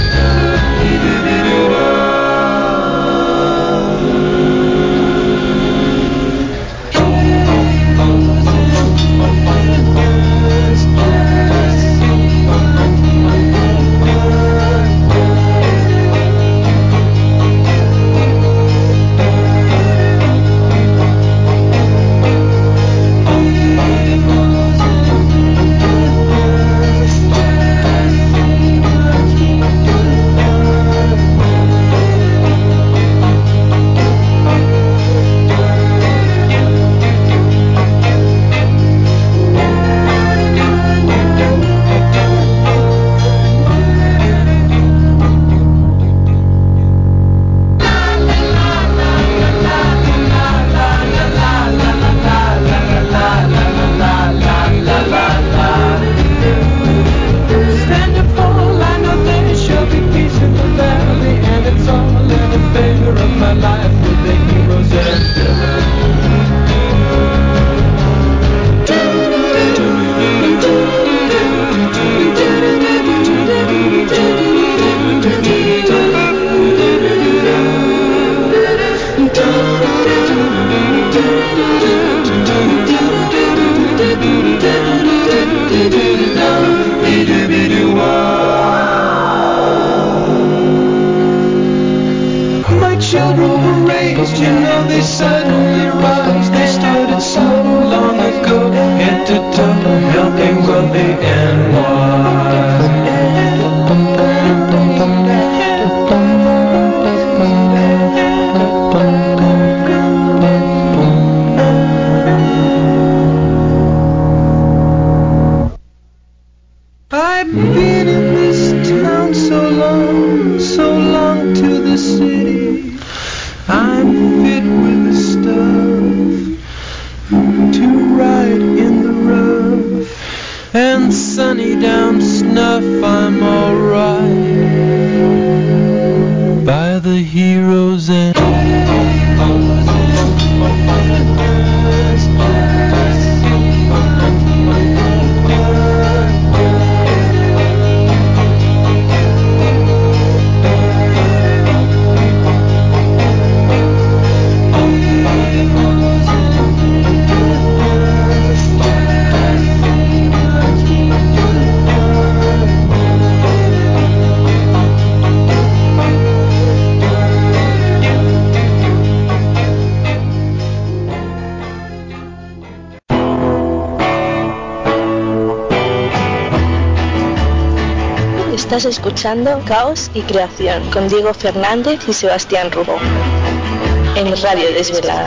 stand and fall. I know there shall be peace in the valley, and it's all in the favor of my life with the heroes and my children were raised, you know they suddenly rise. They started so long ago, head to toe, helping wealthy and I've been in this town so long, so long to the city. I'm fit with the stuff to ride in the rough, and sunny down snuff. I'm alright by the heroes and Estás escuchando Caos y Creación con Diego Fernández y Sebastián Rubó en Radio Desvelada.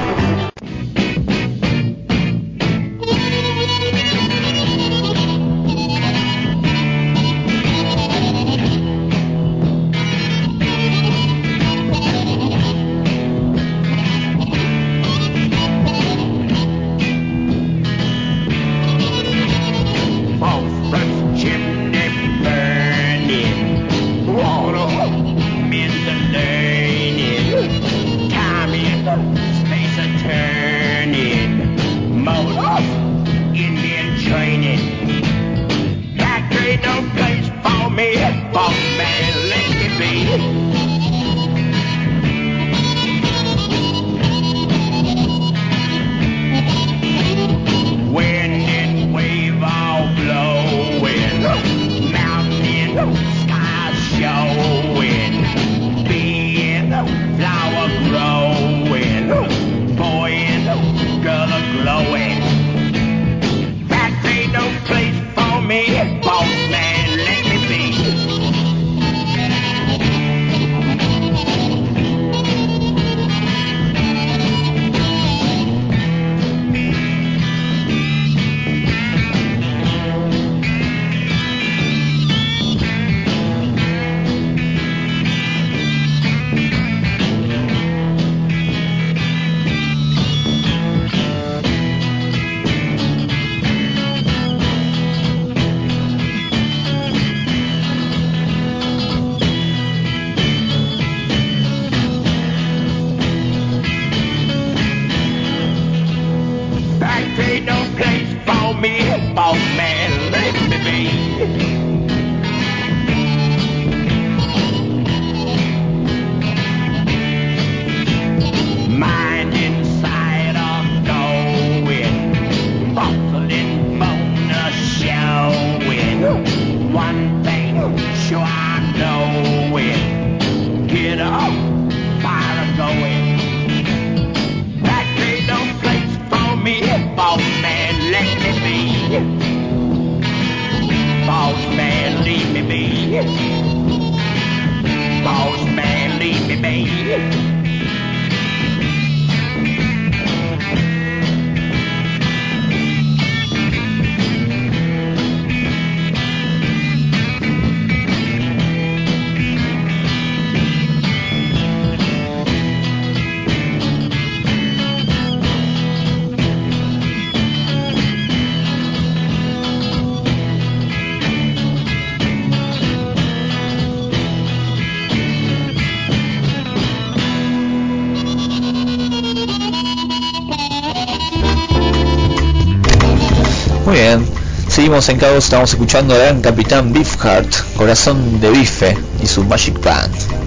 Muy bien, seguimos en Caos, estamos escuchando al gran Capitán Beefheart, Corazón de Bife y su Magic Band.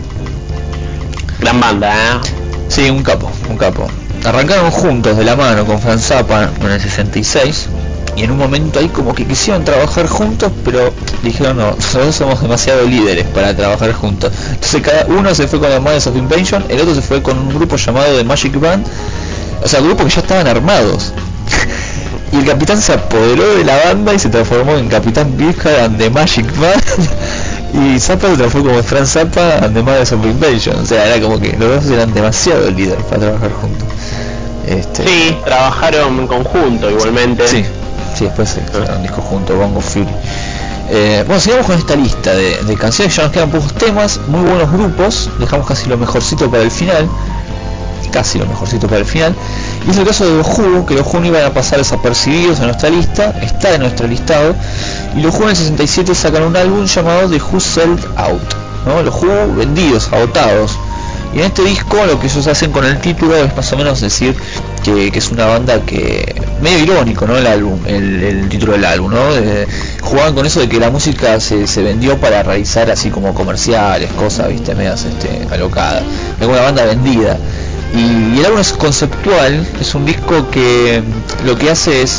Gran banda, ¿eh? Sí, un capo, un capo. Arrancaron juntos de la mano con Frank Zappa en el sesenta y seis y en un momento ahí como que quisieron trabajar juntos, pero dijeron no, nosotros somos demasiado líderes para trabajar juntos. Entonces cada uno se fue con los Mothers of Invasion, el otro se fue con un grupo llamado The Magic Band, o sea, grupos que ya estaban armados. Y el capitán se apoderó de la banda y se transformó en Capitán Beefheart and the Magic Band. Y Zappa se transformó como Frank Zappa and the Mothers of Invasion. O sea, era como que los dos eran demasiado líderes para trabajar juntos. Este... Sí, trabajaron en conjunto igualmente. Sí, sí, después se crearon un disco junto, Bongo Fury. Eh, bueno, sigamos con esta lista de, de canciones, ya nos quedan pocos temas, muy buenos grupos, dejamos casi lo mejorcito para el final. Casi lo mejorcito para el final. Y es el caso de los Who, que los Who no iban a pasar desapercibidos en nuestra lista, está en nuestro listado. Y los Who en el sesenta y siete sacan un álbum llamado The Who Sold Out, ¿no? Los Who vendidos, agotados. Y en este disco lo que ellos hacen con el título es más o menos decir que, que es una banda que medio irónico, ¿no? El álbum, el, el título del álbum, ¿no? De, jugaban con eso de que la música se, se vendió para realizar así como comerciales, cosas, viste, medias este, alocadas. Es una banda vendida. Y, y el álbum es conceptual, es un disco que lo que hace es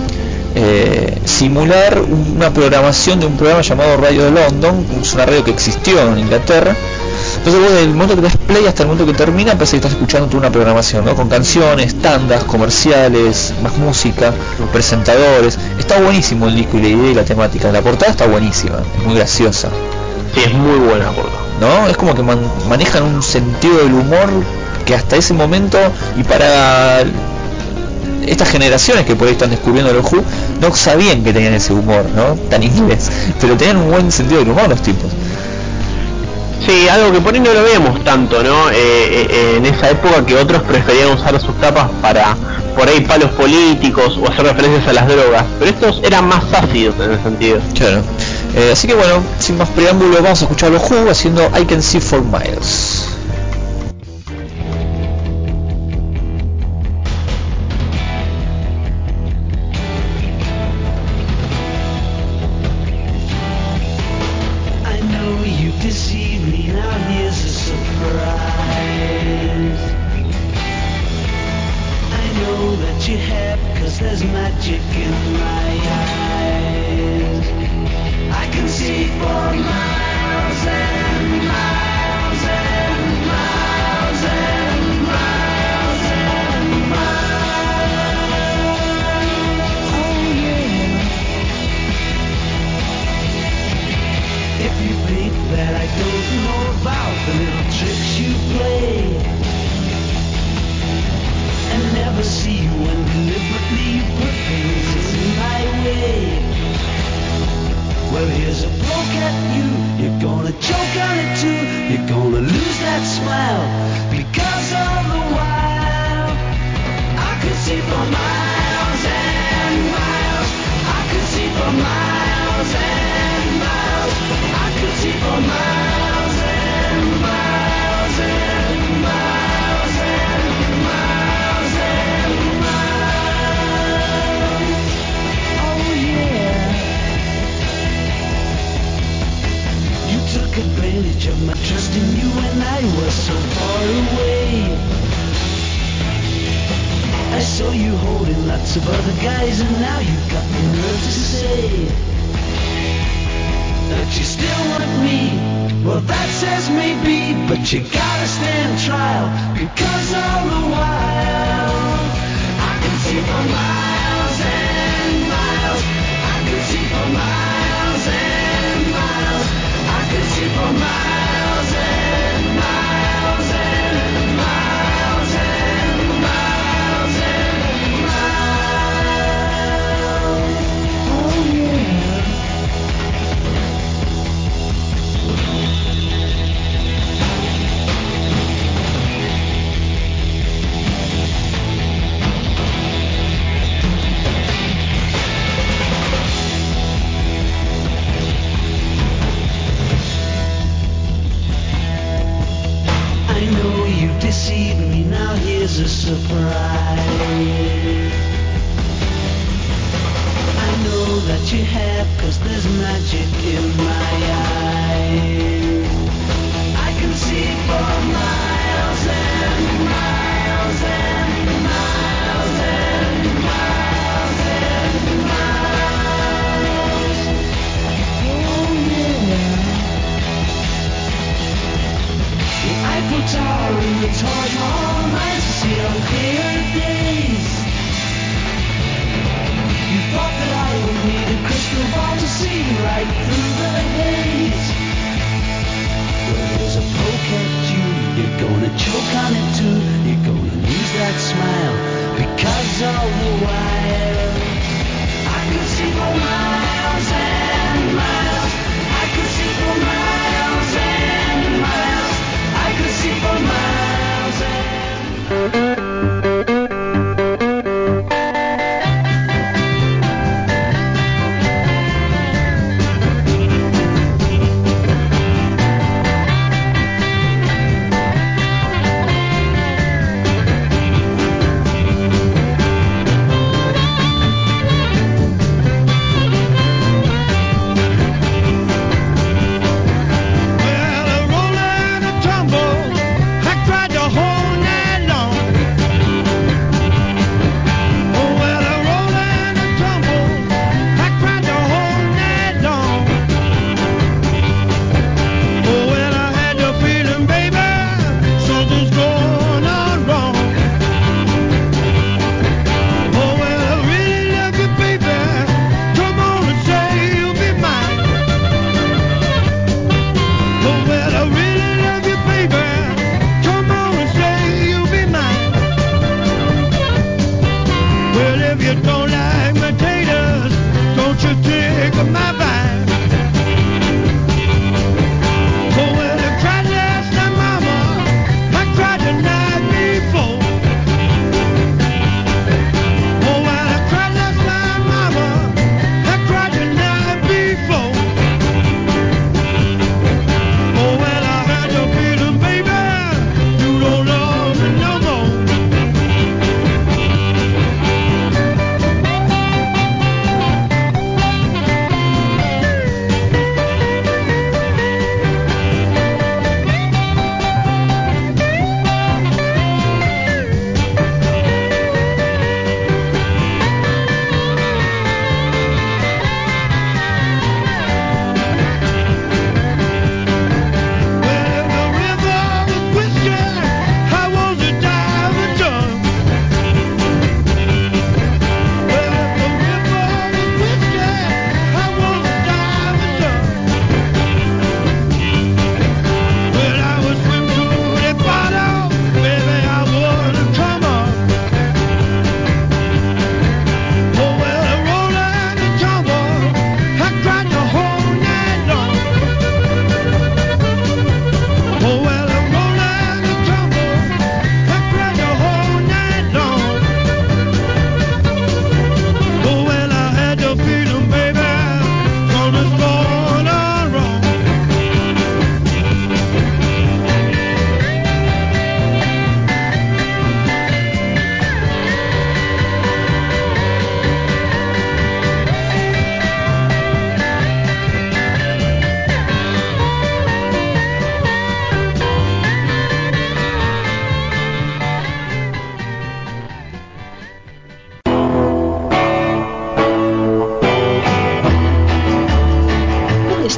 eh, simular una programación de un programa llamado Radio de London, es una radio que existió en Inglaterra. Entonces vos desde el momento que das play hasta el momento que termina parece que estás escuchando toda una programación, ¿no? Con canciones, tandas, comerciales, más música, presentadores. Está buenísimo el disco y la idea y la temática. La portada está buenísima, es muy graciosa. Sí, es muy buena portada. ¿No? Es como que man- manejan un sentido del humor que hasta ese momento, y para estas generaciones que por ahí están descubriendo los Who, no sabían que tenían ese humor, ¿no? Tan inglés, pero tenían un buen sentido del humor los tipos. Sí, algo que por ahí no lo vemos tanto, ¿no? Eh, eh, en esa época que otros preferían usar sus tapas para, por ahí, palos políticos o hacer referencias a las drogas, pero estos eran más ácidos en ese sentido. Claro. Eh, así que bueno, sin más preámbulo, vamos a escuchar a los Who haciendo I Can See For Miles. I know you deceived me, now here's a surprise. I know that you have, cause there's magic in my eyes. I can see for miles and miles and miles and miles and miles. Oh yeah. If you think that I don't know about the little tricks you play, and never see you when deliberately you put things in my way, well, here's a poke at you. You're gonna choke on it too. You're gonna lose that smile because all the while I could see for miles and miles. I could see for miles and miles. I could see for miles and miles and miles and miles and miles. Oh yeah. You took advantage of my trust in you when I was so far away. I saw you holding lots of other guys, and now you got the nerve to say that you still want me. Well, that says maybe, but you gotta stand trial, because all the while I can see for miles and miles. I can see for miles and miles. I can see for miles and miles and miles and miles and miles. Oh yeah.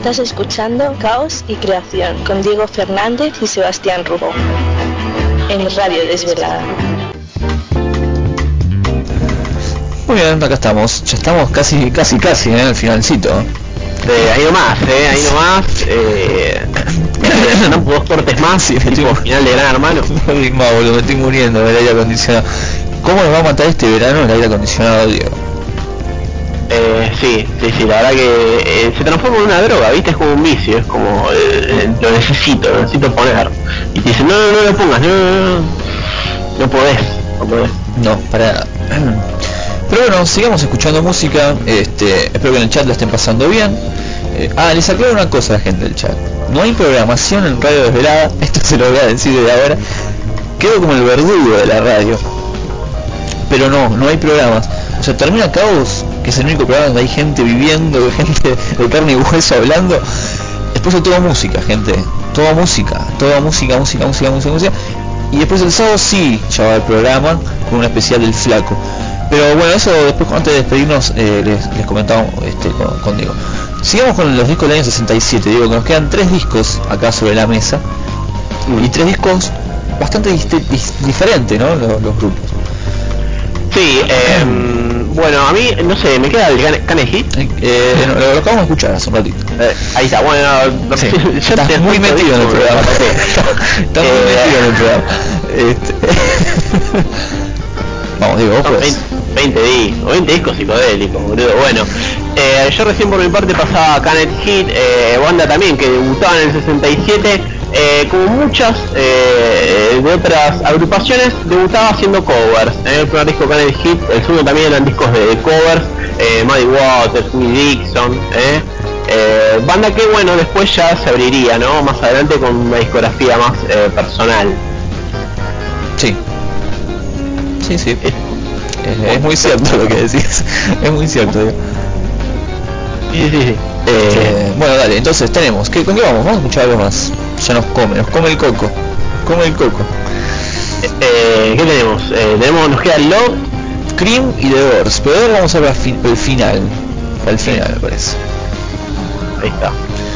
Estás escuchando Caos y Creación con Diego Fernández y Sebastián Rubó en Radio Desvelada. Muy bien, acá estamos. Ya estamos casi, casi, casi en ¿eh? el finalcito. Eh, ahí nomás, eh, ahí nomás. Eh, no dos cortes más, sí, tipo final de Gran Hermano. No, boludo, me estoy muriendo del aire acondicionado. ¿Cómo nos va a matar este verano el aire acondicionado, Diego? Eh, sí, sí, sí, la verdad que eh, se transforma en una droga, ¿viste? Es como un vicio, es como, eh, lo necesito, lo necesito poner. Y te dicen, no, no, no lo pongas, no, no, no, no podés, no podés. No, para nada. Pero bueno, sigamos escuchando música, este, espero que en el chat la estén pasando bien. Eh, ah, les aclaro una cosa a la gente del chat. No hay programación en Radio Desvelada, esto se lo voy a decir desde ahora. Quedo como el verdugo de la radio. Pero no, no hay programas. O sea, termina Caos, que es el único programa donde hay gente viviendo, gente de carne y hueso hablando. Después hay toda música, gente. Toda música, toda música, música, música, música, música. Y después el sábado sí, ya va el programa con un especial del Flaco. Pero bueno, eso después, antes de despedirnos, eh, les, les comentamos este, con, con Diego. Sigamos con los discos del año sesenta y siete, digo que nos quedan tres discos acá sobre la mesa. Y tres discos bastante dist- dis- diferentes, ¿no? Los, los grupos. Sí, eh, bueno, a mí, no sé, me queda el Cane Hit. Eh, lo, lo acabamos de escuchar hace un ratito. Eh, ahí está, bueno, sí, yo estás muy metido en el programa. Estás muy metido en el programa. Este... Vamos, digo, vos pues. veinte discos, veinte discos psicodélicos, boludo. Bueno, eh, yo recién por mi parte pasaba Canet Hit, eh, banda también que debutaba en el sesenta y siete, eh, como muchas eh, de otras agrupaciones, debutaba haciendo covers. Eh, el primer disco Canet Hit, el segundo también eran discos de covers, eh, Muddy Waters, Willie Dixon, eh, eh, banda que bueno, después ya se abriría, ¿no? Más adelante con una discografía más eh, personal. Sí. Sí, sí. Es, es, es muy cierto lo que decís. Es muy cierto. Digo. Sí, sí, sí. Eh, eh, bueno, dale, entonces tenemos. ¿qué, ¿Con qué vamos? Vamos a escuchar algo más. Ya nos come, nos come el coco. Come el coco. Eh, eh, ¿Qué tenemos? Eh, tenemos, nos queda Love, Cream y The Doors. Pero ahora vamos a ver fi- el final. Al final, me parece. Ahí está.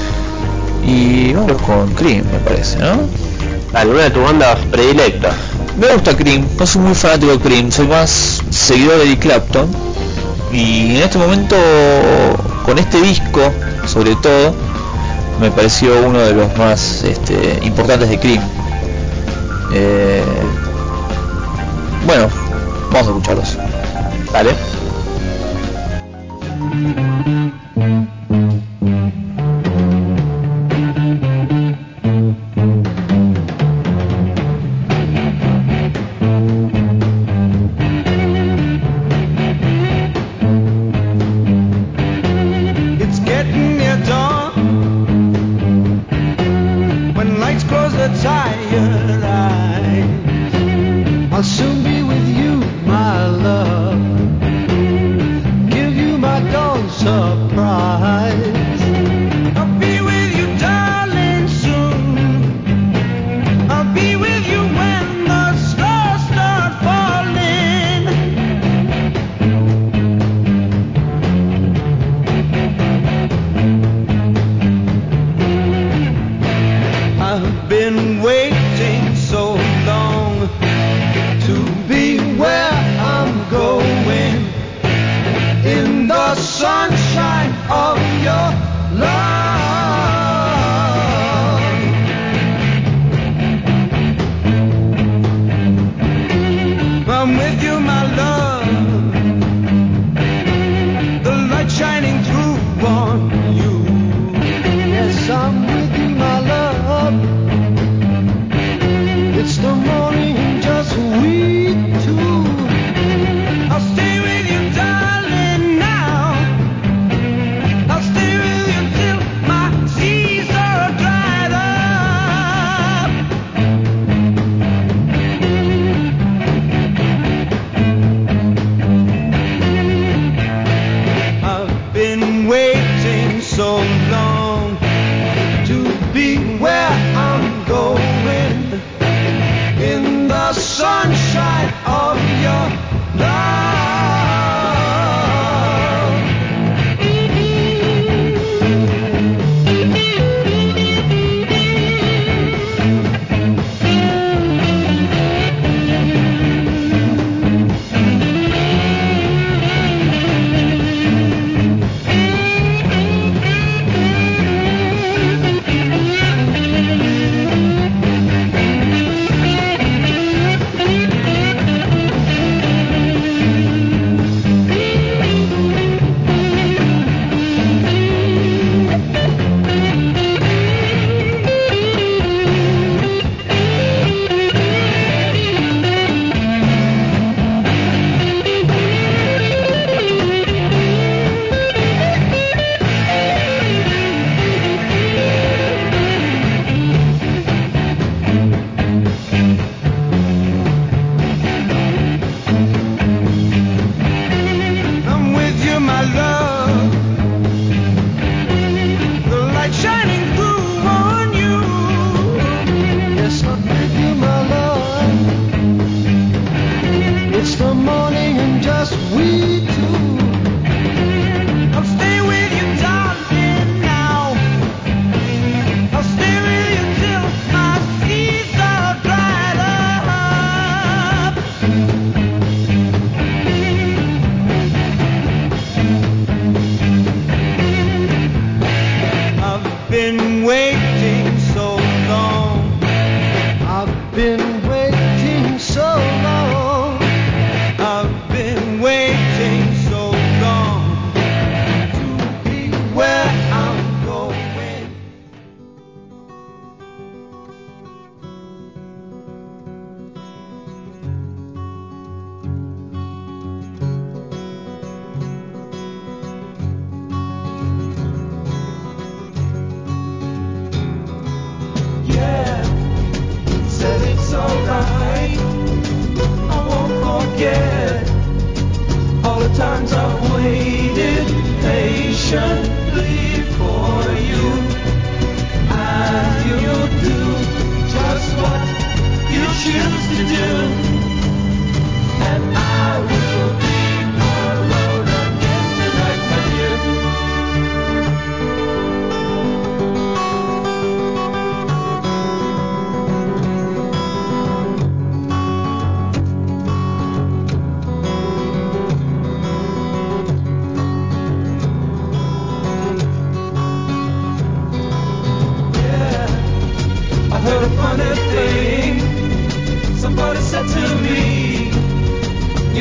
Y vamos con Cream, me parece, ¿no? ¿Alguna de tus bandas predilectas? Me gusta Cream, no soy muy fanático de Cream, soy más seguidor de Eric Clapton. Y en este momento, con este disco, sobre todo, me pareció uno de los más este, importantes de Cream. Eh, bueno, vamos a escucharlos. Vale. Surprise.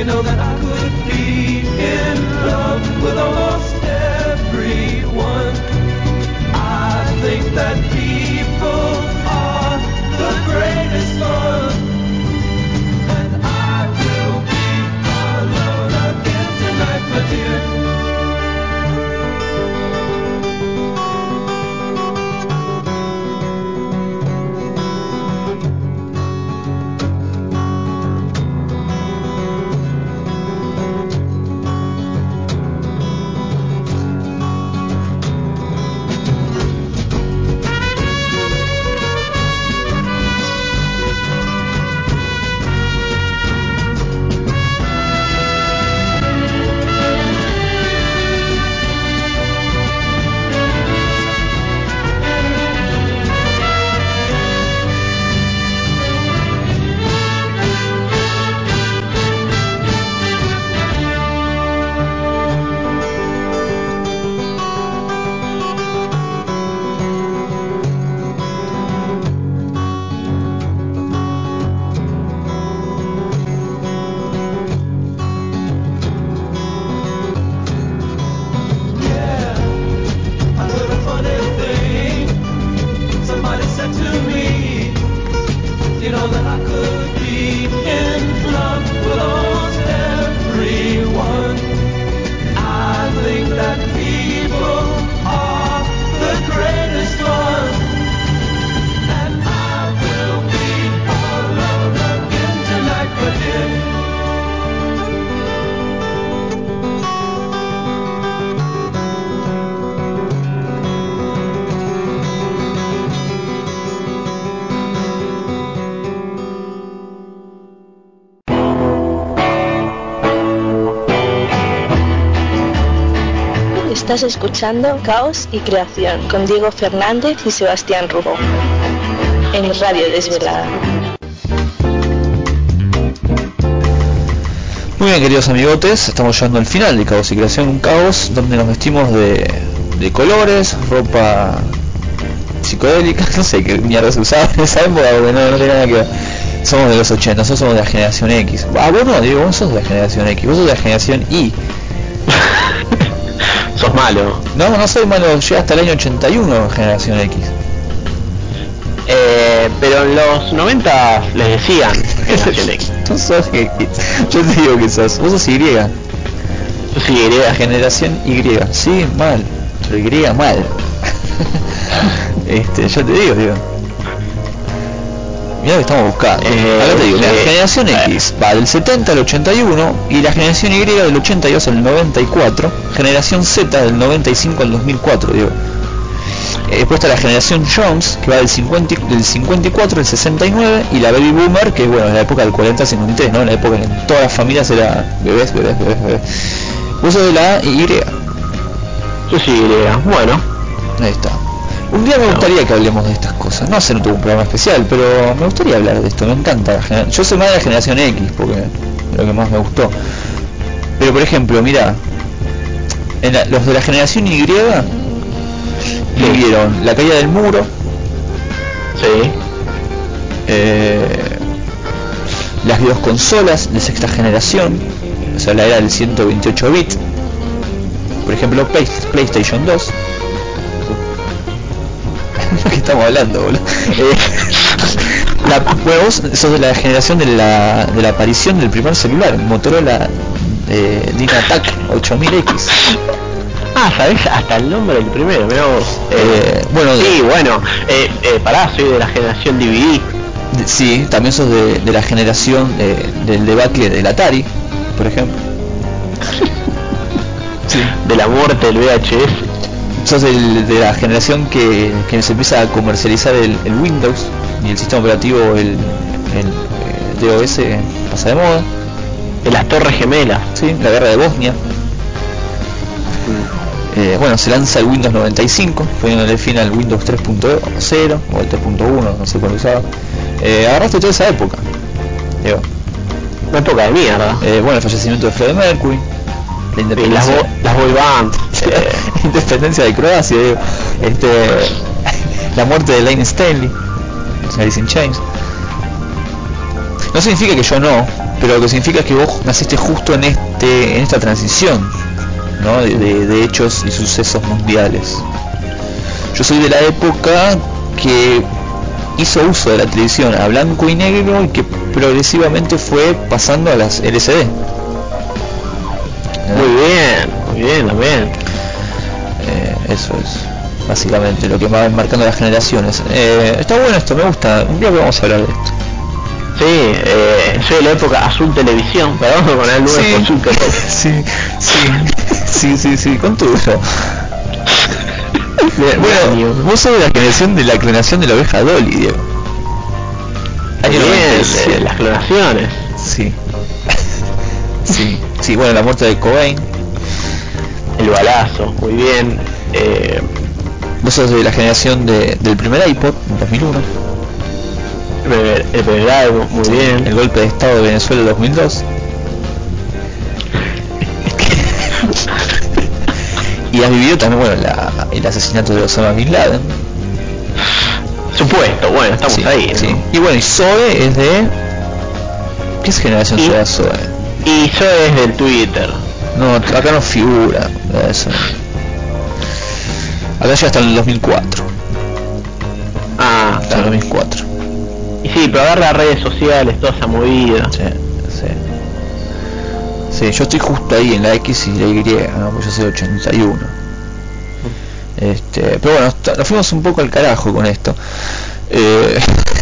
know that I could be in love with almost everyone. I think that people are the greatest fun, and I will be alone again tonight, my dear. Estás escuchando Caos y Creación con Diego Fernández y Sebastián Rubó en Radio Desvelada. Muy bien, queridos amigotes, estamos llegando al final de Caos y Creación, un caos donde nos vestimos de, de colores, ropa psicodélica, no sé qué mierda se usaba en esa época, porque no, no tiene nada que ver. Somos de los ochenta, nosotros somos de la generación X. Ah, vos no, Diego, vos sos de la generación X, vos sos de la generación Y. Sos malo. No, no soy malo, llegué hasta el año ochenta y uno, generación X. Eh, pero en los noventa les decían generación X. Tú sos X. Yo te digo que sos. Vos sos Y. Yo soy Y. Generación Y. Sí, mal. Pero Y mal. este, yo te digo, digo. Mirá que estamos buscando. Eh, Acá te digo, la eh, generación eh. X va del setenta al ochenta y uno y la generación Y del ochenta y dos al noventa y cuatro, generación Z del noventa y cinco al dos mil cuatro, digo. Eh, después está la generación Jones, que va del, cincuenta, del cincuenta y cuatro al sesenta y nueve, y la Baby Boomer, que bueno, en la época del cuarenta al cincuenta y tres, ¿no? En la época en que todas las familias eran bebés, bebés, bebés, bebés. Vos sos de la Y. Yo soy Y. Bueno. Ahí está. Un día me gustaría que hablemos de estas cosas, no hacer un programa especial, pero me gustaría hablar de esto, me encanta. Yo soy más de la generación X, porque es lo que más me gustó. Pero por ejemplo, mira, en la, los de la generación Y vivieron la caída del muro, sí, eh, las videoconsolas de sexta generación, o sea, la era del ciento veintiocho bits, por ejemplo, Play, PlayStation dos. ¿Qué estamos hablando, boludo? Eh, la, bueno, vos sos de la generación de la, de la aparición del primer celular, Motorola eh, DynaTAC ocho mil X. Ah, ¿sabés? Hasta el nombre del primero, mirá vos. Eh, bueno, sí, bueno, eh, eh, pará, soy de la generación D V D. De, sí, también sos de, de la generación eh, del debacle del Atari, por ejemplo. Sí. De la muerte del V H S. Sos el, de la generación que, que se empieza a comercializar el, el Windows y el sistema operativo, el, el, el DOS pasa de moda. De las Torres Gemelas. Sí, la guerra de Bosnia. Mm. Eh, bueno, se lanza el Windows noventa y cinco, poniéndole fin al Windows tres punto cero o el tres punto uno, no sé cuál usaba. Eh, agarraste toda esa época. Digo. Una época de mierda. Eh, bueno, el fallecimiento de Freddie Mercury. La independencia, las, bo las boy bands, eh, independencia de Croacia, digo. Este, la muerte de Lane Stanley, Alice in Chains. No significa que yo no, pero lo que significa es que vos naciste justo en este en esta transición, ¿no? de, de, de hechos y sucesos mundiales. Yo soy de la época que hizo uso de la televisión a blanco y negro y que progresivamente fue pasando a las L C D. Muy bien, muy bien, muy bien. Eh, eso es básicamente lo que va marcando las generaciones. Eh, está bueno esto, me gusta. Un día vamos a hablar de esto. Sí, eh, soy de la época Azul Televisión, perdón, con el nueve Sí. por Azul Televisión. Sí, sí, sí, sí, sí, con tuyo. Bueno, vos sos de la generación de la clonación de la oveja Dolly, Diego. Año noventa y seis. Bien, las clonaciones. Sí. Sí, sí, bueno, la muerte de Cobain. El balazo, muy bien. Eh, Vos sos de la generación de, del primer iPod, en dos mil uno. el, el primer álbum, muy bien. El golpe de estado de Venezuela en dos mil dos. Y has vivido también, bueno, la, el asesinato de Osama Bin Laden. Supuesto, bueno, estamos Sí, ahí, ¿no? sí. Y bueno, y Zoe es de... ¿Qué es generación Y- será Zoe? Y yo es del Twitter. No, acá no figura eso. Acá ya está en el dos mil cuatro. Ah, Está en el dos mil cuatro. Y sí, pero agarra redes sociales, toda esa movida. Sí, sí. Sí, yo estoy justo ahí en la X y la Y, ¿no? Pues yo soy ochenta y uno. Este, pero bueno, t- nos fuimos un poco al carajo con esto. Eh,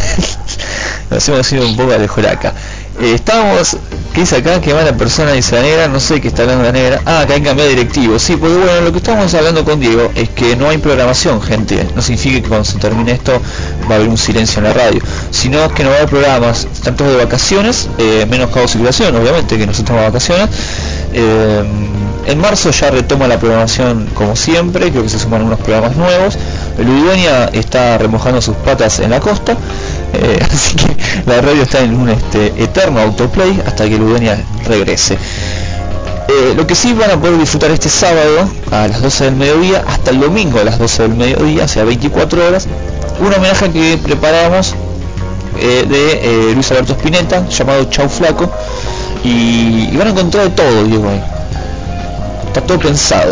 nos hemos ido un poco a Joraca. Eh, estábamos, ¿qué dice acá? Que va la persona, dice la negra, no sé qué está hablando la negra. Ah, que hay que cambiar de directivo. Sí, porque bueno, lo que estábamos hablando con Diego es que no hay programación, gente. No significa que cuando se termine esto va a haber un silencio en la radio, sino que no va a haber programas, están todos de vacaciones, eh, menos Caos y Curación, obviamente, que nosotros estamos de vacaciones. Eh, en marzo ya retoma la programación como siempre, creo que se suman unos programas nuevos. Ludueña está remojando sus patas en la costa, eh, así que la radio está en un este, eterno autoplay hasta que Ludueña regrese. Eh, lo que sí van a poder disfrutar este sábado a las doce del mediodía hasta el domingo a las doce del mediodía, o sea veinticuatro horas, un homenaje que preparamos eh, de eh, Luis Alberto Spinetta llamado Chau Flaco, y, y van a encontrar de todo, Diego, ahí. Está todo pensado.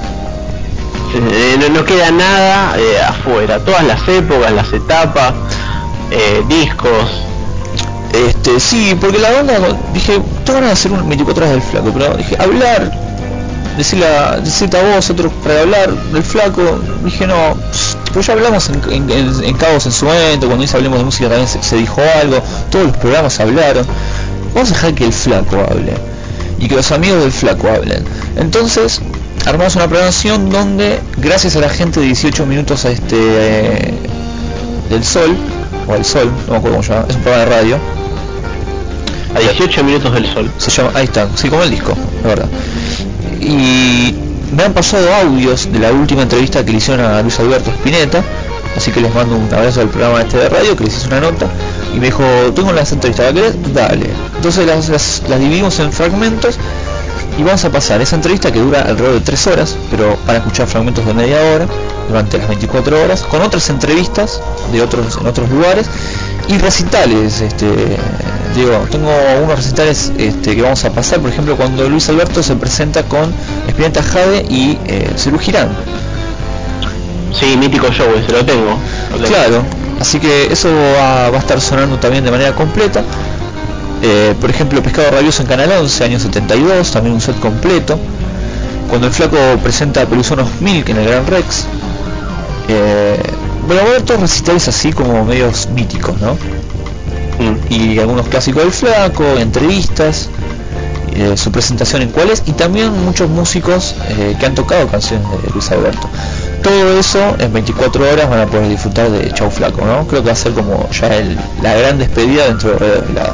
Eh, no, no queda nada eh, afuera, todas las épocas, las etapas, eh, discos. Este, sí, porque la banda, dije, tengo ganas de hacer un veinticuatro horas del Flaco, pero dije, hablar, decirle a, decirte a vos, otros para hablar del Flaco, dije, no, pues ya hablamos en, en, en, en Cabos en su momento, cuando dice hablemos de música también se, se dijo algo, todos los programas hablaron, vamos a dejar que el Flaco hable, y que los amigos del Flaco hablen. Entonces, armamos una programación donde, gracias a la gente de dieciocho minutos a este, eh, del Sol, o al Sol, no me acuerdo cómo se llama, es un programa de radio, A dieciocho minutos del sol. se llama, ahí está, sí, como el disco, la verdad. Y me han pasado audios de la última entrevista que le hicieron a Luis Alberto Spinetta, así que les mando un abrazo al programa este de radio que les hice una nota y me dijo, tengo las entrevistas, ¿la querés? Dale. Entonces las, las, las dividimos en fragmentos y vamos a pasar esa entrevista que dura alrededor de tres horas, pero para escuchar fragmentos de media hora durante las veinticuatro horas, con otras entrevistas de otros en otros lugares y recitales. Este, digo, tengo unos recitales este, que vamos a pasar, por ejemplo, cuando Luis Alberto se presenta con Spinetta Jade y eh, Cerú Girán. Sí, mítico show, ese lo tengo. Lo tengo. Claro, así que eso va, va a estar sonando también de manera completa. Eh, por ejemplo, Pescado Rabioso en Canal once, año setenta y dos, también un set completo. Cuando el Flaco presenta a Pelusonos Milk en el Gran Rex. Eh, bueno, va a haber todos recitales así como medios míticos, ¿no? Mm. Y algunos clásicos del Flaco, entrevistas, eh, su presentación en cuáles, y también muchos músicos eh, que han tocado canciones de Luis Alberto. Todo eso en veinticuatro horas van a poder disfrutar de Chau Flaco, ¿no? Creo que va a ser como ya el, la gran despedida dentro de Radio Velada.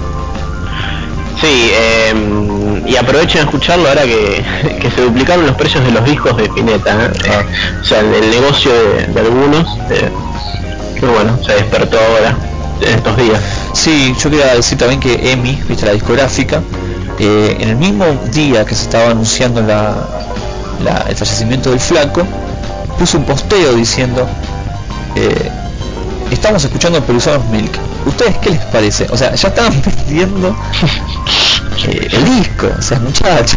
Sí, eh, y aprovechen a escucharlo ahora que, que se duplicaron los precios de los discos de Spinetta, ¿eh? Ah. O sea, el, el negocio de, de algunos, eh, que bueno, se despertó ahora, en estos días. Sí, yo quería decir también que E M I, viste, la discográfica, eh, en el mismo día que se estaba anunciando la, la, el fallecimiento del Flaco, puso un posteo diciendo eh, estamos escuchando Pelusonos Milk, ¿Ustedes qué les parece? O sea, ya estaban vendiendo eh, el disco, o sea, muchachos.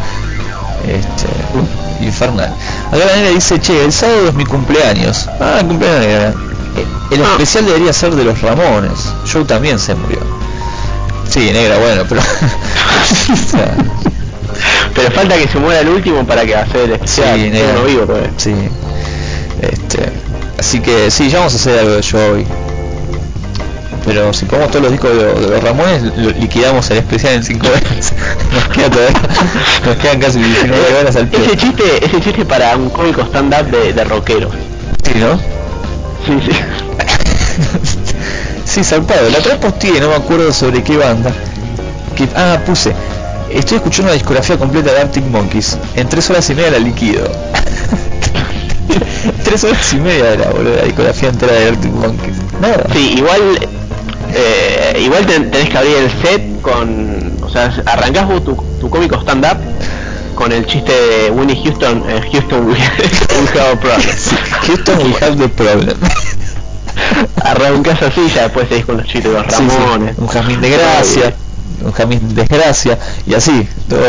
Este, infernal. Acá la negra dice, che, el sábado es mi cumpleaños. Ah, el cumpleaños negra. Eh, el Ah. especial debería ser de los Ramones. Joe también se murió. Sí, negra, bueno, pero... o sea, Pero falta que se muera el último para que hacer el especial. sí, Yo negra. no vivo todavía. Sí. Este, así que sí, ya vamos a hacer algo de Joey. Pero si ponemos todos los discos de, de los Ramones, lo- liquidamos el especial en cinco horas. Nos queda todavía, nos quedan casi diecinueve horas al pie. Ese chiste, ese chiste para un cómico stand-up de, de rockero. Sí, ¿no? Sí, sí. Sí, zarpado. La otra vez posteé, no me acuerdo sobre qué banda. Que, ah, puse. Estoy escuchando la discografía completa de Arctic Monkeys. En tres horas y media la liquido. Tres horas y media era, boludo, la discografía entera de Arctic Monkeys. Nada. Sí, igual eh, igual ten- tenés que abrir el set con, o sea, arrancás vos tu, tu cómico stand-up con el chiste de Winnie Houston, eh, Houston we, we have a problem. Houston, we have the problem. Arrancás así, ya después seguís con los chistes de los Sí, sí. Ramones. Un jazmín de gracia, un jazmín de desgracia, y así, todo.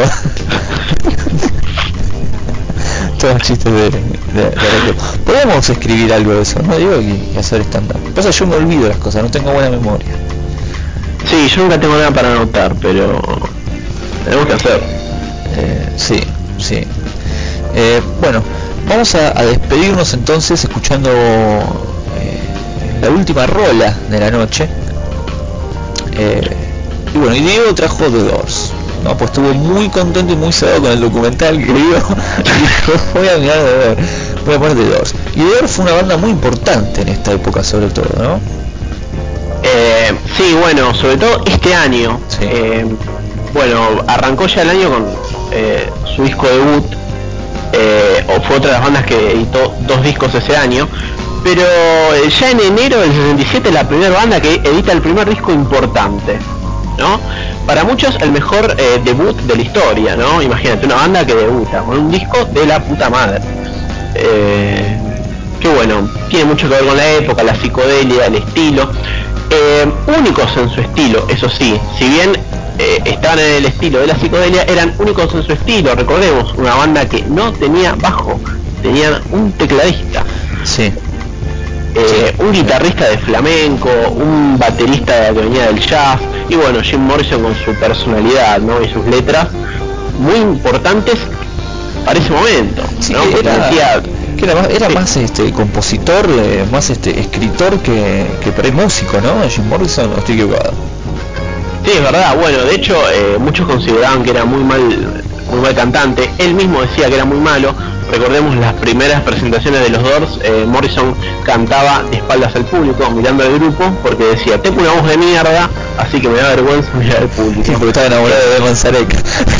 Todos chistes de, de, de recreo. Podemos escribir algo de eso, no digo y, y hacer stand-up. Pasa, yo me olvido las cosas, no tengo buena memoria. Sí, yo nunca tengo nada para anotar, pero tenemos que hacer. Eh, sí, sí. Eh, bueno, vamos a, a despedirnos entonces escuchando eh, la última rola de la noche. Eh, y bueno, y Diego trajo The Doors, ¿no? Pues estuvo muy contento y muy cebado con el documental que vio. Y dijo, voy a mirar The Doors, voy a poner The Doors. Y The Doors fue una banda muy importante en esta época, sobre todo, ¿no? Eh, sí, bueno, sobre todo este año. Sí. Eh, bueno, arrancó ya el año con eh, su disco debut. Eh, o fue otra de las bandas que editó dos discos ese año. Pero eh, ya en enero del sesenta y siete la primera banda que edita el primer disco importante, ¿no? Para muchos el mejor eh, debut de la historia, ¿no? Imagínate, una banda que debuta con un disco de la puta madre. Eh, que bueno, tiene mucho que ver con la época, la psicodelia, el estilo. Eh, únicos en su estilo, eso sí, si bien eh, estaban en el estilo de la psicodelia, eran únicos en su estilo. Recordemos, una banda que no tenía bajo, tenían un tecladista. Sí. Eh, un guitarrista de flamenco, un baterista que venía del jazz, y bueno, Jim Morrison con su personalidad, ¿no? Y sus letras muy importantes para ese momento, Sí, ¿no? Porque era, decía, que era más, era sí. más este compositor, eh, más este escritor que, que por ahí músico, ¿no? Jim Morrison, o estoy equivocado. Sí, es verdad, bueno, de hecho eh, muchos consideraban que era muy mal, muy mal cantante, él mismo decía que era muy malo. Recordemos las primeras presentaciones de los Doors, eh, Morrison cantaba de espaldas al público, mirando al grupo, porque decía, tengo una voz de mierda, así que me da vergüenza mirar al público. Sí, porque estaba enamorado de Manzarek.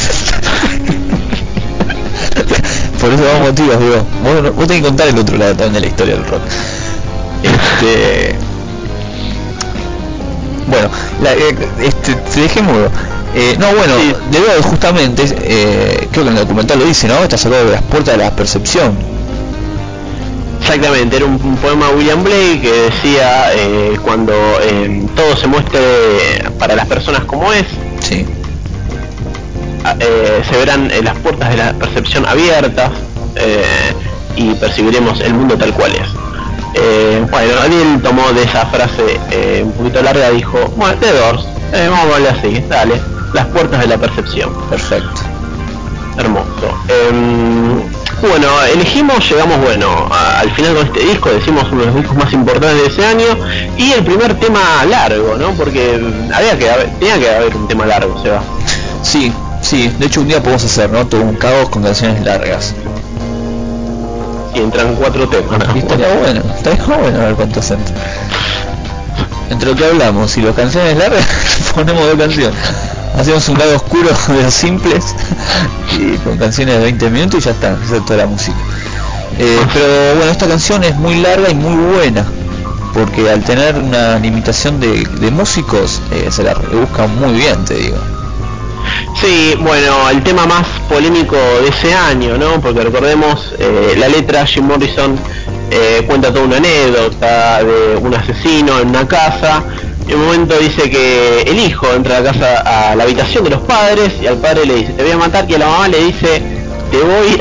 Por eso vamos motivos, digo. Vos, no- vos tenés que contar el otro lado también de la historia del rock. Este... Bueno, la, eh, este, te dejé mudo. Eh, no, bueno, Sí. de verdad, justamente, eh, creo que en el documental lo dice, ¿no? Está sacado de las puertas de la percepción. Exactamente, era un, un poema de William Blake que decía eh, cuando eh, todo se muestre para las personas como es, Sí. a- eh, se verán eh, las puertas de la percepción abiertas eh, y percibiremos el mundo tal cual es. Eh, bueno, Daniel tomó de esa frase eh, un poquito larga, dijo, bueno, The Doors, eh, vamos a hablar así, dale, las puertas de la percepción. Perfecto. Hermoso. Em, bueno, elegimos, llegamos, bueno, a- al final con este disco, decimos uno de los discos más importantes de ese año, y el primer tema largo, ¿no? Porque había que haber, tenía que haber un tema largo, Seba. Sí, sí, de hecho un día podemos hacer, ¿no? Todo un caos con canciones largas. Y entran cuatro temas, ¿no? Y estaría bueno, estaría bueno a ver cuántos entran. Entre lo que hablamos y las canciones largas, ponemos dos canciones. Hacemos un lado oscuro de los simples y con canciones de veinte minutos y ya está, esa es toda la música. Eh, pero bueno, esta canción es muy larga y muy buena, porque al tener una limitación de, de músicos, eh, se la rebuscan muy bien, te digo. Sí, bueno, el tema más polémico de ese año, ¿no? Porque recordemos, eh, la letra, Jim Morrison eh, cuenta toda una anécdota de un asesino en una casa En un momento dice que el hijo entra a la casa, a la habitación de los padres, y al padre le dice, te voy a matar, y a la mamá le dice, te voy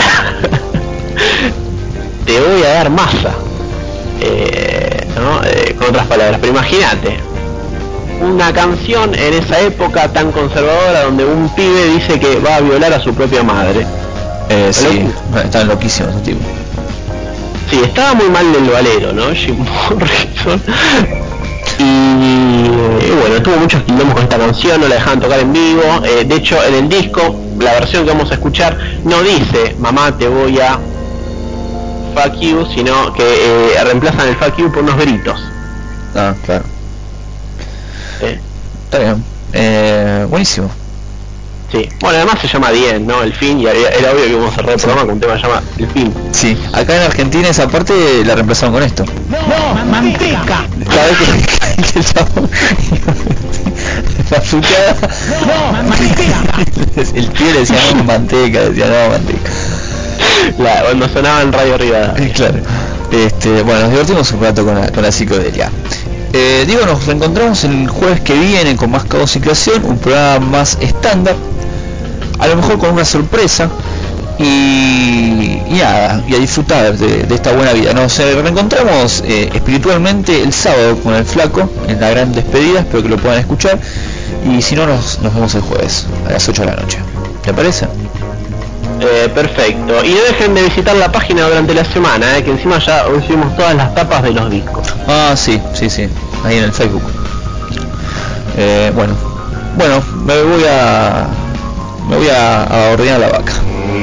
te voy a dar masa, eh, ¿no? eh, con otras palabras. Pero imagínate una canción en esa época tan conservadora donde un pibe dice que va a violar a su propia madre. Eh, sí, están loquísimos esos tipos. Sí, estaba muy mal del valero, ¿no? Jim Morrison. Y, y bueno, tuvo muchos quilombos con esta canción, no la dejaban tocar en vivo. Eh, de hecho, en el disco, la versión que vamos a escuchar no dice mamá te voy a fuck you, sino que eh, reemplazan el fuck you por unos gritos. Ah, claro. ¿Eh? Está bien. Eh, buenísimo. Sí, bueno, además se llama Dien, ¿no? El fin, y era, era obvio que íbamos a cerrar el programa con un tema que se llama El fin. Sí, acá en Argentina esa parte la reemplazaron con esto. No, manteca. Cada vez que, que el chabón la puteada, No, manteca. el tío le decía no manteca, decía no manteca. La, cuando sonaba en Radio Rivadavia. Claro. Este, bueno, nos divertimos un rato con la, con la psicodelia. Eh, digo, nos reencontramos el jueves que viene con más Caos y Creación, un programa más estándar, a lo mejor con una sorpresa, y, y nada, y a disfrutar de, de esta buena vida. Nos eh, reencontramos eh, espiritualmente el sábado con el Flaco en la gran despedida, espero que lo puedan escuchar, y si no nos, nos vemos el jueves a las ocho de la noche. ¿Te parece? Eh, perfecto. Y no dejen de visitar la página durante la semana, eh, que encima ya hoy subimos todas las tapas de los discos. Ah, sí, sí, sí, ahí en el Facebook. Eh, bueno, bueno, me voy a me voy a, a ordenar la vaca.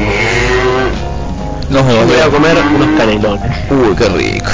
Nos vemos. Voy a comer unos canelones. Uy, qué rico.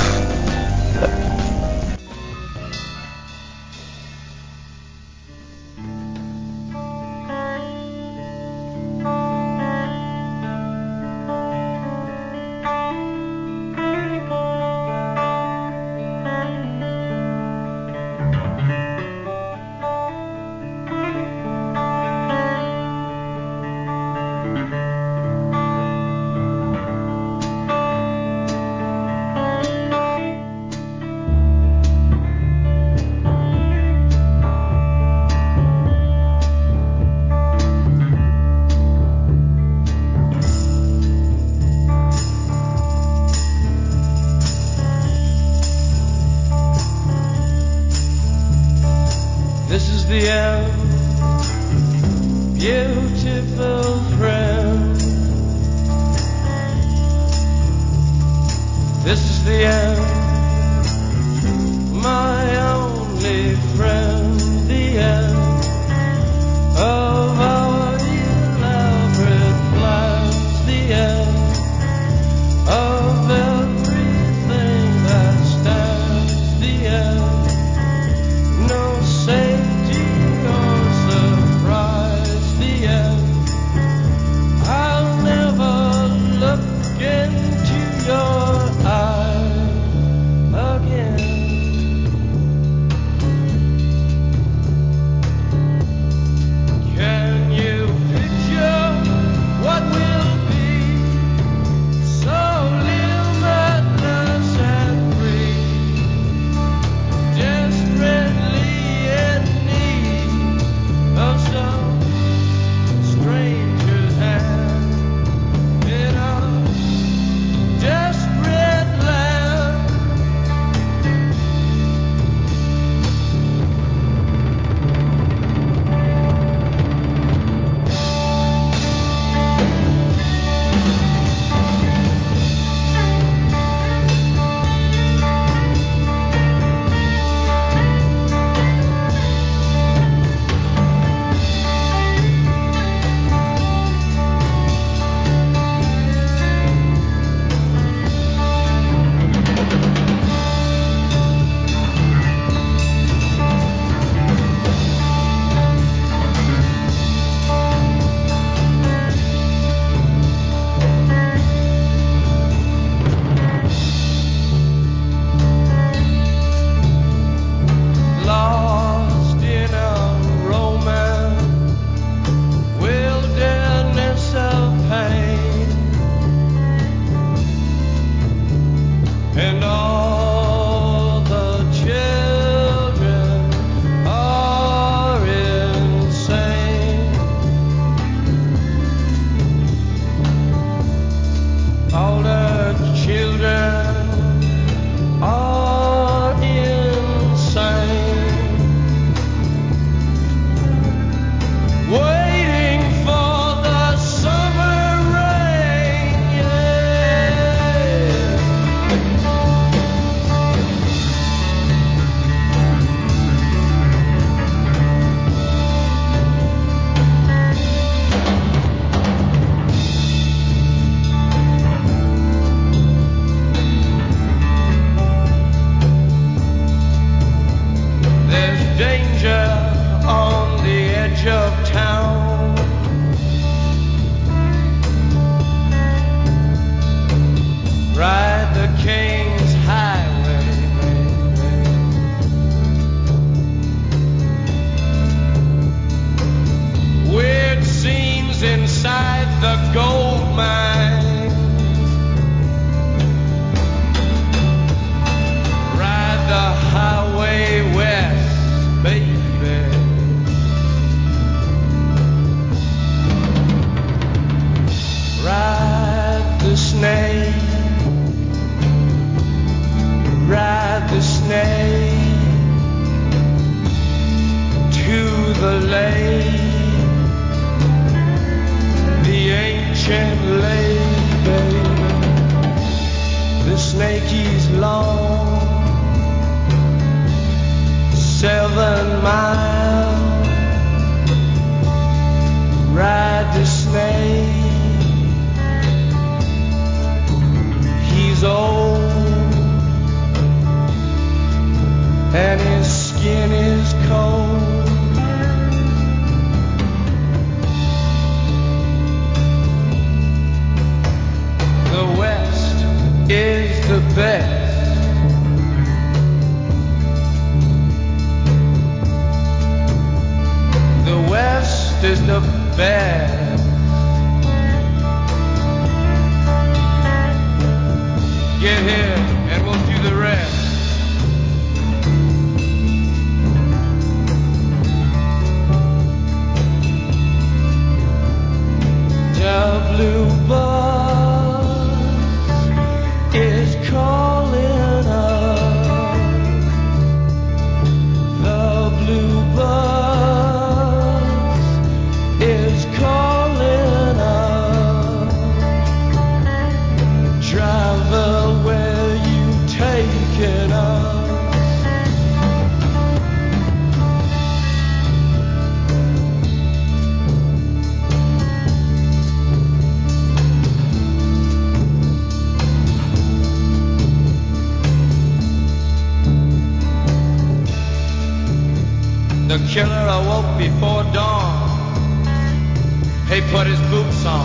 before dawn, he put his boots on.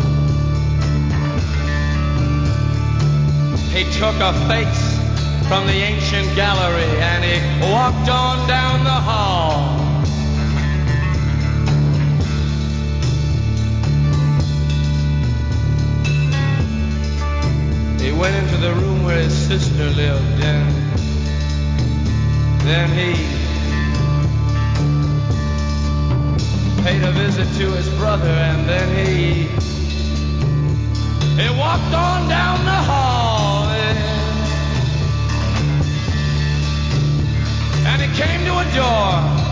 He took a face from the ancient gallery and he walked on down the hall. He went into the room where his sister lived, and then he paid a visit to his brother, and then he he walked on down the hall, and, and he came to a door,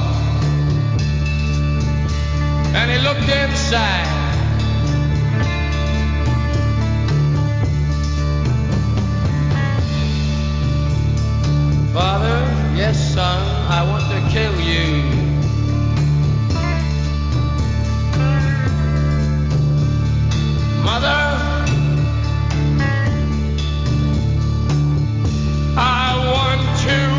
and he looked inside. Father, yes, son, I want to kill you. Mother, I want to.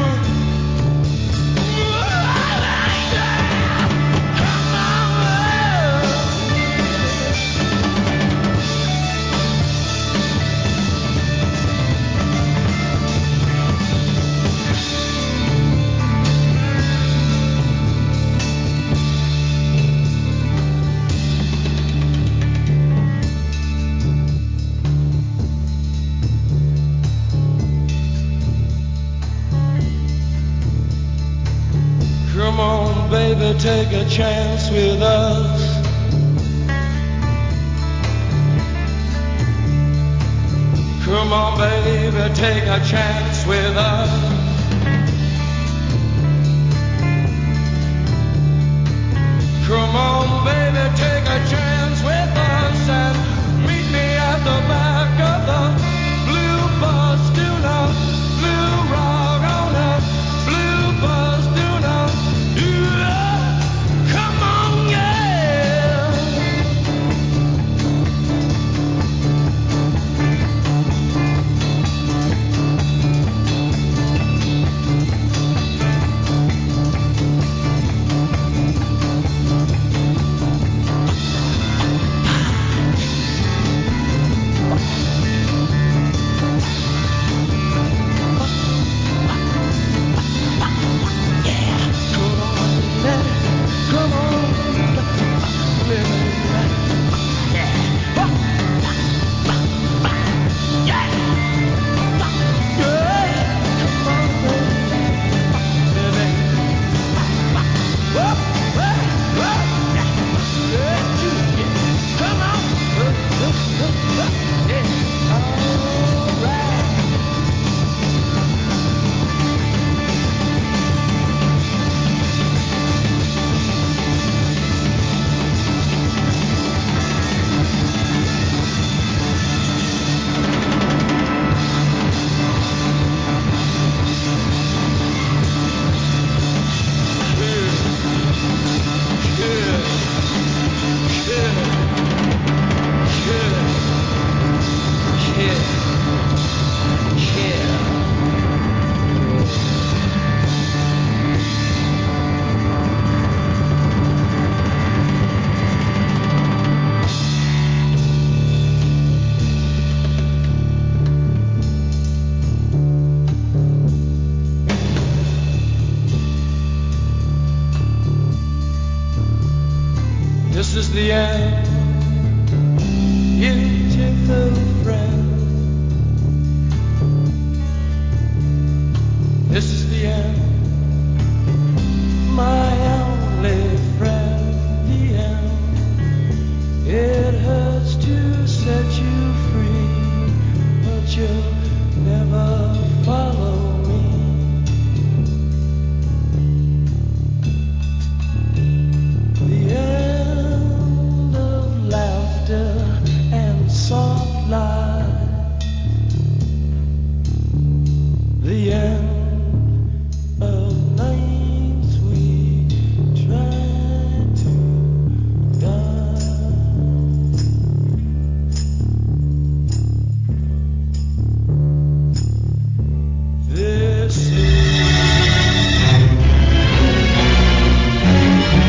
Come on, baby, take a chance with us. Come on, baby, take a chance with us. Come on, baby, take a chance.